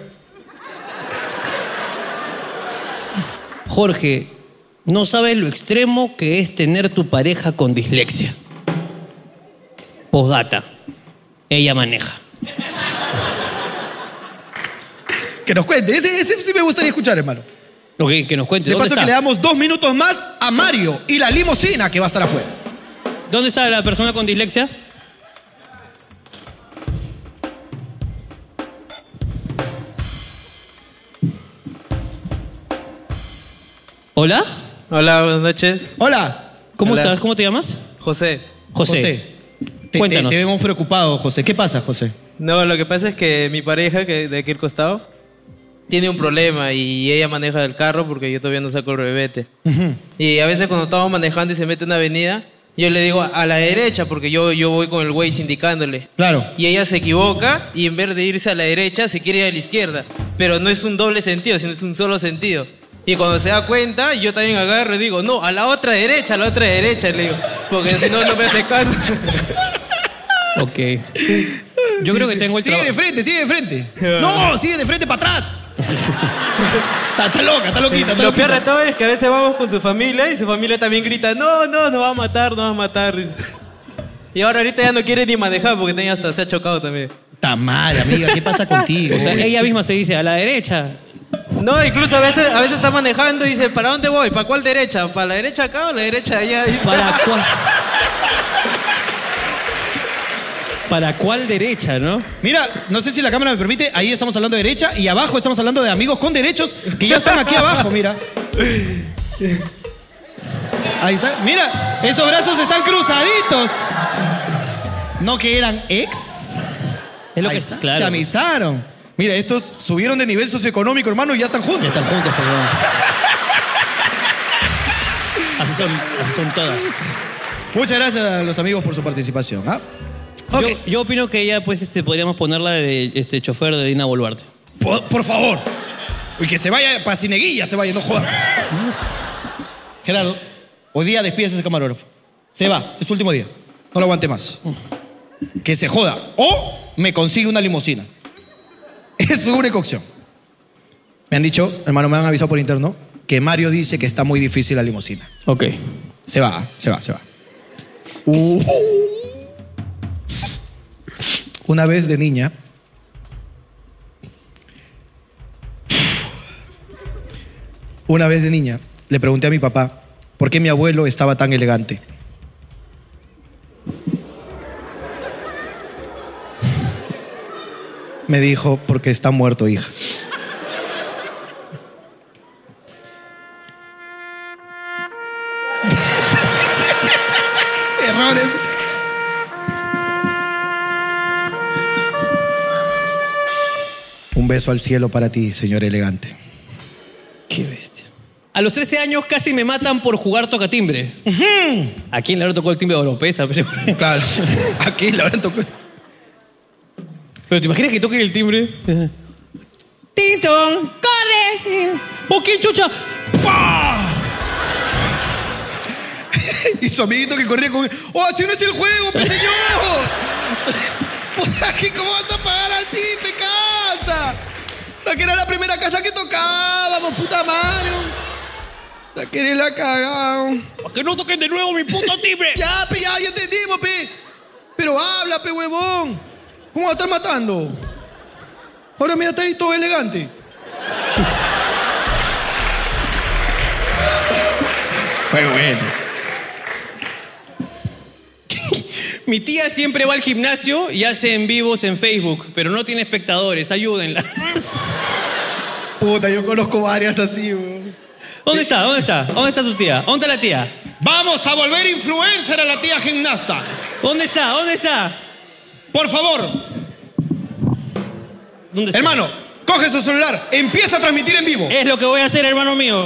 B: Jorge, no sabes lo extremo que es tener tu pareja con dislexia. Postdata. Ella maneja.
A: Que nos cuente, ese, ese sí me gustaría escuchar, hermano.
B: Ok, que nos cuente.
A: De
B: ¿Dónde
A: paso
B: está?
A: que le damos dos minutos más a Mario y la limusina que va a estar afuera.
B: ¿Dónde está la persona con dislexia? ¿Hola?
S: Hola, buenas noches.
A: Hola.
B: ¿Cómo
S: Hola.
B: estás? ¿Cómo te llamas?
S: José.
B: José.
A: José, te,
B: Cuéntanos.
A: te- te vemos preocupado, José. ¿Qué pasa, José?
S: No, lo que pasa es que mi pareja, que de aquí al costado, tiene un problema y ella maneja el carro porque yo todavía no saco el rebete. Y a veces cuando estamos manejando y se mete en una avenida, yo le digo a la derecha porque yo, yo voy con el güey indicándole.
A: Claro.
S: Y ella se equivoca y en vez de irse a la derecha se quiere ir a la izquierda. Pero no es un doble sentido, sino es un solo sentido. Y cuando se da cuenta, yo también agarro y digo, no, a la otra derecha, a la otra derecha, le digo. Porque si no, no me hace caso.
B: Ok. Yo creo que tengo el
A: Sigue
B: trabajo.
A: de frente, sigue de frente. No, sigue de frente para atrás. Está, está loca, está loquita, está
S: Lo peor de
A: loquita.
S: todo es que a veces vamos con su familia y su familia también grita, no, no, nos va a matar, nos va a matar. Y ahora ahorita ya no quiere ni manejar porque tenía hasta se ha chocado también.
A: Está mal, amiga, ¿qué pasa contigo?
B: O sea, ella misma se dice a la derecha.
S: No, incluso a veces, a veces está manejando y dice, ¿para dónde voy? ¿Para cuál derecha? ¿Para la derecha acá o la derecha allá? Dice.
B: ¿Para cuál? ¿Para cuál derecha, no?
A: Mira, no sé si la cámara me permite, ahí estamos hablando de derecha y abajo estamos hablando de amigos con derechos que ya están aquí abajo, mira. Ahí está, mira, esos brazos están cruzaditos. No que eran ex.
B: Es lo
A: Ahí
B: que
A: está,
B: claro.
A: se amistaron. Mira, estos subieron de nivel socioeconómico, hermano, y ya están juntos.
B: Ya están juntos, perdón.
P: Así son, así son todas.
A: Muchas gracias a los amigos por su participación. ¿ah?
B: Yo, yo opino que ella, pues, este, podríamos ponerla de este, chofer de Dina Boluarte.
A: Por, por favor. Y que se vaya para Cineguilla, se vaya, no jodas. Gerardo, hoy día despides a ese camarógrafo. Se va, es su último día. No lo aguante más. Que se joda. O me consigue una limusina. Es su única opción. Me han dicho, hermano, me han avisado por interno, que Mario dice que está muy difícil la limusina.
B: Ok.
A: Se va, se va, se va. Uh. Una vez de niña, una vez de niña, le pregunté a mi papá por qué mi abuelo estaba tan elegante. Me dijo, porque está muerto, hija. Errores. Un beso al cielo para ti, señor elegante.
B: Qué bestia. A los trece años casi me matan por jugar tocatimbre. Uh-huh. ¿A quién le habrá tocado el timbre de Oropesa?
A: Claro. ¿A quién le habrá tocado?
B: Pero ¿te imaginas que toquen el timbre? ¡Tintón! ¡Corre! ¡Oh, qué chucha! ¡Pah!
A: Y su amiguito que corría con... ¡Oh, así no es el juego, pe señor! ¿Cómo vas a pagar así, pe casa? La que era la primera casa que tocábamos, puta madre. La que era la cagada.
B: ¿Para que no toquen de nuevo mi puto timbre?
A: Ya, pe, ya, ya entendimos, pe. Pero habla, pe, huevón. ¿Cómo va a estar matando? Ahora mira, está ahí todo elegante.
B: Fue bueno. Mi tía siempre va al gimnasio y hace en vivos en Facebook, pero no tiene espectadores. Ayúdenla.
A: Puta, yo conozco varias así, güey.
B: ¿Dónde está? ¿Dónde está? ¿Dónde está tu tía? ¿Dónde está la tía?
A: Vamos a volver influencer a la tía gimnasta.
B: ¿Dónde está? ¿Dónde está?
A: Por favor.
B: ¿Dónde está?
A: Hermano, coge su celular, empieza a transmitir en vivo.
B: Es lo que voy a hacer, hermano mío.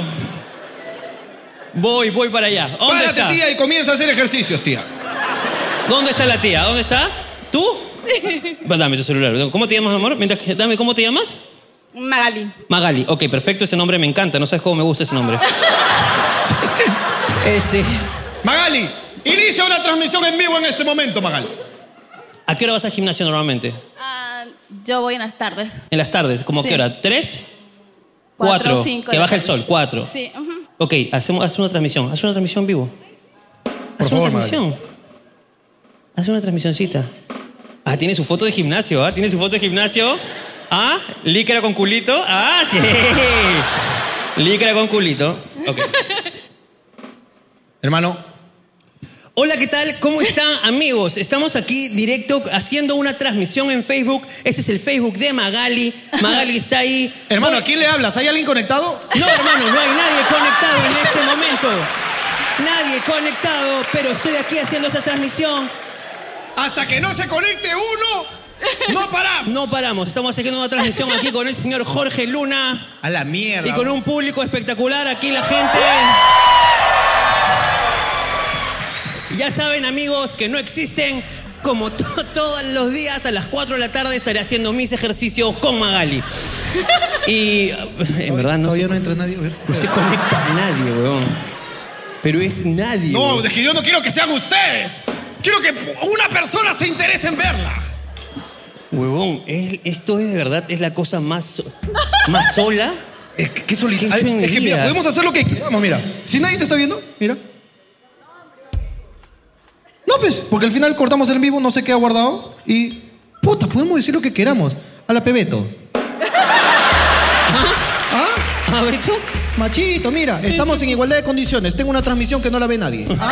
B: Voy, voy para allá. ¿Dónde
A: Párate,
B: está?
A: tía, y comienza a hacer ejercicios, tía.
B: ¿Dónde está la tía? ¿Dónde está? ¿Tú? Dame tu celular. ¿Cómo te llamas, amor? Mientras que, dame, ¿cómo te llamas?
N: Magali.
B: Magali. Ok, perfecto. Ese nombre me encanta. No sabes cómo me gusta ese nombre. este...
A: Magali, inicia una transmisión en vivo en este momento, Magali.
B: ¿A qué hora vas al gimnasio normalmente?
F: Ah, yo voy en las tardes.
B: En las tardes. ¿Cómo
F: Sí.
B: qué hora? ¿Tres?
F: Cuatro,
B: Cuatro.
F: cinco
B: Que
F: de
B: baja el
F: tarde.
B: sol. Cuatro.
F: Sí. ujú.
B: Ok, hacemos, haz una transmisión. Haz una transmisión en vivo.
A: Por
B: Haz
A: favor,
B: una transmisión. Haz una transmisioncita. Ah, tiene su foto de gimnasio, ¿ah? Tiene su foto de gimnasio. Ah, lícara con culito. Ah, sí. Lícara con culito. Ok.
A: Hermano.
B: Hola, ¿qué tal? ¿Cómo están, amigos? Estamos aquí directo haciendo una transmisión en Facebook. Este es el Facebook de Magali. Magali está ahí.
A: Hermano, ¿a quién le hablas? ¿Hay alguien conectado?
B: No, hermano, no hay nadie conectado en este momento. Nadie conectado, pero estoy aquí haciendo esta transmisión.
A: Hasta que no se conecte uno, no paramos.
B: No paramos. Estamos haciendo una transmisión aquí con el señor Jorge Luna.
A: A la mierda.
B: Y con un público espectacular. Aquí la gente... Ya saben, amigos, que no existen. Como to- todos los días a las cuatro de la tarde estaré haciendo mis ejercicios con Magali. Y en verdad no
A: Todavía
B: se,
A: no entra nadie. A ver.
B: no se conecta nadie, weón. Pero es nadie.
A: No,
B: weón.
A: es que yo no quiero que sean ustedes. Quiero que una persona se interese en verla.
B: Huevón, es- esto es de verdad, es la cosa más, más sola.
A: Es que, ¿qué soli-
B: que he hecho
A: Ay,
B: en mi
A: es que mira,
B: vida.
A: podemos hacer lo que queramos, mira. Si nadie te está viendo, mira. No, pues, porque al final cortamos el en vivo, no se queda guardado y... Puta, podemos decir lo que queramos. A la Pebeto. ¿Ah?
B: A ver, tú.
A: Machito, mira, estamos en igualdad de condiciones. Tengo una transmisión que no la ve nadie. Ah.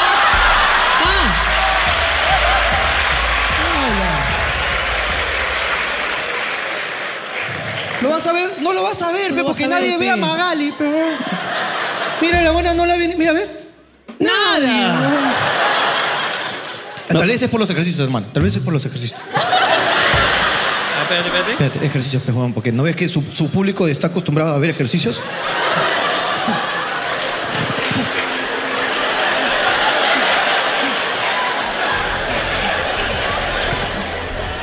A: ¿Lo vas a ver? No lo vas a ver, pe,
B: Lo vas
A: porque
B: a ver,
A: nadie
B: pe.
A: ve a Magali, pe. Mira, la buena no la ve. Mira, ve.
B: ¡Nada!
A: Tal vez es por los ejercicios, hermano. Tal vez es por los ejercicios.
B: Ah, espérate, espérate.
A: Espérate, ejercicios, pe, Juan, porque ¿no ves que su, su público está acostumbrado a ver ejercicios?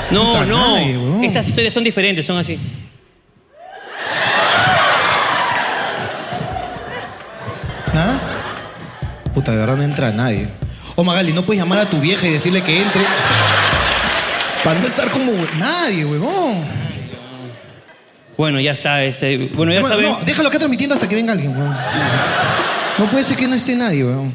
B: No,
A: Puta
B: no.
A: madre, huevón.
B: Estas historias son diferentes, son así.
A: ¿Nada? Puta, de verdad no entra nadie. Oh, Magali, ¿no puedes llamar a tu vieja y decirle que entre? Para no estar como nadie, huevón.
B: Bueno, ya está. Ese, bueno, ya
A: Bueno,
B: saben.
A: no, déjalo acá transmitiendo hasta que venga alguien, huevón. No puede ser que no esté nadie, huevón.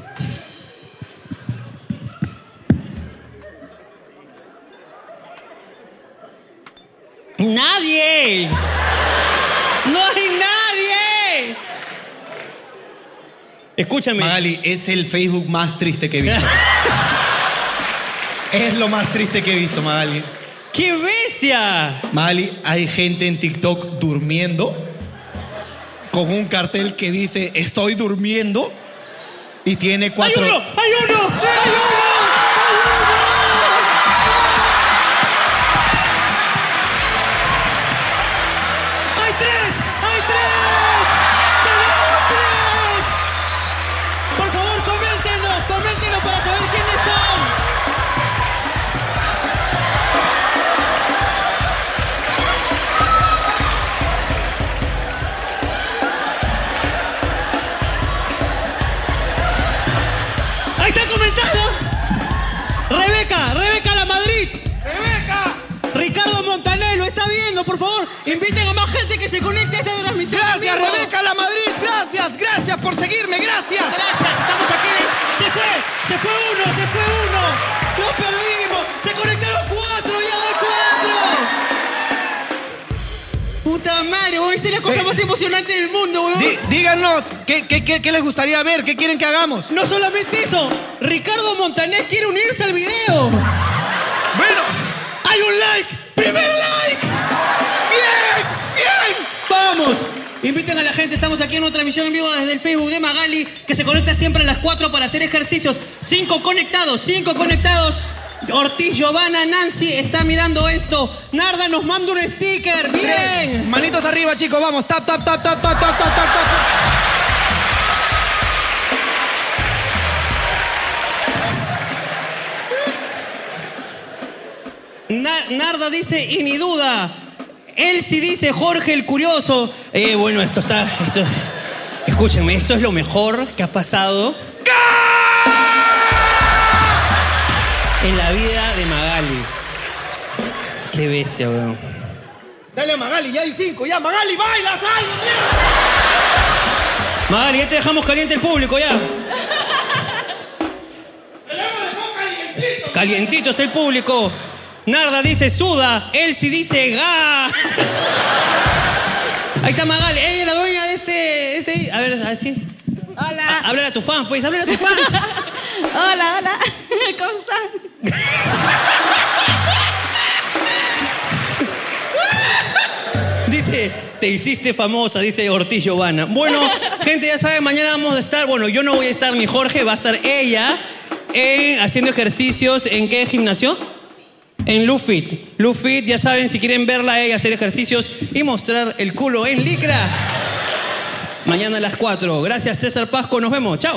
B: ¡Nadie! ¡No hay nadie! Escúchame.
A: Magali, es el Facebook más triste que he visto. Es lo más triste que he visto, Magali.
B: ¡Qué bestia!
A: Magali, hay gente en TikTok durmiendo con un cartel que dice estoy durmiendo y tiene cuatro...
P: ¡Hay uno! ¡Hay uno! ¡Hay uno! ¡Hay tres! ¡Hay tres! ¡Tenemos tres! Por favor, coméntenos, coméntenos para saber quiénes son. ¡Ahí está comentando! Rebeca, Rebeca La Madrid. ¡Rebeca! Ricardo Montaner lo está viendo, por favor. Inviten a más gente que se conecte a esta transmisión.
Q: Gracias,
P: amigo.
Q: Rebeca La Madrid. Gracias, gracias por seguirme. Gracias.
P: Gracias, estamos aquí. Se fue, se fue uno, se fue uno. Lo perdimos. Se conectaron cuatro, ya hay cuatro. Puta madre, hoy es la cosa
Q: Eh,
P: más emocionante del mundo, weón.
Q: Dí- díganos, ¿qué, qué, qué, qué les gustaría ver? ¿Qué quieren que hagamos?
P: No solamente eso, Ricardo Montaner quiere unirse al video.
Q: Bueno,
P: ¡hay un like! ¡Primer like!
Q: ¡bien! ¡Bien!
P: ¡Vamos! Inviten a la gente, estamos aquí en una transmisión en vivo desde el Facebook de Magali, que se conecta siempre a las cuatro para hacer ejercicios. Cinco conectados, cinco conectados. Ortiz, Giovanna, Nancy está mirando esto. Narda nos manda un sticker. ¡Bien!
Q: Tres. Manitos arriba, chicos, vamos. Tap, tap, tap, tap, tap, tap, tap, tap, tap.
B: Na- Narda dice, y ni duda. Elsie dice, Jorge el Curioso. Eh, bueno, esto está... Esto, escúchenme, esto es lo mejor que ha pasado en la vida de Magali. Qué bestia, weón.
Q: Dale a Magali, ya hay cinco. Ya, Magali, baila, sal.
B: Magali, ya te dejamos caliente el público, ya. Calientito está el público. Narda dice suda. Elsie dice ga. Ahí está Magali. Ella es la dueña de este... este... A ver, así.
F: Hola.
B: Háblale a tus fans, pues. Háblale a tus fans.
F: Hola, hola. ¿Cómo están?
B: Dice, te hiciste famosa, dice Ortiz Giovanna. Bueno, gente, ya saben, mañana vamos a estar, bueno, yo no voy a estar ni Jorge, va a estar ella en, haciendo ejercicios. ¿En qué gimnasio? En Lufit. Lufit, ya saben, si quieren verla a ella hacer ejercicios y mostrar el culo en licra. Mañana a las cuatro. Gracias, César Pasco. Nos vemos. Chao.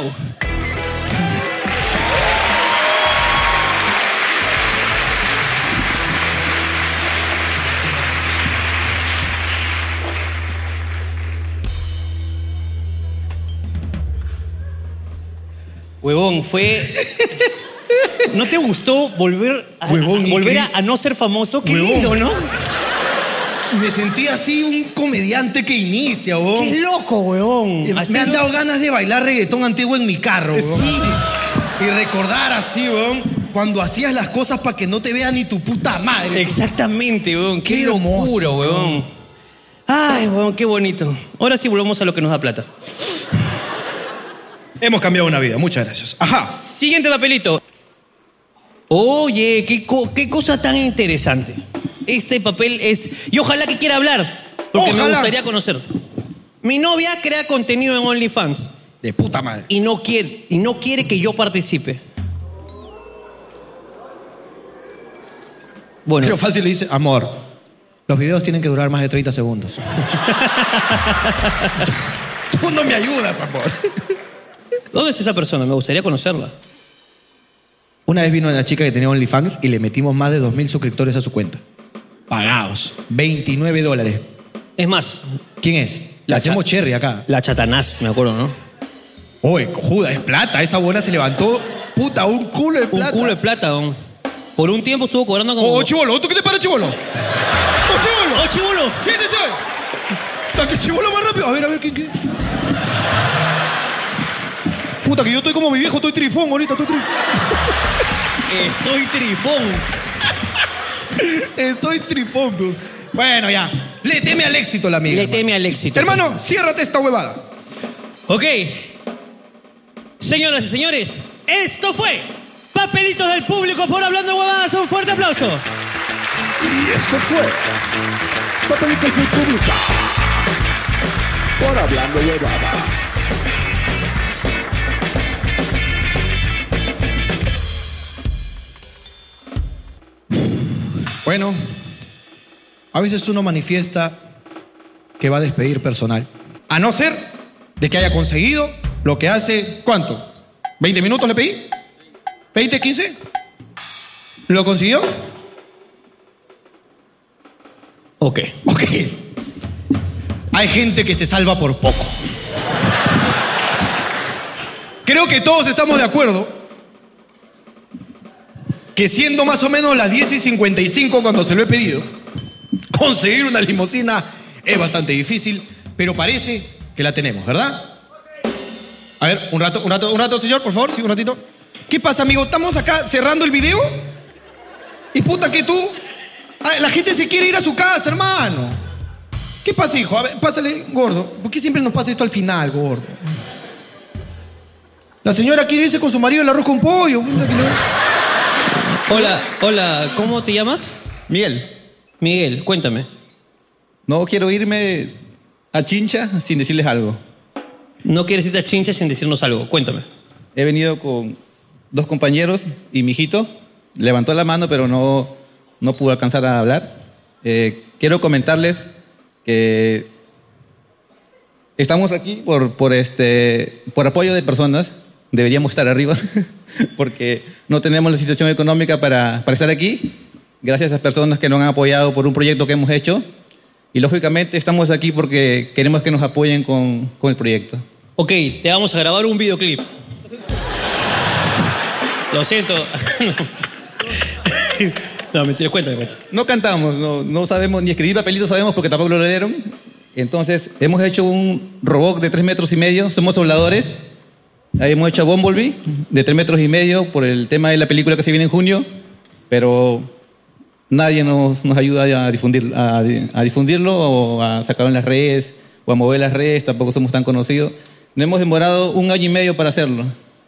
B: Huevón, fue... ¿No te gustó volver a,
A: Huevón,
B: a- volver a,
A: increíble.
B: a no ser famoso? Qué
A: Huevón.
B: lindo, ¿no?
A: Me sentí así un comediante que inicia, huevón.
B: Qué loco, huevón.
A: Eh, Me han
B: Haciendo-
A: dado ganas de bailar reggaetón antiguo en mi carro, huevón.
B: Sí.
A: Así. Y recordar así, huevón, cuando hacías las cosas para que no te vea ni tu puta madre.
B: Exactamente, huevón. Qué,
A: Qué hermoso,
B: locura, huevón. Ay, huevón, qué bonito. Ahora sí volvemos a lo que nos da plata.
A: Hemos cambiado una vida, muchas gracias. Ajá.
B: Siguiente papelito. Oye, qué, co- qué cosa tan interesante. Este papel es... Y ojalá que quiera hablar, porque me
A: Ojalá.
B: gustaría conocer. Mi novia crea contenido en OnlyFans.
A: De puta madre.
B: Y no quiere, y no quiere que yo participe. Bueno.
A: Pero fácil le dice, amor, los videos tienen que durar más de treinta segundos. Tú no me ayudas, amor.
B: ¿Dónde está esa persona? Me gustaría conocerla.
A: Una vez vino una chica que tenía OnlyFans y le metimos más de dos mil suscriptores a su cuenta. Pagados. veintinueve dólares.
B: Es más.
A: ¿Quién es? La hacemos
B: cha-
A: cherry acá.
B: La Chatanás, me acuerdo, ¿no?
A: Oye, cojuda, es plata. Esa buena se levantó, puta, un culo de plata.
B: Un culo de plata, don. Por un tiempo estuvo cobrando como...
A: Oh, chivolo, ¿tú qué te para, chivolo? ¡Oh, chivolo!
B: ¡Oh, chivolo!
A: ¡Sí, sí, sí! ¡Está que chivolo más rápido! A ver, a ver, ¿quién, quién? Puta, que yo estoy como mi viejo, estoy trifón ahorita, estoy trifón.
B: Estoy trifón.
A: Estoy trifón, bro. Bueno, ya. Le teme al éxito la amiga.
B: Le
A: hermano.
B: teme al éxito.
A: Hermano, ciérrate esta huevada.
B: Ok. Señoras y señores, esto fue Papelitos del Público por Hablando Huevadas. Un fuerte aplauso.
L: Y esto fue Papelitos del Público por Hablando Huevadas.
A: Bueno, a veces uno manifiesta que va a despedir personal. A no ser de que haya conseguido lo que hace, ¿cuánto? ¿veinte minutos le pedí? ¿veinte, quince? ¿Lo consiguió?
B: Ok.
A: Ok. Hay gente que se salva por poco. Creo que todos estamos de acuerdo que siendo más o menos las diez y cincuenta y cinco cuando se lo he pedido, conseguir una limusina es bastante difícil, pero parece que la tenemos, ¿verdad? A ver, un rato, un rato, un rato, señor, por favor, sí, un ratito. ¿Qué pasa, amigo? Estamos acá cerrando el video y puta que tú... Ah, la gente se quiere ir a su casa, hermano. ¿Qué pasa, hijo? A ver, pásale, gordo. ¿Por qué siempre nos pasa esto al final, gordo? La señora quiere irse con su marido al arroz con pollo.
B: Hola, hola, ¿cómo te llamas?
T: Miguel.
B: Miguel, cuéntame.
T: No quiero irme a Chincha sin decirles algo.
B: No quieres irte a Chincha sin decirnos algo, cuéntame.
T: He venido con dos compañeros y mi hijito levantó la mano, pero no, no pudo alcanzar a hablar. Eh, quiero comentarles que estamos aquí por, por, este, por apoyo de personas. Deberíamos estar arriba porque no tenemos la situación económica para, para estar aquí. Gracias a personas que nos han apoyado por un proyecto que hemos hecho. Y lógicamente estamos aquí porque queremos que nos apoyen con, con el proyecto.
B: Ok, te vamos a grabar un videoclip. Lo siento. No, mentira, cuéntame, cuéntame.
T: No cantamos, no, no sabemos, ni escribir papelitos sabemos porque tampoco lo leyeron. Entonces, hemos hecho un robot de tres metros y medio, somos soldadores. Ahí hemos hecho a Bumblebee de tres metros y medio por el tema de la película que se viene en junio, pero nadie nos, nos ayuda a, difundir, a, a difundirlo o a sacarlo en las redes o a mover las redes, tampoco somos tan conocidos. Nos hemos demorado un año y medio para hacerlo.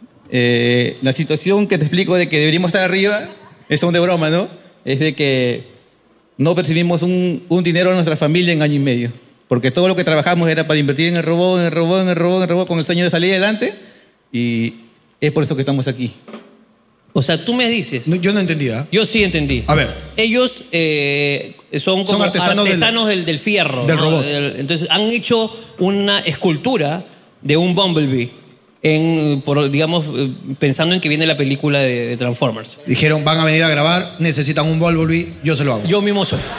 T: Eh, la situación que te explico de que deberíamos estar arriba es un de broma, ¿no? Es de que no percibimos un, un dinero a nuestra familia en año y medio, porque todo lo que trabajamos era para invertir en el robot, en el robot, en el robot, en el robot, con el sueño de salir adelante, y es por eso que estamos aquí.
B: O sea, tú me dices...
A: No, yo no entendía.
B: Yo sí entendí.
A: A ver.
B: Ellos eh, son como
A: Son artesanos
B: artesanos,
A: del-
B: del, del fierro.
A: del
B: ¿no?
A: robot.
B: Del- entonces, han hecho una escultura de un Bumblebee, en, por, digamos, eh, pensando en que viene la película de, de Transformers.
A: Dijeron, van a venir a grabar, necesitan un Bumblebee, yo se lo hago.
B: Yo mismo soy.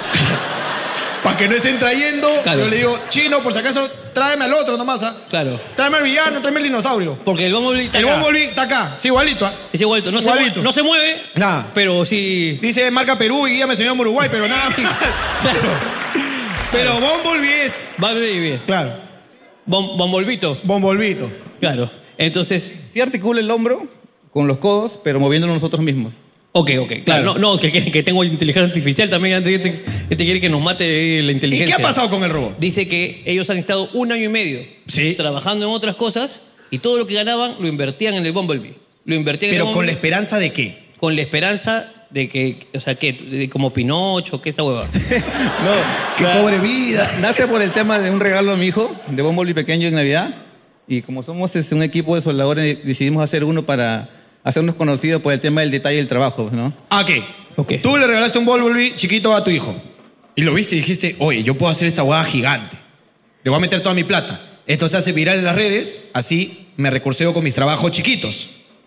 A: Para que no estén trayendo,
B: Claro.
A: yo le digo, chino, por si acaso, tráeme al otro nomás, ¿ah?
B: Claro.
A: Tráeme al villano, tráeme el dinosaurio.
B: Porque el Bumblebee está
A: El
B: acá.
A: Bumblebee está acá, sí, igualito, ¿ah?
B: Es igualito. No, Se
A: Igualito.
B: mueve, no se mueve,
A: Nada.
B: pero sí...
A: Dice marca Perú y guíame señor Uruguay, pero nada más.
B: Claro.
A: Pero Bumblebee es...
B: Bumblebee es.
A: Claro.
B: Bom, Bombolvito.
A: Bombolvito.
B: Claro. Entonces...
T: Sí articula el hombro con los codos, pero moviéndolo nosotros mismos.
B: Ok, ok, claro. No, no que, que, que tengo inteligencia artificial también. Este, este quiere que nos mate la
A: ¿Y
B: inteligencia.
A: qué ha pasado con el robot?
B: Dice que ellos han estado un año y medio
A: Sí.
B: trabajando en otras cosas y todo lo que ganaban lo invertían en el Bumblebee. Lo invertían en
A: Pero
B: el
A: con la
B: Bumblebee
A: esperanza de qué?
B: con la esperanza de que, o sea, que de- como Pinocho, que esta hueva.
T: No,
A: Qué
T: na-
A: pobre vida.
T: Nace por el tema de un regalo a mi hijo, de Bumblebee pequeño en Navidad. Y como somos este, un equipo de soldadores, decidimos hacer uno para hacernos conocidos por el tema del detalle del trabajo, ¿no?
A: Ah, ¿qué?
B: Ok.
A: Tú le regalaste un Bumblebee chiquito a tu hijo. Y lo viste y dijiste, oye, yo puedo hacer esta hueá gigante. Le voy a meter toda mi plata. Esto se hace viral en las redes, así me recurseo con mis trabajos chiquitos.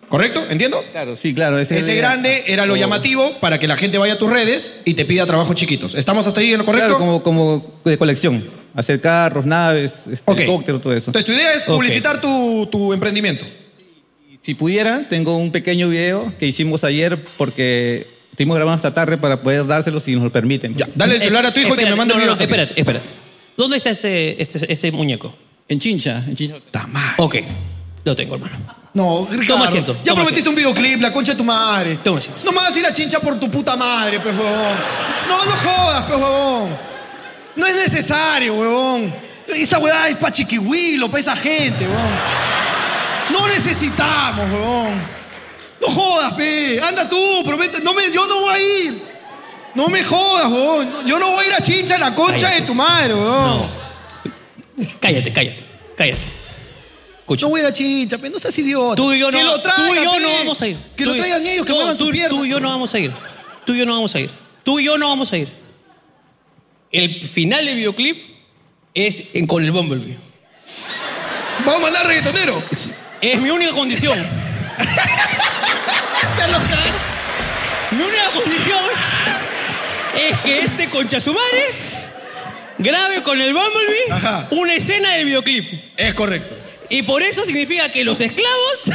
A: ¿Correcto? ¿Entiendo?
T: Claro, sí, claro. Ese,
A: Ese grande era lo
T: como-
A: llamativo para que la gente vaya a tus redes y te pida trabajos chiquitos. ¿Estamos hasta ahí en lo correcto?
T: Claro, como, como de colección. Hacer carros, naves, este,
A: Ok.
T: helicópteros, todo eso.
A: Entonces tu idea es
T: Ok.
A: publicitar tu, tu emprendimiento.
T: Si pudiera, tengo un pequeño video que hicimos ayer porque estuvimos grabando hasta tarde para poder dárselo si nos lo permiten. Ya,
A: dale el celular a tu hijo y que me mande
B: no,
A: el
B: no,
A: video.
B: no, espérate, espérate. ¿Dónde está este, este, ese muñeco?
T: En Chincha. En Chincha.
B: Ok, lo tengo, hermano.
A: No, Ricardo.
B: Toma asiento.
A: Ya
B: toma
A: prometiste un videoclip, la concha de tu madre.
B: Toma asiento.
A: No me vas a ir a Chincha por tu puta madre, pues, huevón. No, no jodas, pues, huevón. No es necesario, huevón. Esa huevada es pa' chiquihuilo, pa' esa gente, huevón. No necesitamos, huevón. No jodas, pe. Anda tú, promete. No me, yo no voy a ir. No me jodas, huevón. Yo no voy a ir a Chincha, la concha
B: Cállate.
A: de tu madre, huevón.
B: Cállate, cállate, cállate.
A: No voy a ir a Chincha, pe. No seas idiota.
B: Tú y yo no,
A: que lo traigan,
B: tú y yo
A: pe.
B: no vamos a ir.
A: Que
B: Tú
A: lo
B: y-
A: traigan ellos, que
B: No,
A: muevan
B: tú,
A: su pierna.
B: tú y yo no vamos a ir. Tú y yo no vamos a ir. Tú y yo no vamos a ir. El final del videoclip es en- con el Bumblebee.
A: Vamos a mandar reggaetonero.
B: Es mi única condición. Mi única condición es que este concha su madre grabe con el Bumblebee una escena del videoclip.
A: Es correcto.
B: Y por eso significa que los esclavos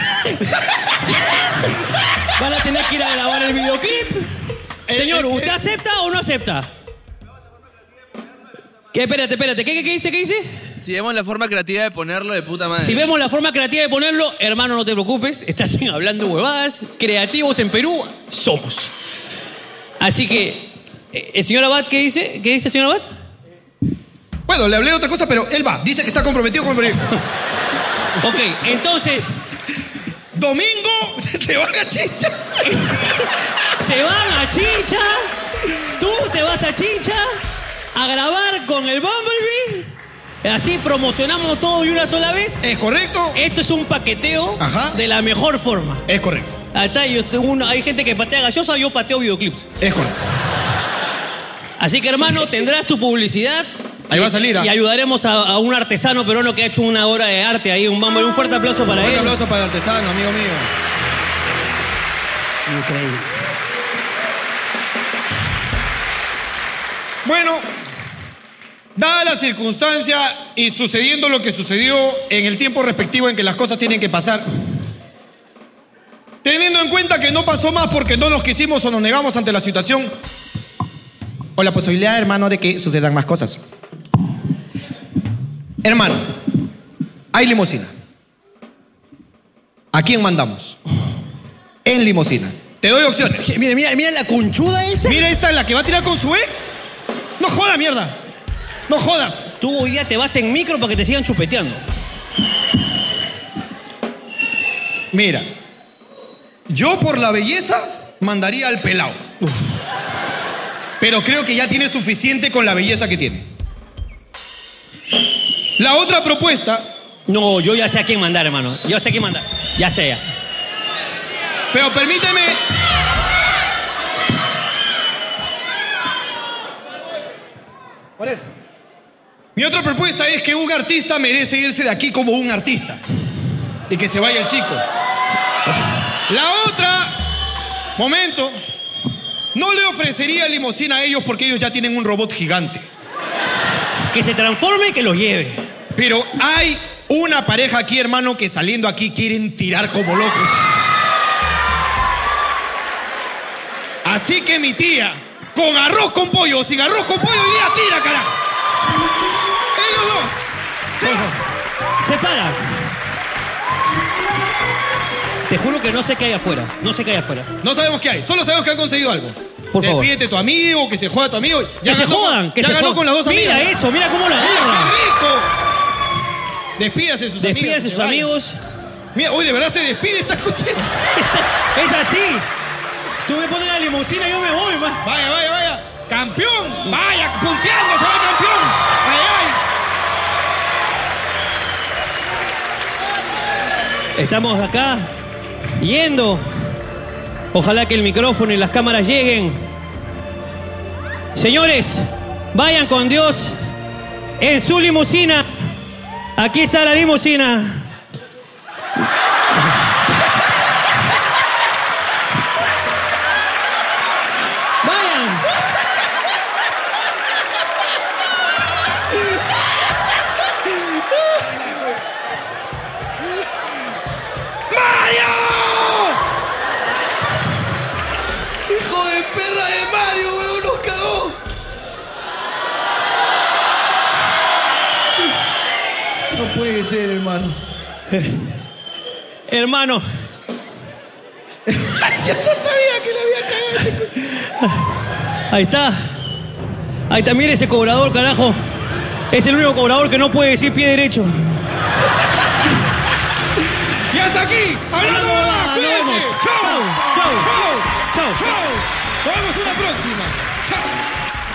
B: van a tener que ir a grabar el videoclip. Señor, ¿usted acepta o no acepta? ¿Qué? Espérate, espérate. ¿Qué, qué, qué dice? ¿Qué dice?
K: Si vemos la forma creativa de ponerlo de puta madre.
B: Si vemos la forma creativa de ponerlo, hermano, no te preocupes. Estás hablando huevadas. Creativos en Perú somos. Así que, eh, ¿el señor Abad qué dice? ¿Qué dice el señor Abad?
A: Bueno, le hablé de otra cosa, pero él va. Dice que está comprometido con el proyecto.
B: Ok, entonces...
A: Domingo se van a Chincha.
B: Se van a Chincha. Tú te vas a Chincha a grabar con el Bumblebee. Así promocionamos todo de una sola vez.
A: Es correcto.
B: Esto es un paqueteo
A: Ajá.
B: de la mejor forma.
A: Es correcto.
B: Hasta yo, uno, hay gente que patea gallosa, yo pateo videoclips.
A: Es correcto.
B: Así que, hermano, tendrás tu publicidad.
A: Ahí va a salir, ¿ah?
B: Y ayudaremos a, a un artesano peruano que ha hecho una obra de arte ahí, un Bumblebee. Un fuerte aplauso para
A: Un
B: él.
A: aplauso para el artesano, amigo mío.
B: Increíble.
A: Bueno, dada la circunstancia y sucediendo lo que sucedió en el tiempo respectivo en que las cosas tienen que pasar, teniendo en cuenta que no pasó más porque no nos quisimos o nos negamos ante la situación, o la posibilidad, hermano, de que sucedan más cosas. Hermano, hay limusina. ¿A quién mandamos? En limusina. Te doy opciones.
B: Mira, mira, mira la conchuda esta.
A: Mira esta, la que va a tirar con su ex. No jodas, mierda. No jodas.
B: Tú hoy día te vas en micro para que te sigan chupeteando.
A: Mira, yo por la belleza mandaría al pelao. Pero creo que ya tiene suficiente con la belleza que tiene. La otra propuesta...
B: No, yo ya sé a quién mandar, hermano. Yo sé a quién mandar. Ya sé ya.
A: Pero permíteme... Por eso. Mi otra propuesta es que un artista merece irse de aquí como un artista. Y que se vaya el chico. La otra... Momento. No le ofrecería limusina a ellos porque ellos ya tienen un robot gigante.
B: Que se transforme y que los lleve.
A: Pero hay una pareja aquí, hermano, que saliendo aquí quieren tirar como locos. Así que mi tía, con arroz con pollo o sin arroz con pollo, hoy día tira, carajo. Ellos dos. Se
B: Se para. Te juro que no sé qué hay afuera. No sé qué hay afuera.
A: No sabemos qué hay, solo sabemos que han conseguido algo.
B: Por favor.
A: Despídete tu amigo, que se joda tu amigo. Ya
B: que se
A: ganó-
B: jodan, que
A: ya
B: se
A: ganó
B: jodan.
A: con las dos amigas.
B: Mira eso, mira cómo la
A: Mira,
B: agarra.
A: ¡Qué rico! Despídase de sus amigos.
B: Despídase
A: que
B: sus
A: se vayan.
B: amigos.
A: Mira, hoy de verdad se despide esta coche.
B: Es así. Tú me pones la limusina y yo me voy, más.
A: Vaya, vaya, vaya. ¡Campeón! ¡Vaya! ¡Punteando! ¡Se va el campeón! ¡Ay, ay!
B: Estamos acá yendo. Ojalá que el micrófono y las cámaras lleguen. Señores, vayan con Dios en su limusina. Aquí está la limusina.
A: No puede ser, hermano.
P: Hermano.
A: Yo no sabía que le había cagado.
P: Ahí está. Ahí está, mire ese cobrador, carajo. Es el único cobrador que no puede decir pie derecho.
D: Y hasta aquí, hablando de más.
P: Nos vemos.
D: Chao,
P: chao,
D: chao,
P: chao,
D: chao. Nos vemos en la próxima. Chao.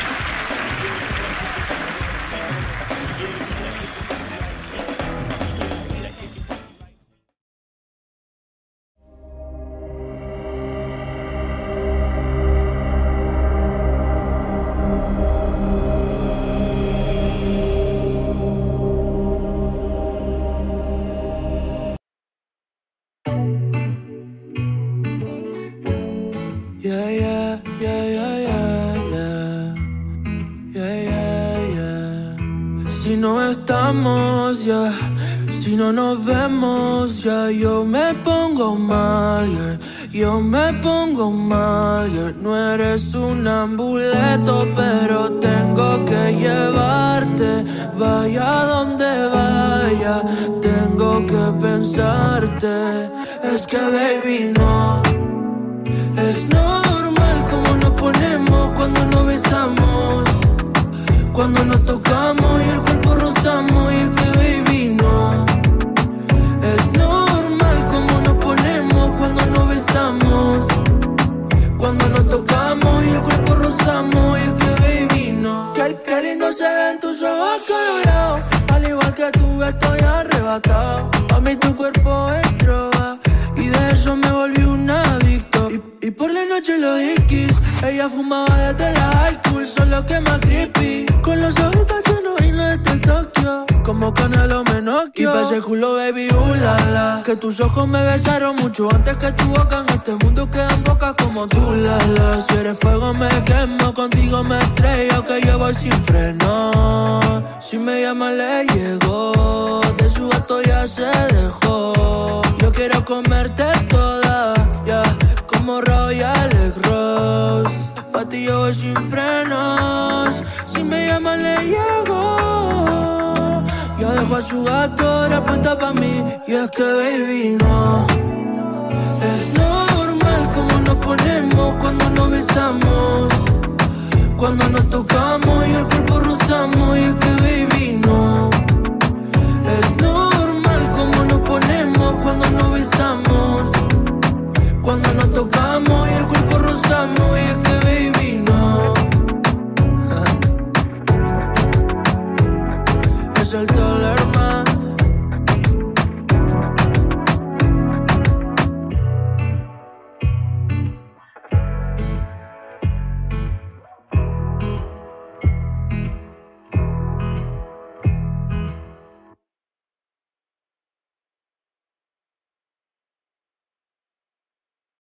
K: Yeah, yeah, yeah, yeah, yeah, yeah. Yeah, yeah, yeah. Si no estamos, ya. Si no nos vemos, ya. Yo me pongo mal, yeah. Yo me pongo mal, yeah. No eres un amuleto, pero tengo que llevarte. Vaya donde vaya, tengo que pensarte. Es que, baby, no. Es normal como nos ponemos cuando nos besamos, cuando nos tocamos y el cuerpo rozamos. Y es que baby no. Es normal como nos ponemos cuando nos besamos, cuando nos tocamos y el cuerpo rozamos. Y es que baby no. Qué, qué lindo se ven tus ojos colorados, al igual que tú estoy arrebatado. A mí tu cuerpo es droga y de eso me volví un adicto. Y, y por la noche los hikis, ella fumaba desde la high school, solo que más creepy. Con los ojitos llenos y no de Tokio, como Canelo Menocchio. Y pa' ese culo, baby, uh, la, la. Que tus ojos me besaron mucho antes que tu boca. En este mundo quedan bocas como tú, la, la. Si eres fuego me quemo, contigo me estrello, que yo voy sin freno. Si me llama le llego, de su gato ya se dejó. Yo quiero comerte toda, ya, yeah, como Royal Egg Rose. Pa' ti yo voy sin frenos, si me llama le llego. Yo dejo a su gato, ahora puesta pa' mí. Y es que baby no. Es normal como nos ponemos cuando nos besamos, cuando nos tocamos y el cuerpo rozamos. Y es que baby no. Es normal como nos ponemos cuando nos besamos, cuando nos tocamos y el cuerpo rozamos. Y es que baby no. Es el Tolerman.